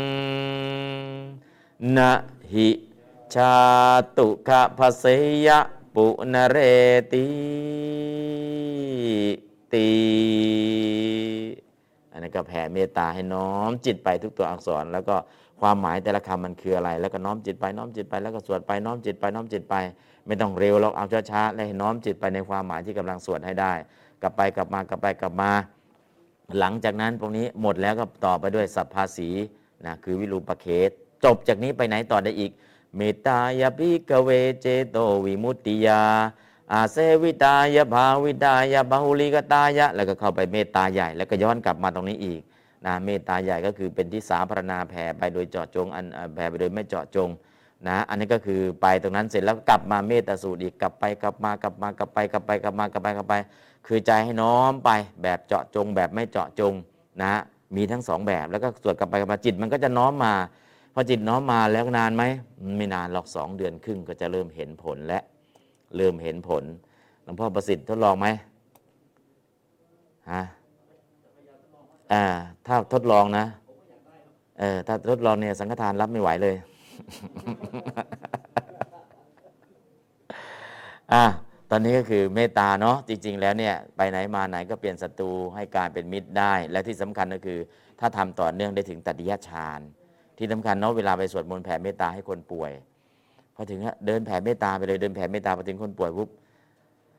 นะหิชาตุขะภเสยะปุนเรติตีอันนี้ก็แผ่เมตตาให้น้อมจิตไปทุกตัวอักษรแล้วก็ความหมายแต่ละคำมันคืออะไรแล้วก็น้อมจิตไปน้อมจิตไปแล้วก็สวดไปน้อมจิตไปน้อมจิตไปไม่ต้องเร็วหรอกเอาช้าๆแล้วให้น้อมจิตไปในความหมายที่กำลังสวดให้ได้กลับไปกลับมากลับไปกลับมาหลังจากนั้นตรงนี้หมดแล้วก็ต่อไปด้วยสัพพาสีนะคือวิรูปเขตจบจากนี้ไปไหนต่อได้อีกเมตตายาภิกเวเจโตวิมุตติยาอาเสวิตายาภาวิตายาบาหุลิกตายะแล้วก็เข้าไปเมตตาใหญ่แล้วก็ย้อนกลับมาตรงนี้อีกนะเมตตาใหญ่ก็คือเป็นที่สาธารณาแผ่ไปโดยเจาะจงแผ่ไปโดยไม่เจาะจงนะอันนี้ก็คือไปตรงนั้นเสร็จแล้วกลับมาเมตตาสูตรอีกกลับไปกลับมากลับมากลับไปกลับไปกลับมากลับไปกลับไปคือใจให้น้อมไปแบบเจาะจงแบบไม่เจาะจงนะมีทั้งสองแบบแล้วก็สวดกลับไปกลับมาจิตมันก็จะน้อมมาพอจิตน้อมมาแล้วนานไหมไม่นานหรอก2 เดือนครึ่งก็จะเริ่มเห็นผลและเริ่มเห็นผลหลวงพ่อประสิทธิ์ทดลองไหมฮะถ้าทดลองนะถ้าทดลองเนี่ยสังฆทานรับไม่ไหวเลยตอนนี้ก็คือเมตตาเนาะจริงๆแล้วเนี่ยไปไหนมาไหนก็เปลี่ยนศัตรูให้กลายเป็นมิตรได้และที่สำคัญก็คือถ้าทำต่อเนื่องได้ถึงตติยฌานที่สำคัญเนาะเวลาไปสวดมนต์แผ่เมตตาให้คนป่วยพอถึงเดินแผ่เมตตาไปเลยเดินแผ่เมตตาพอถึงคนป่วยปุ๊บ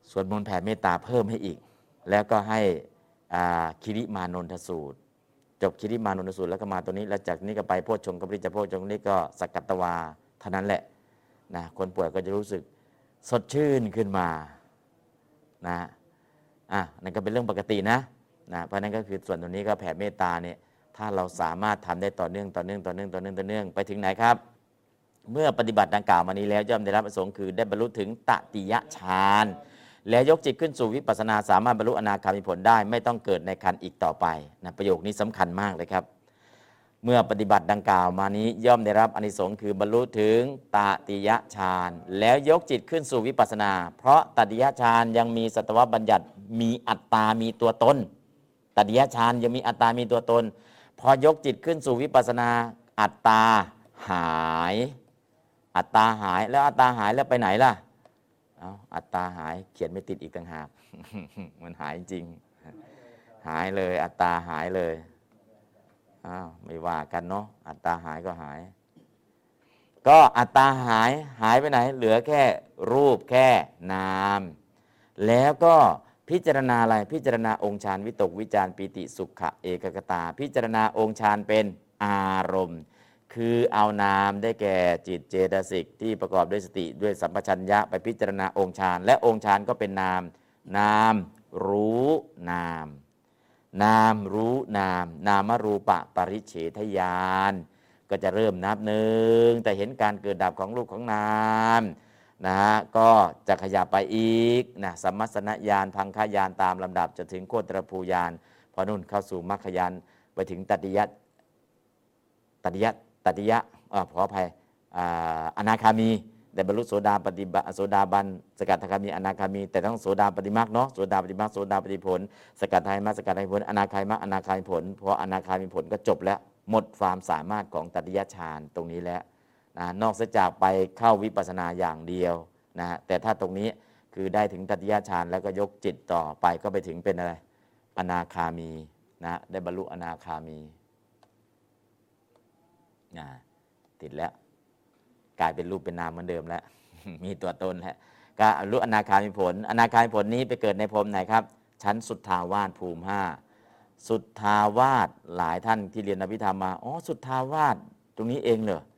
สวดมนต์แผ่เมตตาเพิ่มให้อีกแล้วก็ให้คิริมานนทสูตรจบคิริมานนทสูตรแล้วก็มาตัวนี้แล้วจากนี้ก็ไปโพชฌงค์กับปริจโพชฌงค์นี้ก็สกัตตวาเท่านั้นแหละนะคนป่วยก็จะรู้สึกสดชื่นขึ้นมานะนั่นก็เป็นเรื่องปกตินะเพราะนั้นก็คือส่วนตัวนี้ก็แผ่เมตตาเนี่ยถ้าเราสามารถทำได้ต่อเนื่องไปถึงไหนครับเมื่อปฏิบัติดังกล่าวมานี้แล้วย่อมได้รับอานิสงส์คือได้บรรลุถึงตติยฌานแล้วยกจิตขึ้นสู่วิปัสสนาสามารถบรรลุอนาคามิผลได้ไม่ต้องเกิดในคันอีกต่อไปนะประโยคนี้สำคัญมากเลยครับเมื่อปฏิบัติดังกล่าวมานี้ย่อมได้รับอานิสงส์คือบรรลุถึงตติยฌานแล้วยกจิตขึ้นสู่วิปัสสนาเพราะตติยฌานยังมีสัตวบัญญัติมีอัตตามีตัวตนตติยฌานยังมีอัตตามีตัวตนพอยกจิตขึ้นสู่วิปัสสนาอัตตาหายอัตตาหายแล้วอัตตาหายแล้วไปไหนล่ะอัตตาหายเขียนไม่ติดอีกต่างหาก มันหายจริงหายเลยอัตตาหายเลยไม่ว่ากันเนาะอัตตาหายก็หายก็อัตตาหายไปไหนเหลือแค่รูปแค่นามแล้วก็พิจารณาอะไรพิจารณาองค์ฌานวิตกวิจารปิติสุขะเอกคตาพิจารณาองค์ฌานเป็นอารมณ์คือเอานามได้แก่จิตเจตสิกที่ประกอบด้วยสติด้วยสัมปชัญญะไปพิจารณาองค์ฌานและองค์ฌานก็เป็นนามรู้นามรู้นามนามรูปะปริเฉทญาณก็จะเริ่มนับหนึ่งแต่เห็นการเกิดดับของรูปของนามก็จะขยับไปอีกสัมมัสสนญาณพังคญาณตามลำดับจะถึงโคตรภูญาณพอนุ่นเข้าสู่มรรคญาณไปถึงตติยะขออภัยอนาคามีได้บรรลุโสดาบันสกัดทาคามีอนาคามีแต่ต้องโสดาปฏิมรรคเนาะโสดาปฏิมรรคโสดาปฏิผลสกัดทายมรรคสกัดทายผลอนาคามีมรรคอนาคามีผลพออนาคามีผลก็จบแล้วหมดความสามารถของตติยฌานตรงนี้แล้วนอกจากไปเข้าวิปัสสนาอย่างเดียวแต่ถ้าตรงนี้คือได้ถึงตติยฌานแล้วก็ยกจิตต่อไปก็ไปถึงเป็นอะไรอนาคามีได้บรรลุอนาคามีติดแล้วกลายเป็นรูปเป็นนามเหมือนเดิมแล้ว มีตัวตนแล้วก็รู้อนาคามีผลอนาคามีผลนี้ไปเกิดในพรหมไหนครับชั้นสุทธาวาสภูมิ5สุทธาวาสหลายท่านที่เรียนอภิธรรมมาสุทธาวาสตรงนี้เองเหรอ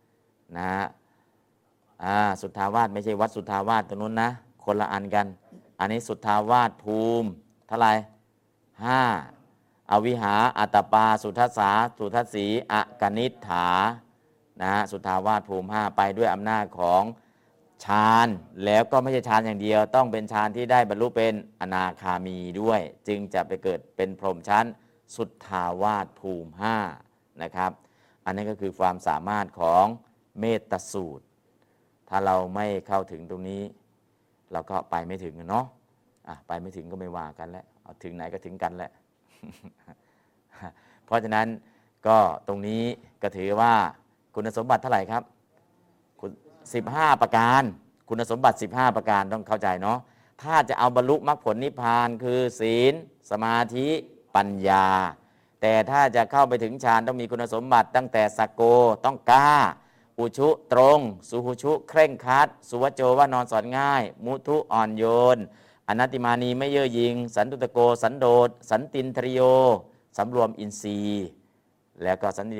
สุทธาวาสไม่ใช่วัดสุทธาวาสตรงนู้นนะคนละอันกันอันนี้สุทธาวาสภูมิเท่าไหร่5อวิหาอัตตปาสุทัสสาสุทัสสีอกนิษฐาสุทธาวาสภูมิ5ไปด้วยอำนาจของฌานแล้วก็ไม่ใช่ฌานอย่างเดียวต้องเป็นฌานที่ได้บรรลุเป็นอนาคามีด้วยจึงจะไปเกิดเป็นพรหมชั้นสุทธาวาสภูมิ5นะครับอันนี้ก็คือความสามารถของเมตตสูตรถ้าเราไม่เข้าถึงตรงนี้เราก็ไปไม่ถึงเนาะไปไม่ถึงก็ไม่ว่ากันแล้วเอาถึงไหนก็ถึงกันแหละ เพราะฉะนั้นก็ตรงนี้ก็ถือว่าคุณสมบัติเท่าไหร่ครับ15ประการคุณสมบัติ15ประการต้องเข้าใจเนาะถ้าจะเอาบรรลุมรรคผลนิพพานคือศีลสมาธิปัญญาแต่ถ้าจะเข้าไปถึงฌานต้องมีคุณสมบัติตั้งแต่สักโกต้องกล้าอุชุตรงสุหุชุเคร่งครัดสุวโจว่านอนสอนง่ายมุทุอ่อนโยนอนัตติมานีไม่เย่อหยิ่งสันตุตโกสันโดษสันตินทริโยสำรวมอินทรีย์แล้วก็สันติ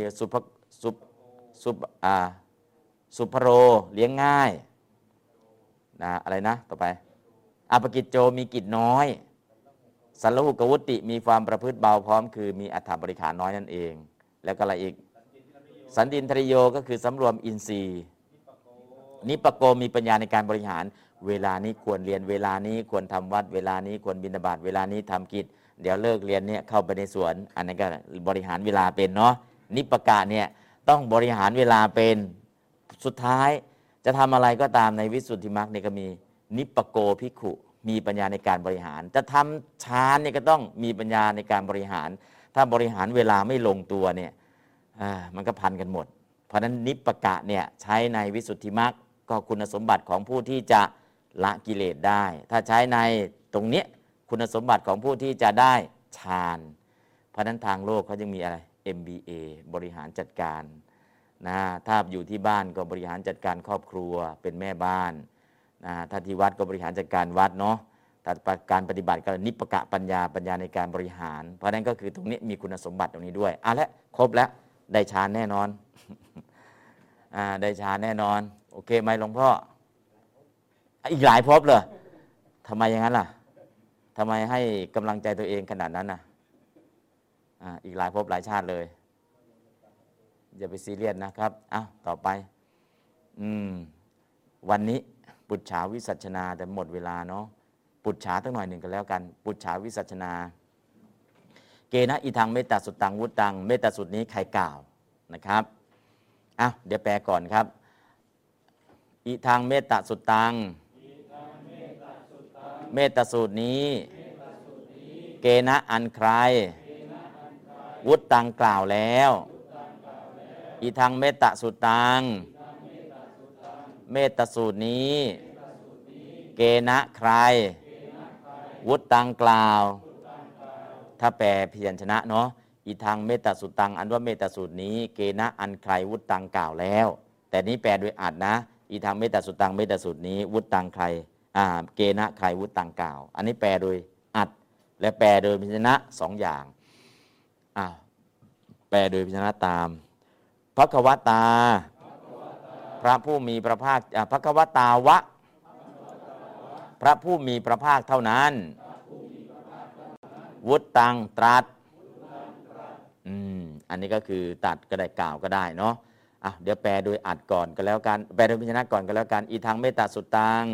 สุภโรเลี้ยงง่ายอะไรนะต่อไปอภกิจโจมีกิจน้อยสัลหุกวุติมีความประพฤติเบาพร้อมคือมีอัฏฐบริขารน้อยนั่นเองแล้วก็อะไรอีกสันตินทริโยก็คือสำรวมอินทรีย์นิปโกมีปัญญาในการบริหารเวลานี้ควรเรียนเวลานี้ควรทำวัดเวลานี้ควรบิณฑบาตเวลานี้ทำกิจเดี๋ยวเลิกเรียนเนี่ยเข้าไปในสวนอันนั้นก็บริหารเวลาเป็นเนาะนิปกะเนี่ยต้องบริหารเวลาเป็นสุดท้ายจะทำอะไรก็ตามในวิสุทธิมรรคเนี่ยก็มีนิปโกภิกขุมีปัญญาในการบริหารจะทำฌานเนี่ยก็ต้องมีปัญญาในการบริหารถ้าบริหารเวลาไม่ลงตัวเนี่ยมันก็พันกันหมดเพราะนั้นนิปกะเนี่ยใช้ในวิสุทธิมรรคก็คุณสมบัติของผู้ที่จะละกิเลสได้ถ้าใช้ในตรงเนี้ยคุณสมบัติของผู้ที่จะได้ฌานเพราะนั้นทางโลกเขายังมีอะไร MBA บริหารจัดการถ้าอยู่ที่บ้านก็บริหารจัดการครอบครัวเป็นแม่บ้านถ้าที่วัดก็บริหารจัดการวัดเนาะแต่การปฏิบัติก็นิปกะปัญญาในการบริหารเพราะนั้นก็คือตรงนี้มีคุณสมบัติตรงนี้ด้วยและครบแล้วได้ฌานแน่นอน ได้ฌานแน่นอนโอเคไหมหลวงพ่ออีกหลายภพเลยทำไมอย่างนั้นล่ะทำไมให้กำลังใจตัวเองขนาดนั้นอีกหลายภพหลายชาติเลยอย่าไปซีเรียสนะครับต่อไปวันนี้ปุจฉาวิสัชนาแต่หมดเวลาเนาะปุจฉาตั้งหน่อยหนึ่งกันแล้วกันปุจฉาวิสัชนาเกณะอีทังเมตตาสุตังวุตังเมตตาสุดนี้ใครกล่าวนะครับเดี๋ยวแปลก่อนครับอีทังเมตตาสุตังเมตตาสูตรนี้เกณะอันใครวุตังกล่าวแล้วอีทังเมตตาสุตังเมตตาสูตรนี้เกณะใครวุตังกล่าวถ้าแปลพยัญชนะเนาะอีทังเมตตาสุตังอันว่าเมตตาสูตรนี้เกณะอันใครวุตังกล่าวแล้วแต่นี้แปลโดยอัดนะอีทังเมตตาสุตังเมตตาสูตรนี้วุตังใครเกณะใครวุตังกล่าวอันนี้แปลโดยอัดและแปลโดยพยัญชนะสองอย่างแปลโดยพยัญชนะตามภควตาพระผู้มีพระภาคภควตาวะพระผู้มีพระภาคเท่านั้นวุตตังตรัสอันนี้ก็คือตัดก็ได้กล่าวก็ได้เนาะเดี๋ยวแปลโดยอัดก่อนก็แล้วกันแปลโดยพยัญชนะก่อนก็แล้วกันอีทังเมตตาสุตัง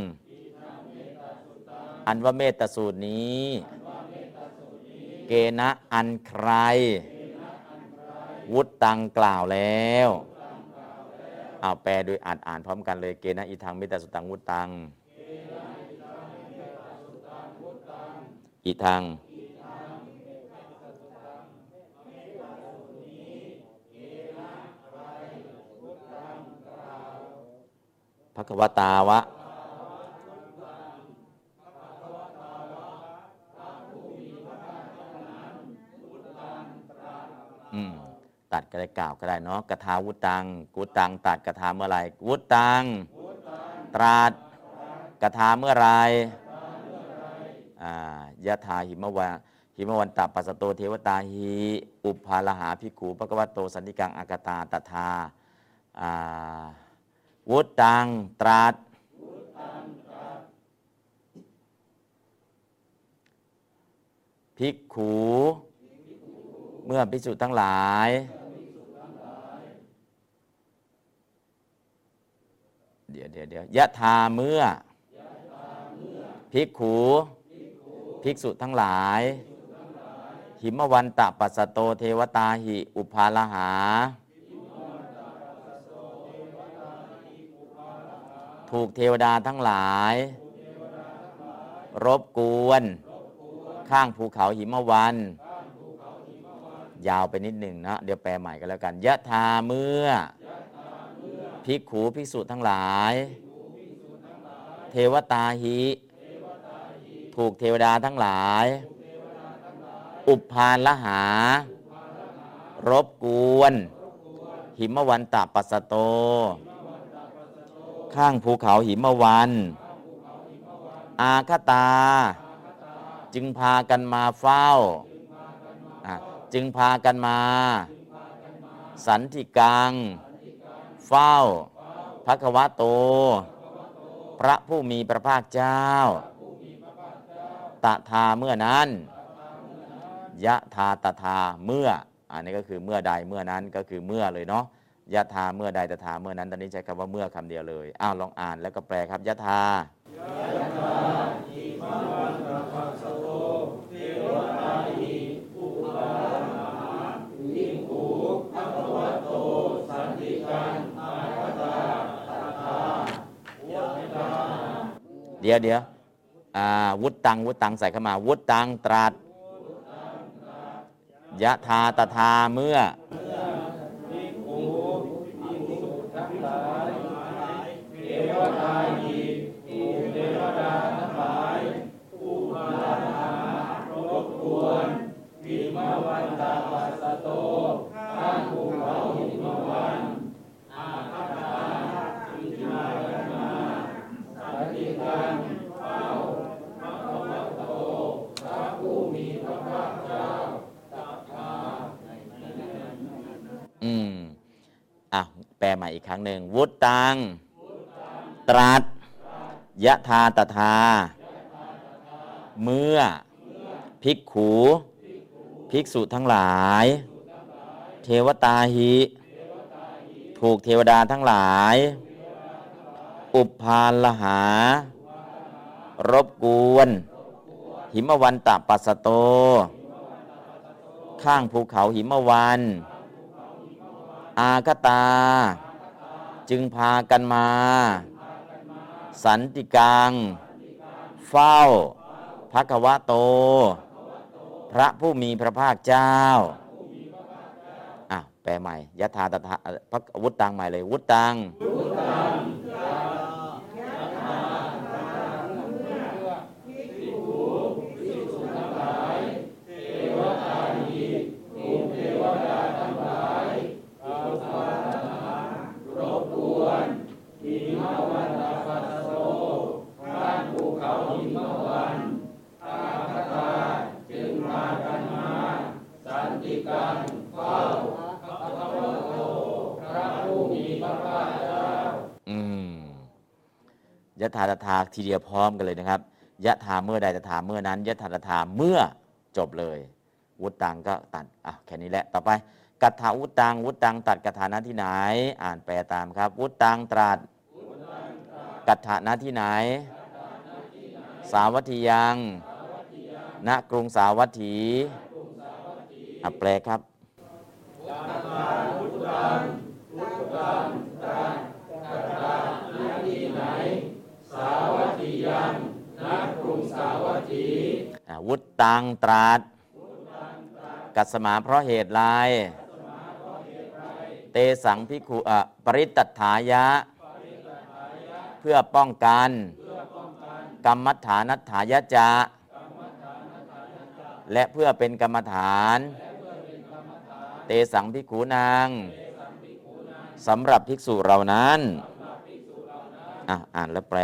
อันว่าเมตตาสูตรนี้เกณะอันใครวุตตังกล่าวแล้วแปลโดยอัดอ่านพร้อมกันเลยเกณะอีทังเมตตาสุตังวุตตังอีทังภควตาวะตัดก็ได้กล่าวก็ได้เนาะกถาวุตังกุตังตัดกถาเมื่อไรวุตังตรัสกถาเมื่อไรยะถาหิมวันตปัสสโตเทวตาหิอุปภาลหาภิกขุภควโตสันติกังอากตาตถาวุตังตรัสภิกขุเมื่อภิกษุทั้งหลายเดี๋ยวยะถาเมื่อภิกขุภิกษุทั้งหลายหิมวันตปัสสโตเทวตาหิอุปภาลหาถูกเทวดาทั้งหลายรบกวนข้างภูเขาหิมวันยาวไปนิดหนึ่งนะเดี๋ยวแปลใหม่กันแล้วกันยะถาเมื่อภิกขุภิกษุทั้งหลายเทวตาหิถูกเทวดาทั้งหลายอุปภาลหารบกวนหิมวันตปัสสโตข้างภูเขาหิมวันอาคตาจึงพากันมาเฝ้าจึงพากันมาสันติกังเฝ้าภควโตพระผู้มีพระภาคเจ้าตถาเมื่อนั้นยะถาตถาเมื่ออันนี้ก็คือเมื่อใดเมื่อนั้นก็คือเมื่อเลยเนาะยะถาเมื่อใดตถาเมื่อนั้นตอนนี้ใช้คำว่าเมื่อคำเดียวเลยลองอ่านแล้วก็แปลครับยะถาเดี๋ยววุตตังใส่เข้ามาวุตตังตรัสยะถาตถาเมื่ออีกครั้งหนึ่งวุตตังตรัสยะธาตถาเมื่อภิกขุภิกษุทั้งหลายเทวตาหิถูกเทวดาทั้งหลายอุปพาลหารบกวนหิมวันตปัสสโตข้างภูเขาหิมวันอาคตาจึงพากันมาสันติกังเฝ้าภควโตพระผู้มีพระภาคเจ้าแปลใหม่ยะธาตถาวุตตังใหม่เลยวุตตังยะธาตถาทีเดียวพร้อมกันเลยนะครับยะธาเมื่อใดตถาเมื่อนั้นยะธาตถาเมื่อจบเลยวุตตังก็ตัดแค่นี้แหละต่อไปกัตถาวุตตังวุตตังตัดกัตถานะที่ไหนอ่านแปลตามครับวุตตังตรัสกัตถานะที่ไหนสาวัตถียังณกรุงสาวัตถีแปลครับวุตตังตรัสกัสมาเพราะเหตุไรเตสังภิกขุปริตตัฏฐายะเพื่อป้องกันกรรมัฏฐานัฏฐายะจะและเพื่อเป็นกรรมฐานเตสังภิกขุนางสำหรับภิกษุเหล่านั้นอ่านแล้วแปล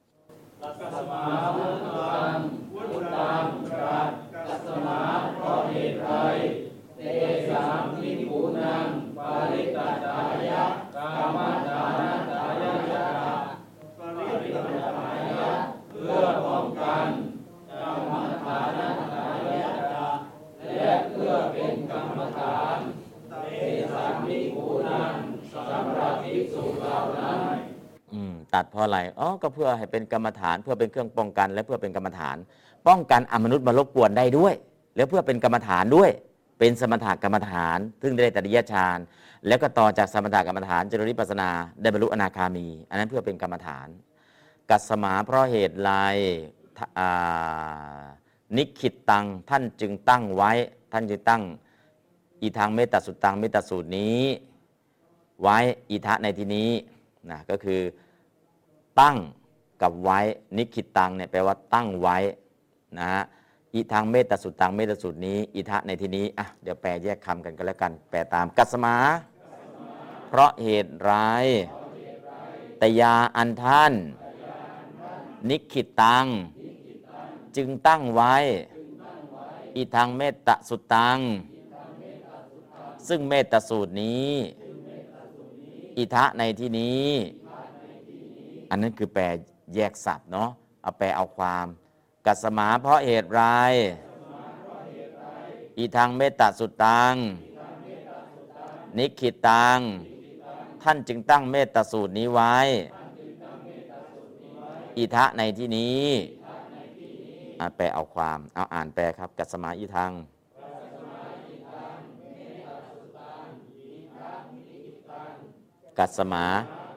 ตัดเพราะอะไรก็เพื่อให้เป็นกรรมฐานเพื่อเป็นเครื่องป้องกันและเพื่อเป็นกรรมฐานป้องกันอมนุษย์มารบกวนได้ด้วยแล้วเพื่อเป็นกรรมฐานด้วยเป็นสมถกรรมฐานซึ่งได้ตติยฌานแล้วก็ต่อจากสมถกรรมฐานเจริญวิปัสสนาได้บรรลุอนาคามีอันนั้นเพื่อเป็นกรรมฐานกัสสมาเพราะเหตุไรนิคิตตังท่านจึงตั้งไว้ท่านจึงตั้งอีทางเมตตาสุตตังเมตตาสูตรนี้ไว้อีทะในที่นี้นะก็คือตั้งกับไว้นิคิตตังเนี่ยแปลว่าตั้งไว้นะฮะอีทางเมตตาสุตตังเมตตาสูตรนี้อีทะในที่นี้เดี๋ยวแปลแยกคำกันก็แล้วกันแปลตามกัสสมาเพราะเหตุไรตยาอันท่านนิคิตตังจึงตั้งไว้อีทางเมตตาสุตตังซึ่งเมตตาสูตรนี้อีทะในที่นี้อันนั้นคือแปลแยกศัพท์เนาะเอาแปลเอาความกัสสมาเพราะเหตุไรอีทางเมตตาสุตตังนิคิตตังท่านจึงตั้งเมตตาสูตรนี้ไว้อีทะในที่นี้แปลเอาความเอาอ่านแปลครับกัสสมาอีทางกัสสมา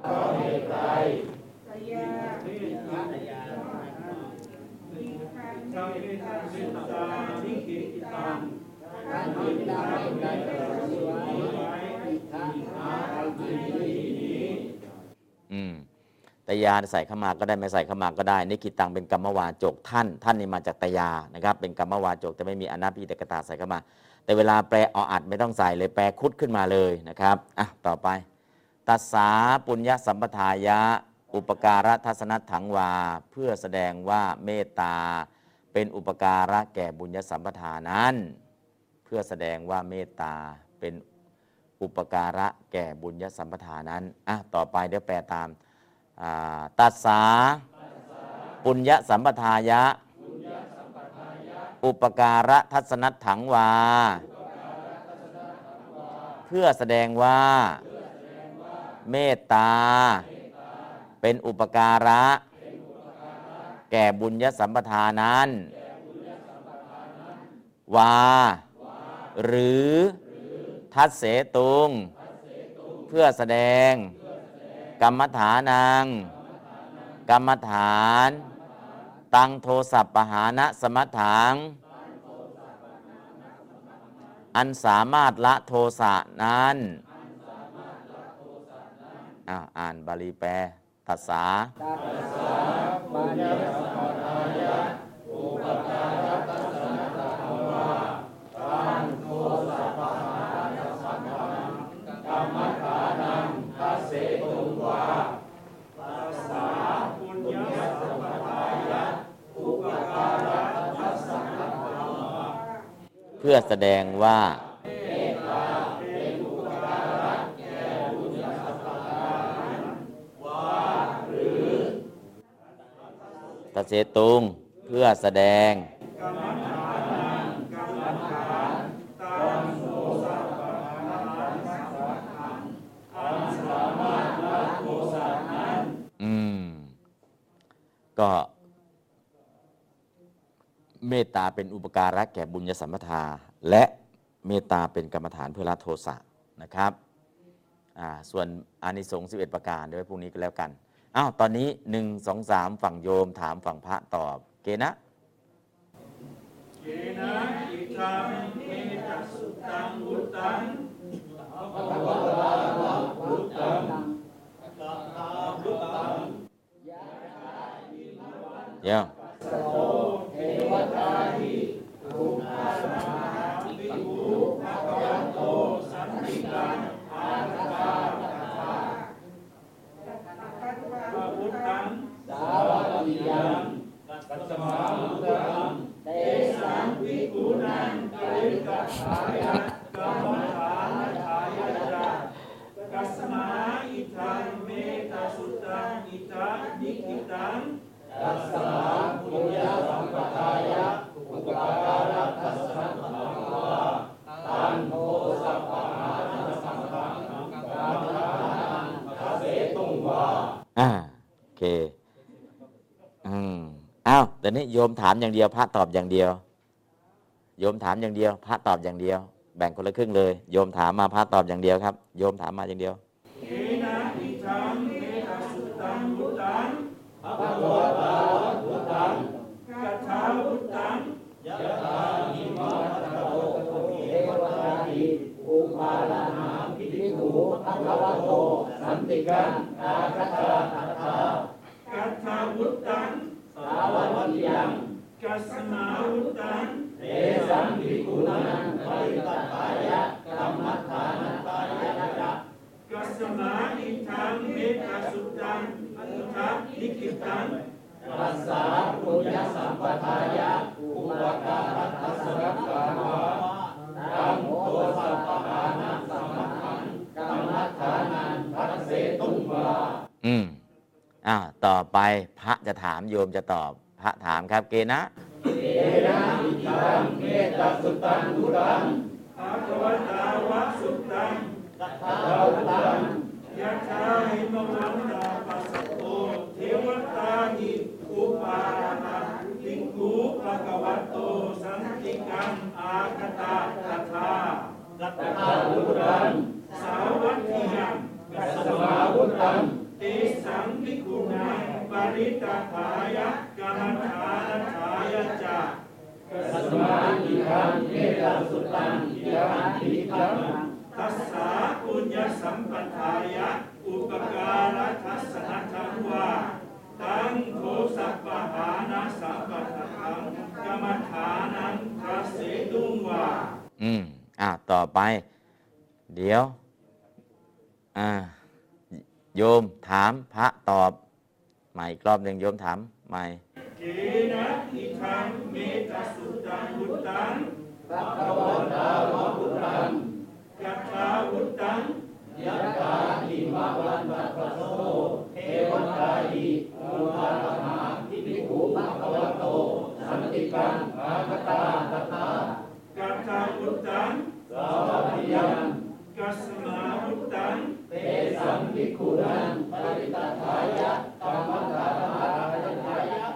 ตยาใส่เข้ามาก็ได้ไม่ใส่เข้ามาก็ได้นิคิตังเป็นกรรมวาจกท่านนี่มาจากตยานะครับเป็นกรรมวาจกแต่ไม่มีอนาพิเตกตาใส่เข้ามาแต่เวลาแปลอัดไม่ต้องใส่เลยแปลคุดขึ้นมาเลยนะครับต่อไปตัสสาปุญญสัมปทายะอุปการะทัศนถังวาเพื่อแสดงว่าเมตตาเป็นอุปการะแก่บุญญสัมปทานั้นเพื่อแสดงว่าเมตตาเป็นอุปการะแก่บุญญสัมปทานั้นต่อไปเดี๋ยวแปลตามตัสสาปุญญสัมปทายะอุปการะทัศนัตถังวาเพื่อแสดงว่าเมตตาเป็นอุปการะแก่บุญญสัมปทานั้นวาหรือทัศเสตุงเพื่อแสดงกรรมฐานังกรรมฐานตังโทสัพปหานะสมัฏฐังอันสามารถละโทสะนั้นอ่านบาลีแปลตัสสาตัสสะปัญญสัมปทายะอุปการะทัศนถังวาตังโทสัพปหานะสัมปังกรรมฐานังทัสเสตุงวาตัสสะปุญญสัมปทายะอุปการะทัศนถังวาเพื่อแสดงว่าตัสเสตุงเพื่อแสดงก็เมตตาเป็นอุปการะแก่บุญญสัมปทาและเมตตาเป็นกรรมฐานเพื่อละโทสะนะครับส่วนอานิสงส์11ประการเดี๋ยวไว้พรุ่งนี้ก็แล้วกันตอนนี้1 2 3ฝั่งโยมถามฝั่งพระตอบเกนะเกนะอิทังเมตสุตังวุตังภควตาวุตังตัทธาวุตังเดี๋ยวโสเทวตาหิภูมิสมาภิกขุภควโตสันติกังอาคตาวุตังสาวติยังกัสสมาวุตังเตสังภิกขุนังกริกัสสายะกรรมฐานทายะจากัสมาอิทังเมตสุตังอิทังนิกิตังตัสสะปุญญสัมปทายะอุปการะทัศนถังวาตังโทสัพพะหานะสัมปังกรรมฐานังทัสเสตุงวาโอเคแต่นี้โยมถามอย่างเดียวพระตอบอย่างเดียวโยมถามอย่างเดียวพระตอบอย่างเดียวแบ่งคนละครึ่งเลยโยมถามมาพระตอบอย่างเดียวครับโยมถามมาอย่างเดียวเกนะอิทังเมตสุตังวุตังภควตาวุตังกัทธาวุตังยะถาหิมัตโตเทวตาหิอุปาลานาภิกขุภควโตสันติกังอาคตาตัทธากัทธาวุตังสาวติยังกัสมาวุตังเตสังภิกขุนังปริตัตถายะกรรมฐานัตายะจะกัสมาอิทังเมตสุตังอิทังนิกิตังตัสสะปุญญสัมปทายะอุปการะทัศนถังวาตังโทสัพพะหานะสัมปังกรรมฐานังทัสเสตุงวาต่อไปพระจะถามโยมจะตอบพระถามครับเกนะเกนะอิทังเมตสุตังวุตังภควตาวะสุตังตัทธาวุตังยะถาหิมวันตาปัสสโตเทวตาหิอุปาราภิกขุภควโตสันติกังอาคตาตัทธาตัทธาวุตังสาวัตถิยังกัสสมาวุตังเตสังภิกขุนังปริตัทธายะกรรมฐานทายะจากัสมาอิทังเมตสุตังอิทังนิทังตัสสะปุญญสัมปทายะอุปการะทัศนถังวาตังโทสัพพะหานะสัมปทังกรรมฐานังทัสเสตุงวาต่อไปเดี๋ยวโยมถามพระตอบใหม่อีกรอบหนึ่งโยมถามใหม่เกนะอิทังเมตสุตังวุตังภควตาวะวุตังกัทธาวุตังกังอาคตาตถากัตถาวุตตังสาวัตยังกัสมาวุตตังเตสังภิกขุนังปริตถายะกรรมฐานมหาทายะ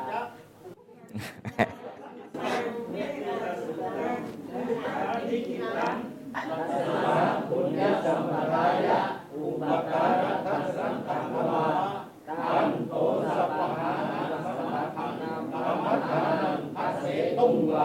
ปุญญสัมปทายะอุปการะทัสสังฆะมาตันโตสัพพหานัสมะทังกรรมฐานังทัสเสตุงวา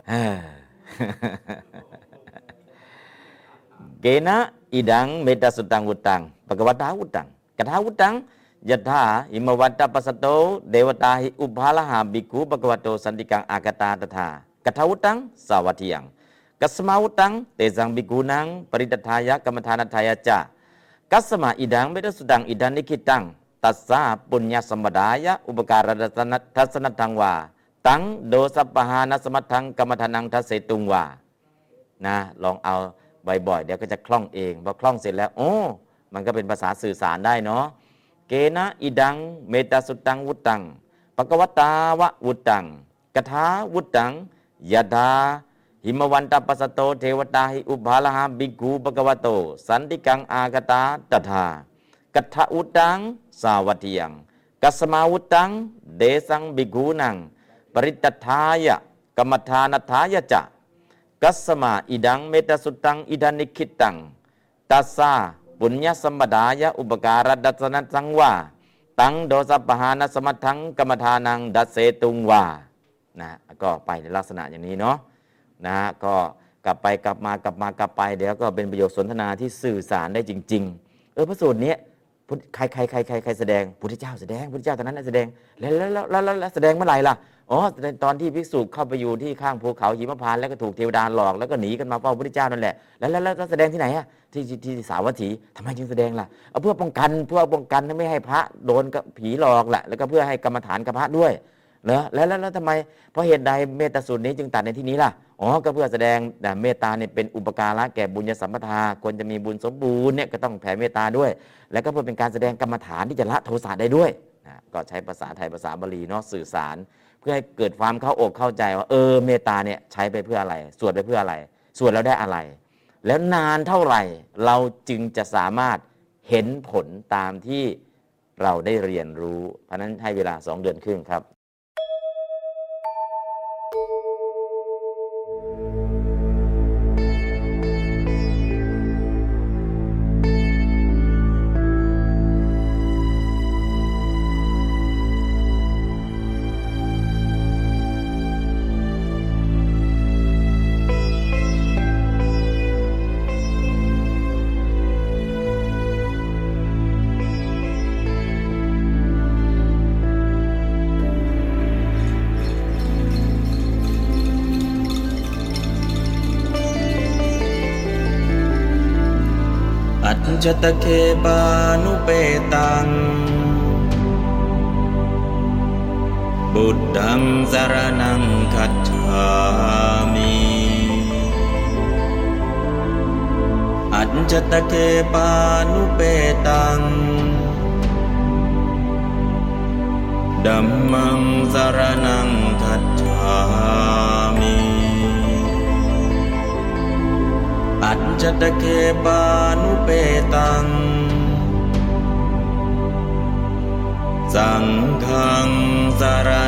เกนะอิดังเมตตาสุตังวุตังปะกวตาวุตังกถาวุตังยถาหิมวัตตปัสสโตเดวตาหิอุภาลหาภิกขุปะกวโตสันติกังอากตาตถากถาวุตังสาวัตยังกัสมาวุตังเตสังภิกขุนังปริตถายะกรรมฐานทายะจากัสมาอิดังเมตตาสุตังอิดันนิคิตังตัสสะปุญญสัมปดายะอุปการะทัสสนทังวาตังโดสัพพหานัสมัทธังกรรมฐานังทัสเสตุงวานะลองเอาบ่อยๆเดี๋ยวก็จะคล่องเองพอคล่องเสร็จแล้วโอ้มันก็เป็นภาษาสื่อสารได้เนาะเกนะอิดังเมตตาสุตังวุตังปะกวตาวะวุตังกถาวุตังยถาหิมวันตปัสสโตเทวตาหิอุภาลหาภิกขุปะกวโตสันติกังอากตาตถากัทธอุตังสาวัตยังกัสมาวุตังเดสังภิกขุนังปริตถายะกรรมฐานทายะจะกัสมาอิดังเมตตาสุตังอิดันนิคิตังตัสสะปุญญสัมปดายะอุปการะดัสนัสังวาตังโดสัพพหานัสมัทธังกรรมฐานังดัสเสตุงวานะก็ไปในลักษณะอย่างนี้เนาะนะก็กลับไปกลับมากลับมากลับไปเดี๋ยวก็เป็นประโยคสนทนาที่สื่อสารได้จริงๆพระสูตรนี้ใครแสดงพุทธเจ้าแสดงพุทธเจ้าตอนนั้นแสดงแล้วแสดงเมื่อไหร่ล่ะอ๋อตอนที่ภิกษุเข้าไปอยู่ที่ข้างภูเขาหิมพานต์แล้วก็ถูกเทวดาหลอกแล้วก็หนีกันมาเฝ้าพระพุทธเจ้านั่นแหละแล้วแสดงที่ไหนอะที่สาวัตถีทำไมจึงแสดงล่ะเพื่อป้องกันไม่ให้พระโดนผีหลอกแหละแล้วก็เพื่อให้กรรมฐานกับพระด้วยเหรอแล้วทำไมเพราะเหตุใดเมตตาสูตรนี้จึงตัดในที่นี้ล่ะอ๋อก็เพื่อแสดงเมตตาเนี่ยเป็นอุปการะแก่บุญญสัมปทาคนจะมีบุญสมบูรณ์เนี่ยก็ต้องแผ่เมตตาด้วยแล้วก็เพื่อเป็นการแสดงกรรมฐานที่จะละโทสะได้ด้วยก็ใช้ภาษาไทยภาษาบาลีเนาะสื่อสารเพื่อให้เกิดความเข้าอกเข้าใจว่าเมตตาเนี่ยใช้ไปเพื่ออะไรสวดไปเพื่ออะไรสวดแล้วได้อะไรแล้วนานเท่าไหร่เราจึงจะสามารถเห็นผลตามที่เราได้เรียนรู้เพราะนั้นให้เวลา2 เดือนครึ่งครับจตเคปานุเปตังบุตตังสรณังคัจฉามิอัจจตเคปานุเปตังธัมมังสรณังคัจฉามิอัจจตเคปานุเปตังสังฆังสร